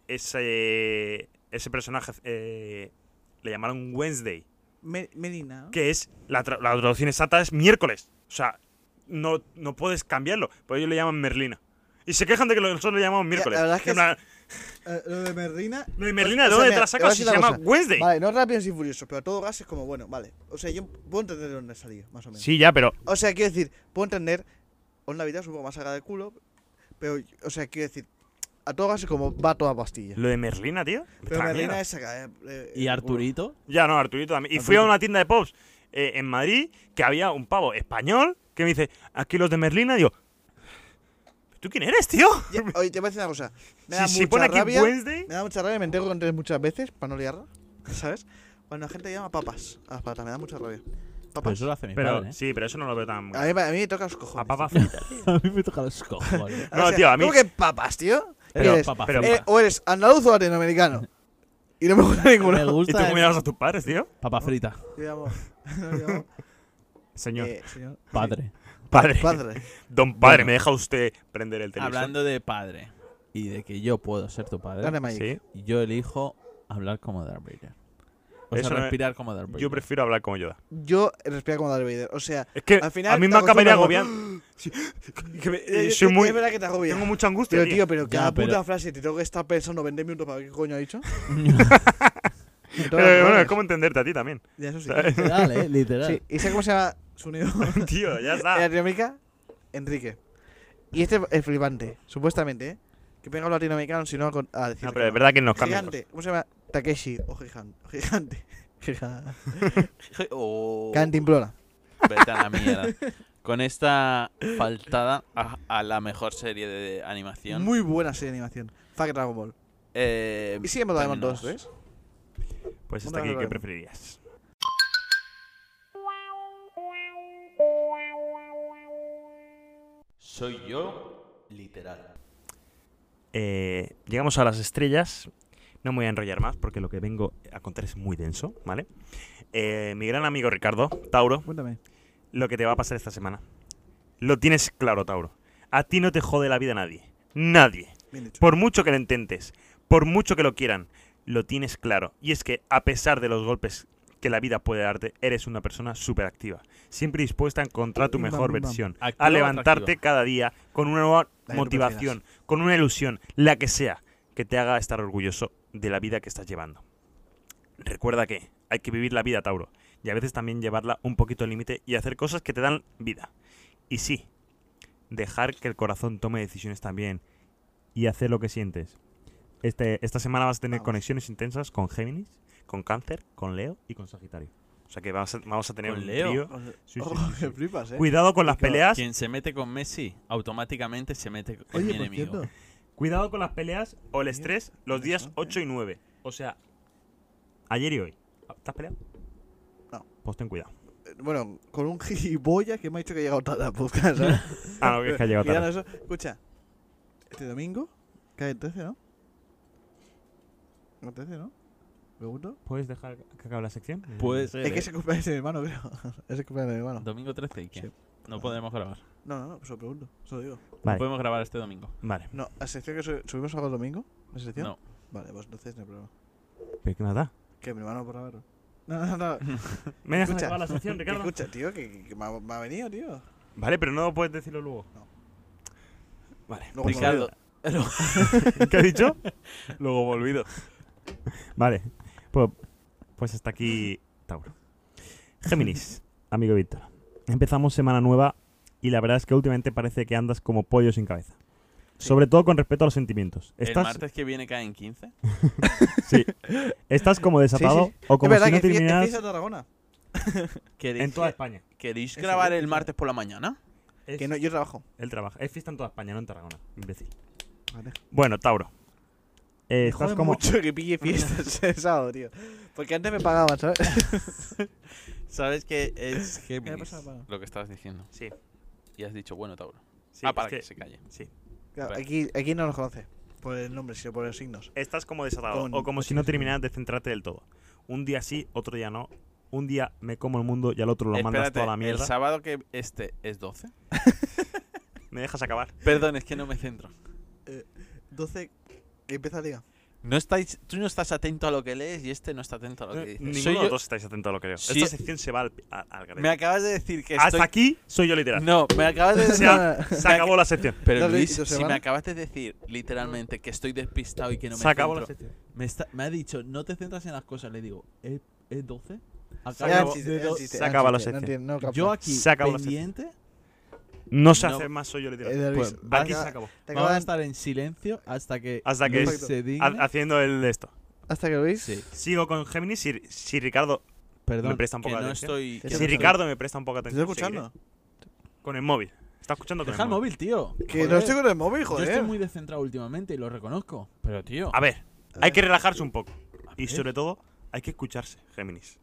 [SPEAKER 2] ese personaje le llamaron Wednesday,
[SPEAKER 3] Melina. ¿no?
[SPEAKER 2] que es la traducción exacta es miércoles. O sea, no puedes cambiarlo. Pues ellos le llaman Merlina. Y se quejan de que nosotros le llamamos miércoles.
[SPEAKER 3] la verdad es que
[SPEAKER 2] En plan,
[SPEAKER 3] Lo de Merlina.
[SPEAKER 2] lo de Merlina, ¿de
[SPEAKER 3] o sea,
[SPEAKER 2] dónde
[SPEAKER 3] mira,
[SPEAKER 2] te la
[SPEAKER 3] te voy a
[SPEAKER 2] sacas si
[SPEAKER 3] decir
[SPEAKER 2] se
[SPEAKER 3] una
[SPEAKER 2] llama
[SPEAKER 3] cosa.
[SPEAKER 2] Wednesday?
[SPEAKER 3] Vale, no Rápidos y Furiosos, pero a todo gas es como bueno, vale. O sea, yo puedo entender de dónde ha salido, más o menos.
[SPEAKER 2] Sí, ya, pero
[SPEAKER 3] O sea, quiero decir, puedo entender. Onda Vida es un poco más saca del culo. Pero, o sea, quiero decir, a todo gas es como va toda pastilla.
[SPEAKER 2] lo de Merlina, tío.
[SPEAKER 3] Pero
[SPEAKER 2] Está
[SPEAKER 3] Merlina
[SPEAKER 2] mierda.
[SPEAKER 3] es saca.
[SPEAKER 1] ¿Y Arturito?
[SPEAKER 2] Ya, no, Arturito también. Y fui a una tienda de pops en Madrid que había un pavo español que me dice, aquí los de Merlina. Y digo, ¿tú quién eres, tío?
[SPEAKER 3] Oye, te voy a decir una cosa. Me da
[SPEAKER 2] Si
[SPEAKER 3] mucha
[SPEAKER 2] pone aquí
[SPEAKER 3] rabia.
[SPEAKER 2] Wednesday.
[SPEAKER 3] Me da mucha rabia, me entero con tres muchas veces para no liarla. ¿Sabes? Cuando la gente llama papas a las patatas, me da mucha rabia.
[SPEAKER 1] Pues
[SPEAKER 3] Papas.
[SPEAKER 1] eso lo hace mi
[SPEAKER 2] Pero
[SPEAKER 1] padre, ¿eh?
[SPEAKER 2] sí, pero eso no lo veo tan.
[SPEAKER 3] A mí me toca los cojones.
[SPEAKER 2] A papa frita.
[SPEAKER 1] A mí me toca los cojones.
[SPEAKER 2] No, tío, a mí.
[SPEAKER 3] ¿Cómo que papas, tío? ¿Qué
[SPEAKER 1] Pero,
[SPEAKER 3] eres?
[SPEAKER 1] papa
[SPEAKER 2] pero-
[SPEAKER 1] frita.
[SPEAKER 3] O eres andaluz o latinoamericano. Y no me gusta ninguno.
[SPEAKER 1] Me
[SPEAKER 2] ¿Y tú
[SPEAKER 1] gusta
[SPEAKER 2] cómo llamas a tus padres, tío?
[SPEAKER 1] papa frita.
[SPEAKER 3] Yo llamo, yo llamo,
[SPEAKER 2] Señor.
[SPEAKER 3] señor.
[SPEAKER 1] Padre.
[SPEAKER 2] Padre.
[SPEAKER 3] Padre.
[SPEAKER 2] Don padre,
[SPEAKER 1] Bueno.
[SPEAKER 2] ¿me deja usted prender el televisor?
[SPEAKER 1] Hablando de padre y de que yo puedo ser tu padre,
[SPEAKER 3] Grande Magic.
[SPEAKER 2] Sí.
[SPEAKER 1] yo elijo hablar como Darth Vader. O
[SPEAKER 2] Eso
[SPEAKER 1] sea,
[SPEAKER 2] no-
[SPEAKER 1] respirar como Darth Vader.
[SPEAKER 2] Yo prefiero hablar como Yoda.
[SPEAKER 3] Yo respiro como Darth Vader. O sea,
[SPEAKER 2] Es que
[SPEAKER 3] al final
[SPEAKER 2] a mí
[SPEAKER 3] te
[SPEAKER 2] me acabaría
[SPEAKER 3] acostumbras
[SPEAKER 2] agobiando. Sí, que soy
[SPEAKER 3] es
[SPEAKER 2] muy.
[SPEAKER 3] verdad que te agobia.
[SPEAKER 2] Tengo mucha angustia.
[SPEAKER 3] Pero,
[SPEAKER 2] tío.
[SPEAKER 3] tío, pero
[SPEAKER 1] Ya,
[SPEAKER 3] cada puta
[SPEAKER 1] pero-
[SPEAKER 3] frase te tengo que estar pensando 20 minutos para ver qué coño ha dicho.
[SPEAKER 2] Bueno, es como entenderte a ti también.
[SPEAKER 3] Ya, eso sí.
[SPEAKER 2] ¿sabes?
[SPEAKER 1] Literal, literal.
[SPEAKER 3] Sí, ¿y sabes cómo se llama su unido?
[SPEAKER 2] Tío, ya
[SPEAKER 3] En
[SPEAKER 2] está.
[SPEAKER 3] Latinoamérica, Enrique. Y este es flipante, supuestamente, ¿eh? Que venga a los latinoamericanos si no a decir.
[SPEAKER 2] No, pero es verdad que nos cambian.
[SPEAKER 3] Gigante. ¿Cómo se llama? Takeshi o Gigante. Gigante.
[SPEAKER 1] Oh,
[SPEAKER 3] Cantimplora.
[SPEAKER 1] vete a la mierda. Con esta faltada a la mejor serie de animación.
[SPEAKER 3] Muy buena serie de animación. Fuck Dragon Ball. Y sigue Doraemon 2,
[SPEAKER 1] terminamos.
[SPEAKER 3] ¿ves?
[SPEAKER 2] Pues hasta
[SPEAKER 3] Una
[SPEAKER 2] aquí, ¿qué
[SPEAKER 3] barbaridad.
[SPEAKER 2] preferirías?
[SPEAKER 5] Soy yo, literal.
[SPEAKER 2] Llegamos a las estrellas. No me voy a enrollar más porque lo que vengo a contar es muy denso, ¿vale? Mi gran amigo Ricardo, Tauro,
[SPEAKER 3] Cuéntame.
[SPEAKER 2] lo que te va a pasar esta semana. Lo tienes claro, Tauro. A ti no te jode la vida nadie. Nadie.
[SPEAKER 3] Bien dicho.
[SPEAKER 2] Por mucho que lo intentes, por mucho que lo quieran, lo tienes claro. Y es que a pesar de los golpes que la vida puede darte, eres una persona súper activa. Siempre dispuesta a encontrar tu
[SPEAKER 3] Bim, bam,
[SPEAKER 2] mejor
[SPEAKER 3] bim, bam.
[SPEAKER 2] versión.
[SPEAKER 1] Activa
[SPEAKER 2] A
[SPEAKER 1] o
[SPEAKER 2] levantarte
[SPEAKER 1] atractiva.
[SPEAKER 2] cada día con una nueva
[SPEAKER 3] La que tú
[SPEAKER 2] motivación, con una ilusión, la que sea, que te haga estar orgulloso de la vida que estás llevando. Recuerda que hay que vivir la vida, Tauro, y a veces también llevarla un poquito al límite y hacer cosas que te dan vida. Y sí, dejar que el corazón tome decisiones también y hacer lo que sientes. Esta semana vas a tener
[SPEAKER 3] Vamos.
[SPEAKER 2] conexiones intensas con Géminis, con Cáncer, con Leo y con Sagitario. O sea que vamos a tener
[SPEAKER 1] ¿Con
[SPEAKER 2] un
[SPEAKER 1] Leo?
[SPEAKER 2] trío.
[SPEAKER 3] Ojo,
[SPEAKER 2] Sí, sí,
[SPEAKER 3] ojo,
[SPEAKER 2] sí, sí.
[SPEAKER 3] que flipas,
[SPEAKER 2] Cuidado con las peleas.
[SPEAKER 1] Quien se mete con Messi, automáticamente se mete con
[SPEAKER 3] Oye,
[SPEAKER 1] mi
[SPEAKER 3] por
[SPEAKER 1] enemigo.
[SPEAKER 3] cierto,
[SPEAKER 2] Cuidado con las peleas o el
[SPEAKER 3] Tío,
[SPEAKER 2] estrés los días
[SPEAKER 3] interesante.
[SPEAKER 2] 8 y 9. O sea, ayer y hoy. ¿Te has peleado?
[SPEAKER 3] No.
[SPEAKER 2] Pues ten cuidado.
[SPEAKER 3] bueno, con un gilipollas que me ha dicho que ha llegado tarde al podcast, ¿sabes?
[SPEAKER 2] Ah, no, que es que ha llegado
[SPEAKER 3] Mirando
[SPEAKER 2] tarde.
[SPEAKER 3] eso, escucha, este domingo cae el 13, ¿no? El 13, ¿no? ¿Me gusta?
[SPEAKER 2] ¿Puedes dejar que acabe la sección?
[SPEAKER 1] Puede ser.
[SPEAKER 3] Es que ese cumpleaños de mi hermano, creo. Ese cumpleaños de mi hermano.
[SPEAKER 1] Domingo 13 y qué.
[SPEAKER 3] Sí.
[SPEAKER 1] No podemos grabar.
[SPEAKER 3] No, se lo pregunto, se lo digo.
[SPEAKER 1] No
[SPEAKER 2] Vale,
[SPEAKER 1] podemos grabar este domingo.
[SPEAKER 2] vale.
[SPEAKER 3] No, ¿la sección que subimos algo el domingo? ¿La sección?
[SPEAKER 1] No.
[SPEAKER 3] Vale, pues entonces no hay problema.
[SPEAKER 2] ¿Pero qué nada?
[SPEAKER 3] Que mi hermano por verlo. No.
[SPEAKER 2] ¿Me dejas
[SPEAKER 3] Escucha.
[SPEAKER 2] acabar la sección, Ricardo?
[SPEAKER 3] Escucha, tío, que me ha venido, tío.
[SPEAKER 2] Vale, pero no puedes decirlo luego.
[SPEAKER 3] No.
[SPEAKER 2] Vale.
[SPEAKER 3] Luego me
[SPEAKER 1] Ricardo,
[SPEAKER 2] ¿Qué ha dicho?
[SPEAKER 1] luego me olvido.
[SPEAKER 2] Vale. Pues hasta aquí, Tauro. Géminis, amigo Víctor. Empezamos semana nueva y la verdad es que últimamente parece que andas como pollo sin cabeza. Sobre todo con respecto a los sentimientos.
[SPEAKER 1] ¿El
[SPEAKER 2] Estás,
[SPEAKER 1] martes que viene cae en 15?
[SPEAKER 2] sí, estás como desatado
[SPEAKER 3] Sí, sí.
[SPEAKER 2] o
[SPEAKER 3] Es
[SPEAKER 2] como
[SPEAKER 3] verdad
[SPEAKER 2] si no
[SPEAKER 3] que
[SPEAKER 2] terminaras
[SPEAKER 3] empieza Tarragona.
[SPEAKER 2] en toda España.
[SPEAKER 1] ¿Queréis
[SPEAKER 3] Eso,
[SPEAKER 1] grabar
[SPEAKER 3] sí,
[SPEAKER 1] el
[SPEAKER 3] sí.
[SPEAKER 1] martes por la mañana?
[SPEAKER 2] Es-
[SPEAKER 3] Que no, yo trabajo.
[SPEAKER 2] Él trabaja. Es fiesta en toda España, no en Tarragona, imbécil.
[SPEAKER 3] Vale.
[SPEAKER 2] Bueno, Tauro.
[SPEAKER 3] Me
[SPEAKER 2] Estás
[SPEAKER 3] jode
[SPEAKER 2] como...
[SPEAKER 3] mucho que pille fiestas el sábado, tío. Porque antes me pagaban, ¿sabes?
[SPEAKER 1] ¿Sabes que es
[SPEAKER 3] ¿Qué
[SPEAKER 1] Géminis?
[SPEAKER 3] pasa, Pablo?
[SPEAKER 1] Lo que estabas diciendo.
[SPEAKER 2] Sí,
[SPEAKER 1] Y has dicho, bueno, Tauro.
[SPEAKER 2] sí,
[SPEAKER 1] Para
[SPEAKER 2] es que...
[SPEAKER 1] que se calle.
[SPEAKER 2] Sí.
[SPEAKER 3] Claro,
[SPEAKER 1] Vale.
[SPEAKER 3] aquí no nos conoce por el nombre, sino por los signos.
[SPEAKER 2] Estás como desatado
[SPEAKER 3] Con
[SPEAKER 2] o como si no terminaras de centrarte del todo. Un día sí, otro día no. Un día me como el mundo y al otro lo mandas
[SPEAKER 1] Espérate,
[SPEAKER 2] toda la
[SPEAKER 1] el
[SPEAKER 2] mierda.
[SPEAKER 1] sábado que este es 12.
[SPEAKER 2] ¿Me dejas acabar?
[SPEAKER 1] Perdón, es que no me centro.
[SPEAKER 3] 12, empieza la liga.
[SPEAKER 1] Tú no estás atento a lo que lees y este no está atento a lo que dice.
[SPEAKER 2] Ninguno
[SPEAKER 1] Soy
[SPEAKER 2] de los
[SPEAKER 1] yo-
[SPEAKER 2] dos estáis atento a lo que leo.
[SPEAKER 1] Sí.
[SPEAKER 2] Esta sección se va al garete.
[SPEAKER 1] Me acabas de decir que
[SPEAKER 2] Hasta
[SPEAKER 1] estoy...
[SPEAKER 2] aquí soy yo literal.
[SPEAKER 1] No, me acabas de
[SPEAKER 2] Se,
[SPEAKER 1] decir...
[SPEAKER 2] se acabó la sección.
[SPEAKER 1] Pero
[SPEAKER 3] ¿No has
[SPEAKER 1] Luis,
[SPEAKER 3] leído
[SPEAKER 1] si me
[SPEAKER 3] semana?
[SPEAKER 1] acabas de decir literalmente que estoy despistado y que no me
[SPEAKER 2] Se acabó la
[SPEAKER 1] centro,
[SPEAKER 2] sección.
[SPEAKER 1] me ha dicho, no te centras en las cosas. Le digo, ¿es 12?
[SPEAKER 2] Se
[SPEAKER 3] Era
[SPEAKER 2] acabó-
[SPEAKER 3] el chiste,
[SPEAKER 1] de
[SPEAKER 3] era el
[SPEAKER 1] do-
[SPEAKER 3] chiste,
[SPEAKER 2] se
[SPEAKER 3] era el
[SPEAKER 2] acaba la
[SPEAKER 3] chiste, no
[SPEAKER 2] sección.
[SPEAKER 3] entiendo, no capta.
[SPEAKER 1] Yo aquí
[SPEAKER 2] Se acabó la
[SPEAKER 1] pendiente,
[SPEAKER 2] No se
[SPEAKER 1] No.
[SPEAKER 2] hace más, soy yo literal.
[SPEAKER 3] Luis,
[SPEAKER 1] Pues,
[SPEAKER 2] Aquí
[SPEAKER 3] acaba-
[SPEAKER 2] se acabó.
[SPEAKER 3] te
[SPEAKER 1] vamos a
[SPEAKER 3] acaban-
[SPEAKER 1] estar en silencio hasta que
[SPEAKER 2] Hasta que
[SPEAKER 1] Luis
[SPEAKER 3] es-
[SPEAKER 1] se digne.
[SPEAKER 2] Haciendo el de esto.
[SPEAKER 3] Hasta que Luis.
[SPEAKER 1] Sí,
[SPEAKER 2] Sigo con Géminis. Si Ricardo
[SPEAKER 1] perdón,
[SPEAKER 2] me presta un
[SPEAKER 1] que
[SPEAKER 2] poco de
[SPEAKER 1] no
[SPEAKER 2] atención.
[SPEAKER 1] estoy...
[SPEAKER 3] Que
[SPEAKER 1] que
[SPEAKER 2] Si
[SPEAKER 1] no estoy-
[SPEAKER 2] Ricardo me presta un poco de
[SPEAKER 3] ¿Te
[SPEAKER 2] atención.
[SPEAKER 3] estoy escuchando?
[SPEAKER 2] seguiré Con el móvil. ¿Está escuchando con
[SPEAKER 1] Deja el
[SPEAKER 2] el móvil?
[SPEAKER 1] móvil, tío.
[SPEAKER 3] Que
[SPEAKER 1] Joder.
[SPEAKER 3] no estoy con el móvil,
[SPEAKER 1] Yo
[SPEAKER 3] joder.
[SPEAKER 1] estoy muy descentrado últimamente y lo reconozco. Pero, tío...
[SPEAKER 2] A ver, hay que relajarse un poco.
[SPEAKER 1] a
[SPEAKER 2] Y
[SPEAKER 1] ver.
[SPEAKER 2] sobre todo, hay que escucharse, Géminis.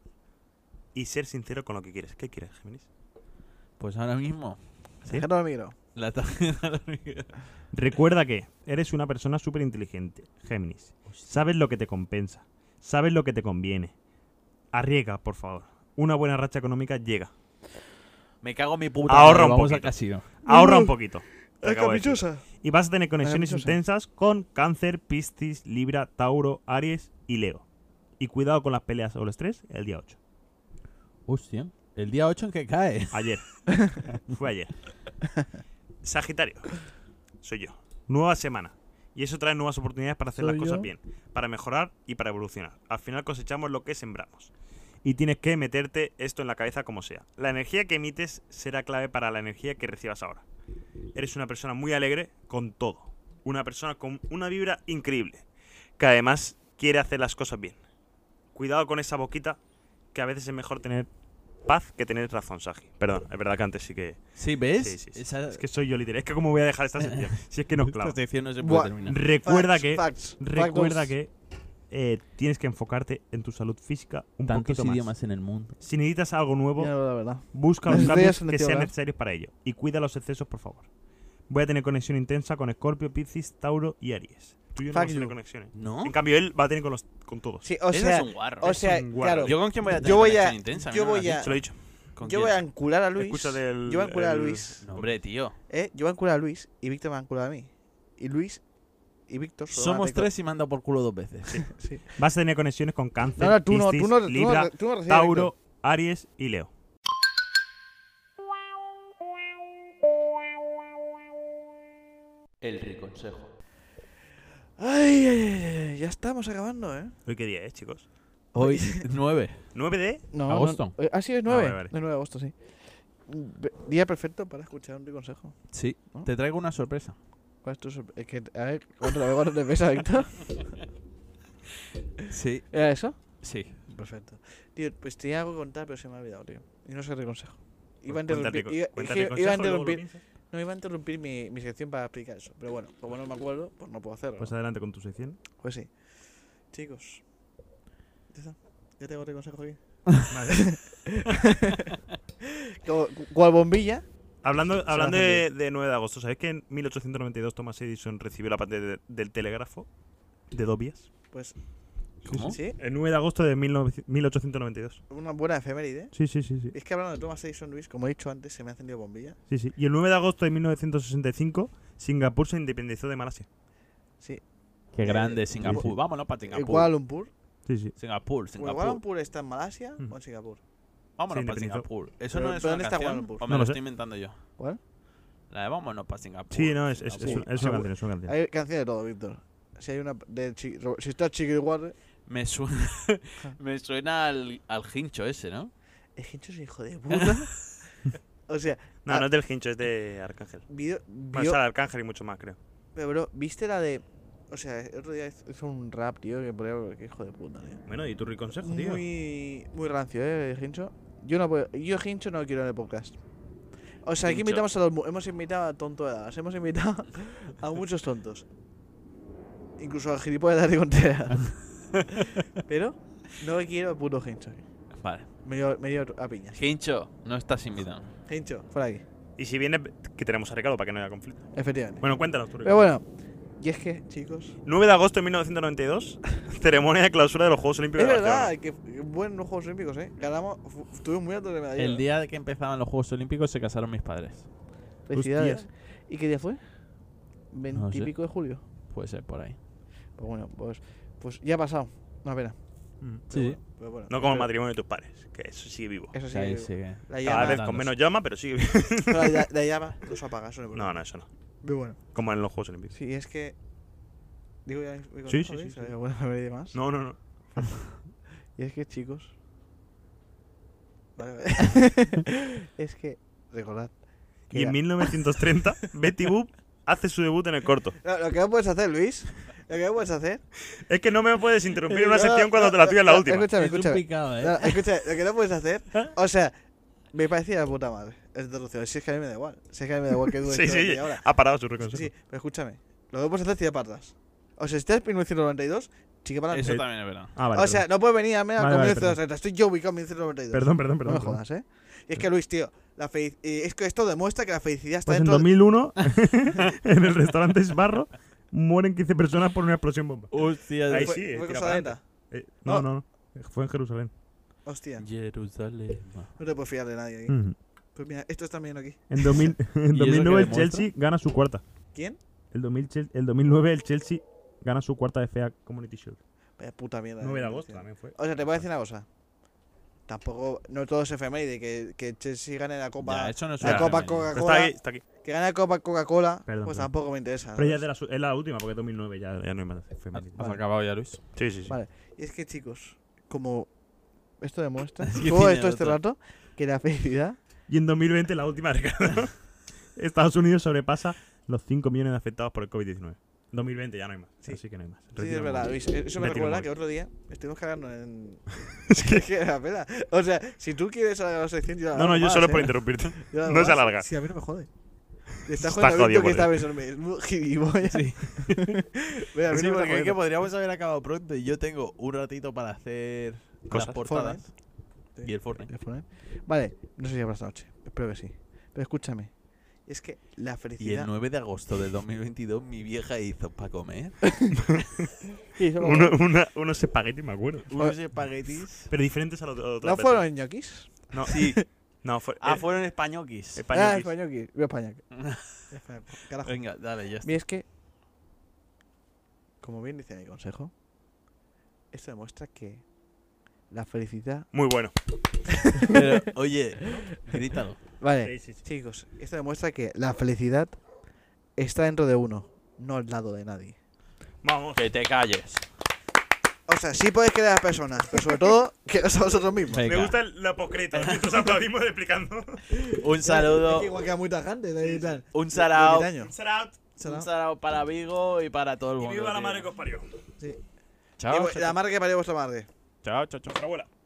[SPEAKER 2] Y ser sincero con lo que quieres. ¿Qué quieres, Géminis?
[SPEAKER 1] Pues ahora mismo...
[SPEAKER 2] ¿Sí?
[SPEAKER 3] Déjalo al micro.
[SPEAKER 1] La tarjeta lo único-
[SPEAKER 2] Recuerda que eres una persona súper inteligente, Géminis. Sabes lo que te compensa. Sabes lo que te conviene. Arriesga, por favor. Una buena racha económica llega.
[SPEAKER 1] Me cago en mi puta
[SPEAKER 2] Ahorra
[SPEAKER 1] madre,
[SPEAKER 2] un
[SPEAKER 1] vamos
[SPEAKER 2] poquito.
[SPEAKER 1] al casino.
[SPEAKER 2] Ahorra un poquito. Te
[SPEAKER 3] Es
[SPEAKER 2] acabo de decir.
[SPEAKER 3] caprichosa.
[SPEAKER 2] Y vas a tener conexiones
[SPEAKER 3] caprichosa.
[SPEAKER 2] intensas con Cáncer, Piscis, Libra, Tauro, Aries y Leo. Y cuidado con las peleas o el estrés el día 8.
[SPEAKER 1] Hostia. ¿El día 8 en que cae?
[SPEAKER 2] Ayer. Fue ayer. Sagitario. Soy yo. Nueva semana. Y eso trae nuevas oportunidades para hacer las
[SPEAKER 3] Soy
[SPEAKER 2] cosas
[SPEAKER 3] yo.
[SPEAKER 2] bien. Para mejorar y para evolucionar. Al final cosechamos lo que sembramos. Y tienes que meterte esto en la cabeza como sea. La energía que emites será clave para la energía que recibas ahora. Eres una persona muy alegre con todo. Una persona con una vibra increíble. Que además quiere hacer las cosas bien. Cuidado con esa boquita, que a veces es mejor tener paz que tener razón, Sagi. Perdón, es verdad que antes sí que...
[SPEAKER 1] Sí, ¿ves?
[SPEAKER 2] Sí, sí, sí.
[SPEAKER 1] Esa-
[SPEAKER 2] Es que soy yo literal. Es que cómo voy a dejar esta sección. Si es que no, claro.
[SPEAKER 1] Esta sección no se
[SPEAKER 3] Buah.
[SPEAKER 1] puede terminar.
[SPEAKER 2] Recuerda
[SPEAKER 3] Facts,
[SPEAKER 2] que...
[SPEAKER 3] facts,
[SPEAKER 2] Recuerda
[SPEAKER 3] facts.
[SPEAKER 2] que tienes que enfocarte en tu salud física un
[SPEAKER 1] Tantos
[SPEAKER 2] poquito más.
[SPEAKER 1] idiomas en el mundo.
[SPEAKER 2] Si necesitas algo nuevo,
[SPEAKER 3] Ya, la verdad.
[SPEAKER 2] busca
[SPEAKER 3] Las
[SPEAKER 2] los cambios
[SPEAKER 3] estrellas han
[SPEAKER 2] que
[SPEAKER 3] decidido
[SPEAKER 2] sean
[SPEAKER 3] hablar.
[SPEAKER 2] necesarios para ello. Y cuida los excesos, por favor. Voy a tener conexión intensa con Escorpio, Piscis, Tauro y Aries. Tú y yo no
[SPEAKER 3] Fuck
[SPEAKER 2] vamos a tener
[SPEAKER 3] you.
[SPEAKER 2] conexiones.
[SPEAKER 1] ¿No?
[SPEAKER 2] En cambio, él va a tener con todos.
[SPEAKER 3] Sí, o
[SPEAKER 1] Ese
[SPEAKER 3] sea,
[SPEAKER 1] es un guarro.
[SPEAKER 3] o sea,
[SPEAKER 2] Es un guarro.
[SPEAKER 3] claro.
[SPEAKER 1] ¿Yo con quién voy a tener
[SPEAKER 3] Yo voy a-
[SPEAKER 1] conexión intensa?
[SPEAKER 3] yo
[SPEAKER 1] ¿No me lo
[SPEAKER 3] voy
[SPEAKER 1] has
[SPEAKER 3] a-
[SPEAKER 2] Se lo he dicho.
[SPEAKER 1] dicho? ¿Con
[SPEAKER 3] Yo
[SPEAKER 1] quién?
[SPEAKER 3] voy a encular a Luis.
[SPEAKER 2] Escucha del...
[SPEAKER 3] Yo voy a encular a
[SPEAKER 2] el-
[SPEAKER 3] Luis.
[SPEAKER 1] No, hombre, tío.
[SPEAKER 3] Yo voy a encular a Luis y Víctor me va a encular a mí. Y Luis y Víctor solo van a
[SPEAKER 1] Somos
[SPEAKER 3] tener
[SPEAKER 1] tres y me han dado por culo 2 veces.
[SPEAKER 3] Sí.
[SPEAKER 2] Vas a tener conexiones con Cáncer,
[SPEAKER 3] No, no, tú no,
[SPEAKER 2] Piscis,
[SPEAKER 3] tú no,
[SPEAKER 2] Libra,
[SPEAKER 3] tú no recibes,
[SPEAKER 2] Tauro,
[SPEAKER 3] Víctor.
[SPEAKER 2] Aries y Leo.
[SPEAKER 5] El Riconsejo.
[SPEAKER 3] Ay, ya estamos acabando, ¿eh?
[SPEAKER 2] ¿Hoy qué día es, chicos?
[SPEAKER 1] Hoy 9.
[SPEAKER 2] ¿9 de...?
[SPEAKER 3] No,
[SPEAKER 1] Agosto.
[SPEAKER 3] No, sí, es 9.
[SPEAKER 2] vale, vale.
[SPEAKER 3] El 9 de agosto, sí. Día perfecto para escuchar un consejo.
[SPEAKER 1] Sí,
[SPEAKER 3] ¿No?
[SPEAKER 1] te traigo una sorpresa.
[SPEAKER 3] ¿Cuál es tu es que, a ver, ¿cuánto te pesa, Víctor?
[SPEAKER 1] Sí.
[SPEAKER 3] ¿Era eso?
[SPEAKER 1] Sí.
[SPEAKER 3] Perfecto. Tío, pues tenía algo que contar, pero se me ha olvidado, tío. Y no sé qué consejo. Iba a
[SPEAKER 2] Pues
[SPEAKER 3] interrumpir,
[SPEAKER 2] cuéntate,
[SPEAKER 3] iba,
[SPEAKER 2] cuéntate
[SPEAKER 3] es que iba a
[SPEAKER 2] consejo y luego lo
[SPEAKER 3] interrumpir,
[SPEAKER 2] piensas.
[SPEAKER 3] no, iba a interrumpir mi sección para explicar eso. Pero bueno, como no me acuerdo, pues no puedo hacerlo.
[SPEAKER 2] Pues
[SPEAKER 3] ¿no?
[SPEAKER 2] adelante con tu sección.
[SPEAKER 3] Pues sí. Chicos. ¿Ya está? ¿Ya tengo otro consejo aquí?
[SPEAKER 2] Vale.
[SPEAKER 3] ¿Cuál bombilla?
[SPEAKER 2] Hablando
[SPEAKER 3] hace
[SPEAKER 2] de 9 de agosto, ¿sabes que en 1892 Thomas Edison recibió la patente del telégrafo de 2 vías?
[SPEAKER 3] Pues
[SPEAKER 1] ¿Cómo?
[SPEAKER 3] sí,
[SPEAKER 2] El 9 de agosto de 1892.
[SPEAKER 3] una buena efeméride.
[SPEAKER 2] Sí, sí, sí, sí.
[SPEAKER 3] Es que hablando de Thomas Edison, Luis, como he dicho antes, se me ha encendido bombilla.
[SPEAKER 2] Sí, sí. Y el 9 de agosto de 1965, Singapur se independizó de Malasia.
[SPEAKER 3] Sí.
[SPEAKER 1] Qué grande
[SPEAKER 2] sí,
[SPEAKER 1] Singapur.
[SPEAKER 2] sí.
[SPEAKER 1] Vámonos para
[SPEAKER 3] ¿El
[SPEAKER 1] Singapur.
[SPEAKER 3] Kuala Lumpur?
[SPEAKER 2] Sí, sí.
[SPEAKER 1] Singapur,
[SPEAKER 3] ¿Kuala
[SPEAKER 1] Singapur.
[SPEAKER 3] Lumpur está en Malasia
[SPEAKER 2] Mm.
[SPEAKER 3] o en Singapur?
[SPEAKER 1] Vámonos
[SPEAKER 2] Se
[SPEAKER 1] para
[SPEAKER 2] independizó.
[SPEAKER 1] Singapur. ¿Eso
[SPEAKER 3] Pero-
[SPEAKER 1] no es
[SPEAKER 3] pero
[SPEAKER 1] una
[SPEAKER 3] ¿dónde está Kuala
[SPEAKER 1] canción?
[SPEAKER 3] Lumpur?
[SPEAKER 1] ¿O me
[SPEAKER 2] No
[SPEAKER 1] lo
[SPEAKER 2] lo sé.
[SPEAKER 1] estoy inventando yo?
[SPEAKER 3] ¿Cuál?
[SPEAKER 1] La de vámonos para Singapur.
[SPEAKER 2] Sí, no, es una
[SPEAKER 3] Seguro.
[SPEAKER 2] canción, es una canción.
[SPEAKER 3] Hay canciones de todo, Víctor. Si hay una de si está Chiquilguarre,
[SPEAKER 1] Me suena, me suena al hincho ese, ¿no?
[SPEAKER 3] es que es un hijo de puta. O sea,
[SPEAKER 2] No, no es del Hincho, es de Arcángel. Bueno, es al Arcángel y mucho más, creo.
[SPEAKER 3] pero bro, ¿viste la de o sea, el otro día hizo un rap, tío, que podría que hijo de puta, tío.
[SPEAKER 2] Bueno, ¿y tu consejo, tío?
[SPEAKER 3] Muy rancio, Hincho. Yo Hincho no lo quiero en el podcast. O sea, aquí
[SPEAKER 1] Hincho.
[SPEAKER 3] invitamos hemos invitado a tontoedas, hemos invitado a muchos tontos. Incluso a gilipollas de Ari Contreras. Pero no quiero a puto Hincho aquí.
[SPEAKER 1] Vale.
[SPEAKER 3] Medio a piñas.
[SPEAKER 1] Hincho, no estás invitado.
[SPEAKER 3] Hincho, fuera aquí.
[SPEAKER 2] Y si viene, que tenemos a Ricardo para que no haya conflicto.
[SPEAKER 3] Efectivamente.
[SPEAKER 2] Bueno, cuéntanos tu
[SPEAKER 3] Pero bueno, y es que, chicos.
[SPEAKER 2] 9 de agosto de 1992, ceremonia de clausura de los Juegos Olímpicos
[SPEAKER 3] Es
[SPEAKER 2] de
[SPEAKER 3] verdad,
[SPEAKER 2] Barcelona.
[SPEAKER 3] que buenos Juegos Olímpicos, ganamos, estuvimos muy altos de medalla.
[SPEAKER 1] El día que empezaban los Juegos Olímpicos se casaron mis padres.
[SPEAKER 3] Felicidades. ¿Y qué día fue?
[SPEAKER 1] No sé.
[SPEAKER 3] 20 y pico de julio.
[SPEAKER 1] Puede ser por ahí.
[SPEAKER 3] Pues bueno, pues ya ha pasado. Una pena.
[SPEAKER 2] Mm.
[SPEAKER 1] Sí.
[SPEAKER 3] Pero bueno,
[SPEAKER 2] No como el
[SPEAKER 3] pero
[SPEAKER 2] matrimonio de tus padres, que eso sigue vivo.
[SPEAKER 3] Eso sí.
[SPEAKER 1] Ahí sigue.
[SPEAKER 3] La
[SPEAKER 2] Cada
[SPEAKER 3] llama,
[SPEAKER 2] vez con menos llama, pero sigue vivo.
[SPEAKER 3] la llama no se apaga, eso no es
[SPEAKER 2] No, no, eso no.
[SPEAKER 3] Pero bueno.
[SPEAKER 2] Como en los Juegos Olímpicos.
[SPEAKER 3] Sí, es que. Digo ya.
[SPEAKER 2] Sí, sí, sí.
[SPEAKER 3] Bueno, me veré más.
[SPEAKER 2] No, no, no.
[SPEAKER 3] Y es que, chicos. Vale, vale. Es que. Recordad. que
[SPEAKER 2] Y en 1930, Betty Boop hace su debut en el corto.
[SPEAKER 3] No, lo que no puedes hacer, Luis. Lo que no puedes hacer.
[SPEAKER 2] Es que no me puedes interrumpir en una
[SPEAKER 3] No,
[SPEAKER 2] sección cuando te la tuya es la última.
[SPEAKER 3] Escúchame,
[SPEAKER 1] Es un
[SPEAKER 3] escúchame.
[SPEAKER 1] picado,
[SPEAKER 3] No, escucha, lo que no puedes hacer. O sea, me parecía de puta madre. Es interrupción. Si es que a mí me da igual. Si es que a mí me da igual que dure
[SPEAKER 2] Sí,
[SPEAKER 3] esto
[SPEAKER 2] sí,
[SPEAKER 3] media hora.
[SPEAKER 2] ha parado su reconsejo.
[SPEAKER 3] Sí, pero escúchame. Lo que puedes hacer es tirar patas. O sea, si estás en 1992, chique para
[SPEAKER 1] Eso
[SPEAKER 3] adelante.
[SPEAKER 1] también es verdad.
[SPEAKER 2] Ah, vale.
[SPEAKER 3] O sea, no puedes venir a menos
[SPEAKER 2] Vale,
[SPEAKER 3] con
[SPEAKER 2] vale,
[SPEAKER 3] 1930. Estoy yo ubicado en 1992.
[SPEAKER 2] perdón.
[SPEAKER 3] No me jodas, Y es que, Luis, tío, es que esto demuestra que la felicidad está
[SPEAKER 2] Pues en
[SPEAKER 3] dentro
[SPEAKER 2] 2001, en el restaurante Sbarro, mueren 15 personas por una explosión bomba.
[SPEAKER 1] Hostia,
[SPEAKER 2] Ahí
[SPEAKER 3] Fue-
[SPEAKER 2] sí,
[SPEAKER 3] fue
[SPEAKER 2] tira
[SPEAKER 3] cosa
[SPEAKER 2] para
[SPEAKER 3] lenta.
[SPEAKER 2] No, no. Fue en Jerusalén.
[SPEAKER 3] Hostia,
[SPEAKER 1] Jerusalén.
[SPEAKER 3] no te puedes fiar de nadie aquí.
[SPEAKER 2] Ujú.
[SPEAKER 3] Pues mira, esto está bien aquí.
[SPEAKER 2] En 2009
[SPEAKER 1] qué
[SPEAKER 2] el
[SPEAKER 1] demuestra?
[SPEAKER 2] Chelsea gana su cuarta.
[SPEAKER 3] ¿Quién?
[SPEAKER 2] El 2009 el Chelsea gana su cuarta FA Community Shield.
[SPEAKER 3] Vaya puta mierda.
[SPEAKER 2] 9 de
[SPEAKER 3] tío.
[SPEAKER 2] agosto también fue.
[SPEAKER 3] O sea, te voy a decir una cosa. Tampoco, no todo es efeméride. Que Chelsea gane la Copa.
[SPEAKER 1] Ya, eso no es
[SPEAKER 3] La
[SPEAKER 1] una
[SPEAKER 3] Copa
[SPEAKER 1] efeméride.
[SPEAKER 2] Está
[SPEAKER 3] Coca-Cola.
[SPEAKER 2] aquí, está aquí.
[SPEAKER 3] Que gane la Copa Coca-Cola.
[SPEAKER 2] Perdón,
[SPEAKER 3] Pues
[SPEAKER 2] perdón.
[SPEAKER 3] tampoco me interesa.
[SPEAKER 2] Pero ya
[SPEAKER 3] ¿sabes?
[SPEAKER 2] es la última, porque es 2009 ya no hay más femenino.
[SPEAKER 1] ¿Has acabado ya, Luis?
[SPEAKER 2] Sí, sí, sí.
[SPEAKER 3] Vale. Y es que, chicos, como esto demuestra,
[SPEAKER 1] Es que
[SPEAKER 3] todo
[SPEAKER 1] tiene
[SPEAKER 3] esto este
[SPEAKER 1] otra.
[SPEAKER 3] rato, que la felicidad.
[SPEAKER 2] Y en 2020, la última, Ricardo. Estados Unidos sobrepasa los 5 millones de afectados por el COVID-19. 2020 ya no hay más.
[SPEAKER 3] Sí.
[SPEAKER 2] Así que no hay más.
[SPEAKER 3] Sí,
[SPEAKER 2] Retiro
[SPEAKER 3] es
[SPEAKER 2] el
[SPEAKER 3] verdad,
[SPEAKER 2] móvil.
[SPEAKER 3] Luis. Eso me
[SPEAKER 2] Retiro el
[SPEAKER 3] recuerda
[SPEAKER 2] móvil.
[SPEAKER 3] que otro día estuvimos cagando en. Es que la pena. O sea, si tú quieres a la sección, yo la
[SPEAKER 2] No, no,
[SPEAKER 3] hago
[SPEAKER 2] yo
[SPEAKER 3] más,
[SPEAKER 2] solo por
[SPEAKER 3] ¿eh?
[SPEAKER 2] interrumpirte.
[SPEAKER 3] Yo la hago
[SPEAKER 2] No se
[SPEAKER 3] más.
[SPEAKER 2] alarga.
[SPEAKER 3] Sí, a mí no me jode. Está
[SPEAKER 2] Está
[SPEAKER 3] jodiendo
[SPEAKER 2] jodido
[SPEAKER 3] que
[SPEAKER 2] por
[SPEAKER 3] está
[SPEAKER 2] él.
[SPEAKER 3] pensando, es muy gilipollas.
[SPEAKER 1] Sí.
[SPEAKER 3] Ve, a mí
[SPEAKER 1] Sí,
[SPEAKER 3] no me está
[SPEAKER 1] porque es que
[SPEAKER 3] jodiendo.
[SPEAKER 1] podríamos haber acabado pronto y yo tengo un ratito para hacer
[SPEAKER 2] Cosas.
[SPEAKER 1] las portadas
[SPEAKER 3] Sí.
[SPEAKER 1] y el Fortnite.
[SPEAKER 3] Teléfono, Vale, no sé si habrá esta noche. Espero que sí. Pero escúchame. Es que la
[SPEAKER 1] Y el
[SPEAKER 3] felicidad.
[SPEAKER 1] 9 de agosto de 2022 mi vieja hizo para comer
[SPEAKER 3] Sí, solo-
[SPEAKER 2] Unos espaguetis, me acuerdo.
[SPEAKER 1] unos espaguetis.
[SPEAKER 2] Pero diferentes a los otros.
[SPEAKER 3] ¿No fueron ñoquis?
[SPEAKER 2] No,
[SPEAKER 1] Sí.
[SPEAKER 2] no, fue.
[SPEAKER 1] Fueron españoquis.
[SPEAKER 3] Ah,
[SPEAKER 2] españoles.
[SPEAKER 3] españoquis. Veo España. Carajo.
[SPEAKER 1] Venga, dale, ya está.
[SPEAKER 3] Y es que, como bien dice mi consejo, esto demuestra que la felicidad.
[SPEAKER 2] Muy bueno.
[SPEAKER 1] Pero, oye, grítalo.
[SPEAKER 3] Vale,
[SPEAKER 2] Sí, sí, sí.
[SPEAKER 3] chicos, esto demuestra que la felicidad está dentro de uno, no al lado de nadie.
[SPEAKER 2] Vamos.
[SPEAKER 1] Que te calles.
[SPEAKER 3] O sea, sí podéis querer a las personas, pero sobre todo, quedaos a vosotros mismos.
[SPEAKER 2] Me
[SPEAKER 6] Venga.
[SPEAKER 2] gusta la poscreta. Mientras aplaudimos de explicando.
[SPEAKER 6] Un saludo.
[SPEAKER 3] Es que igual queda muy tajante. De, tal.
[SPEAKER 6] Un sarao.
[SPEAKER 3] Ermitaño.
[SPEAKER 2] Shout out.
[SPEAKER 3] Será.
[SPEAKER 6] Un sarao para Vigo y para todo el
[SPEAKER 2] Y
[SPEAKER 6] mundo.
[SPEAKER 2] viva la
[SPEAKER 6] tío.
[SPEAKER 2] madre que os parió.
[SPEAKER 3] Sí.
[SPEAKER 6] Chao,
[SPEAKER 3] Y la madre que parió vuestra madre.
[SPEAKER 6] chao, chao, chao.
[SPEAKER 2] Nuestra abuela.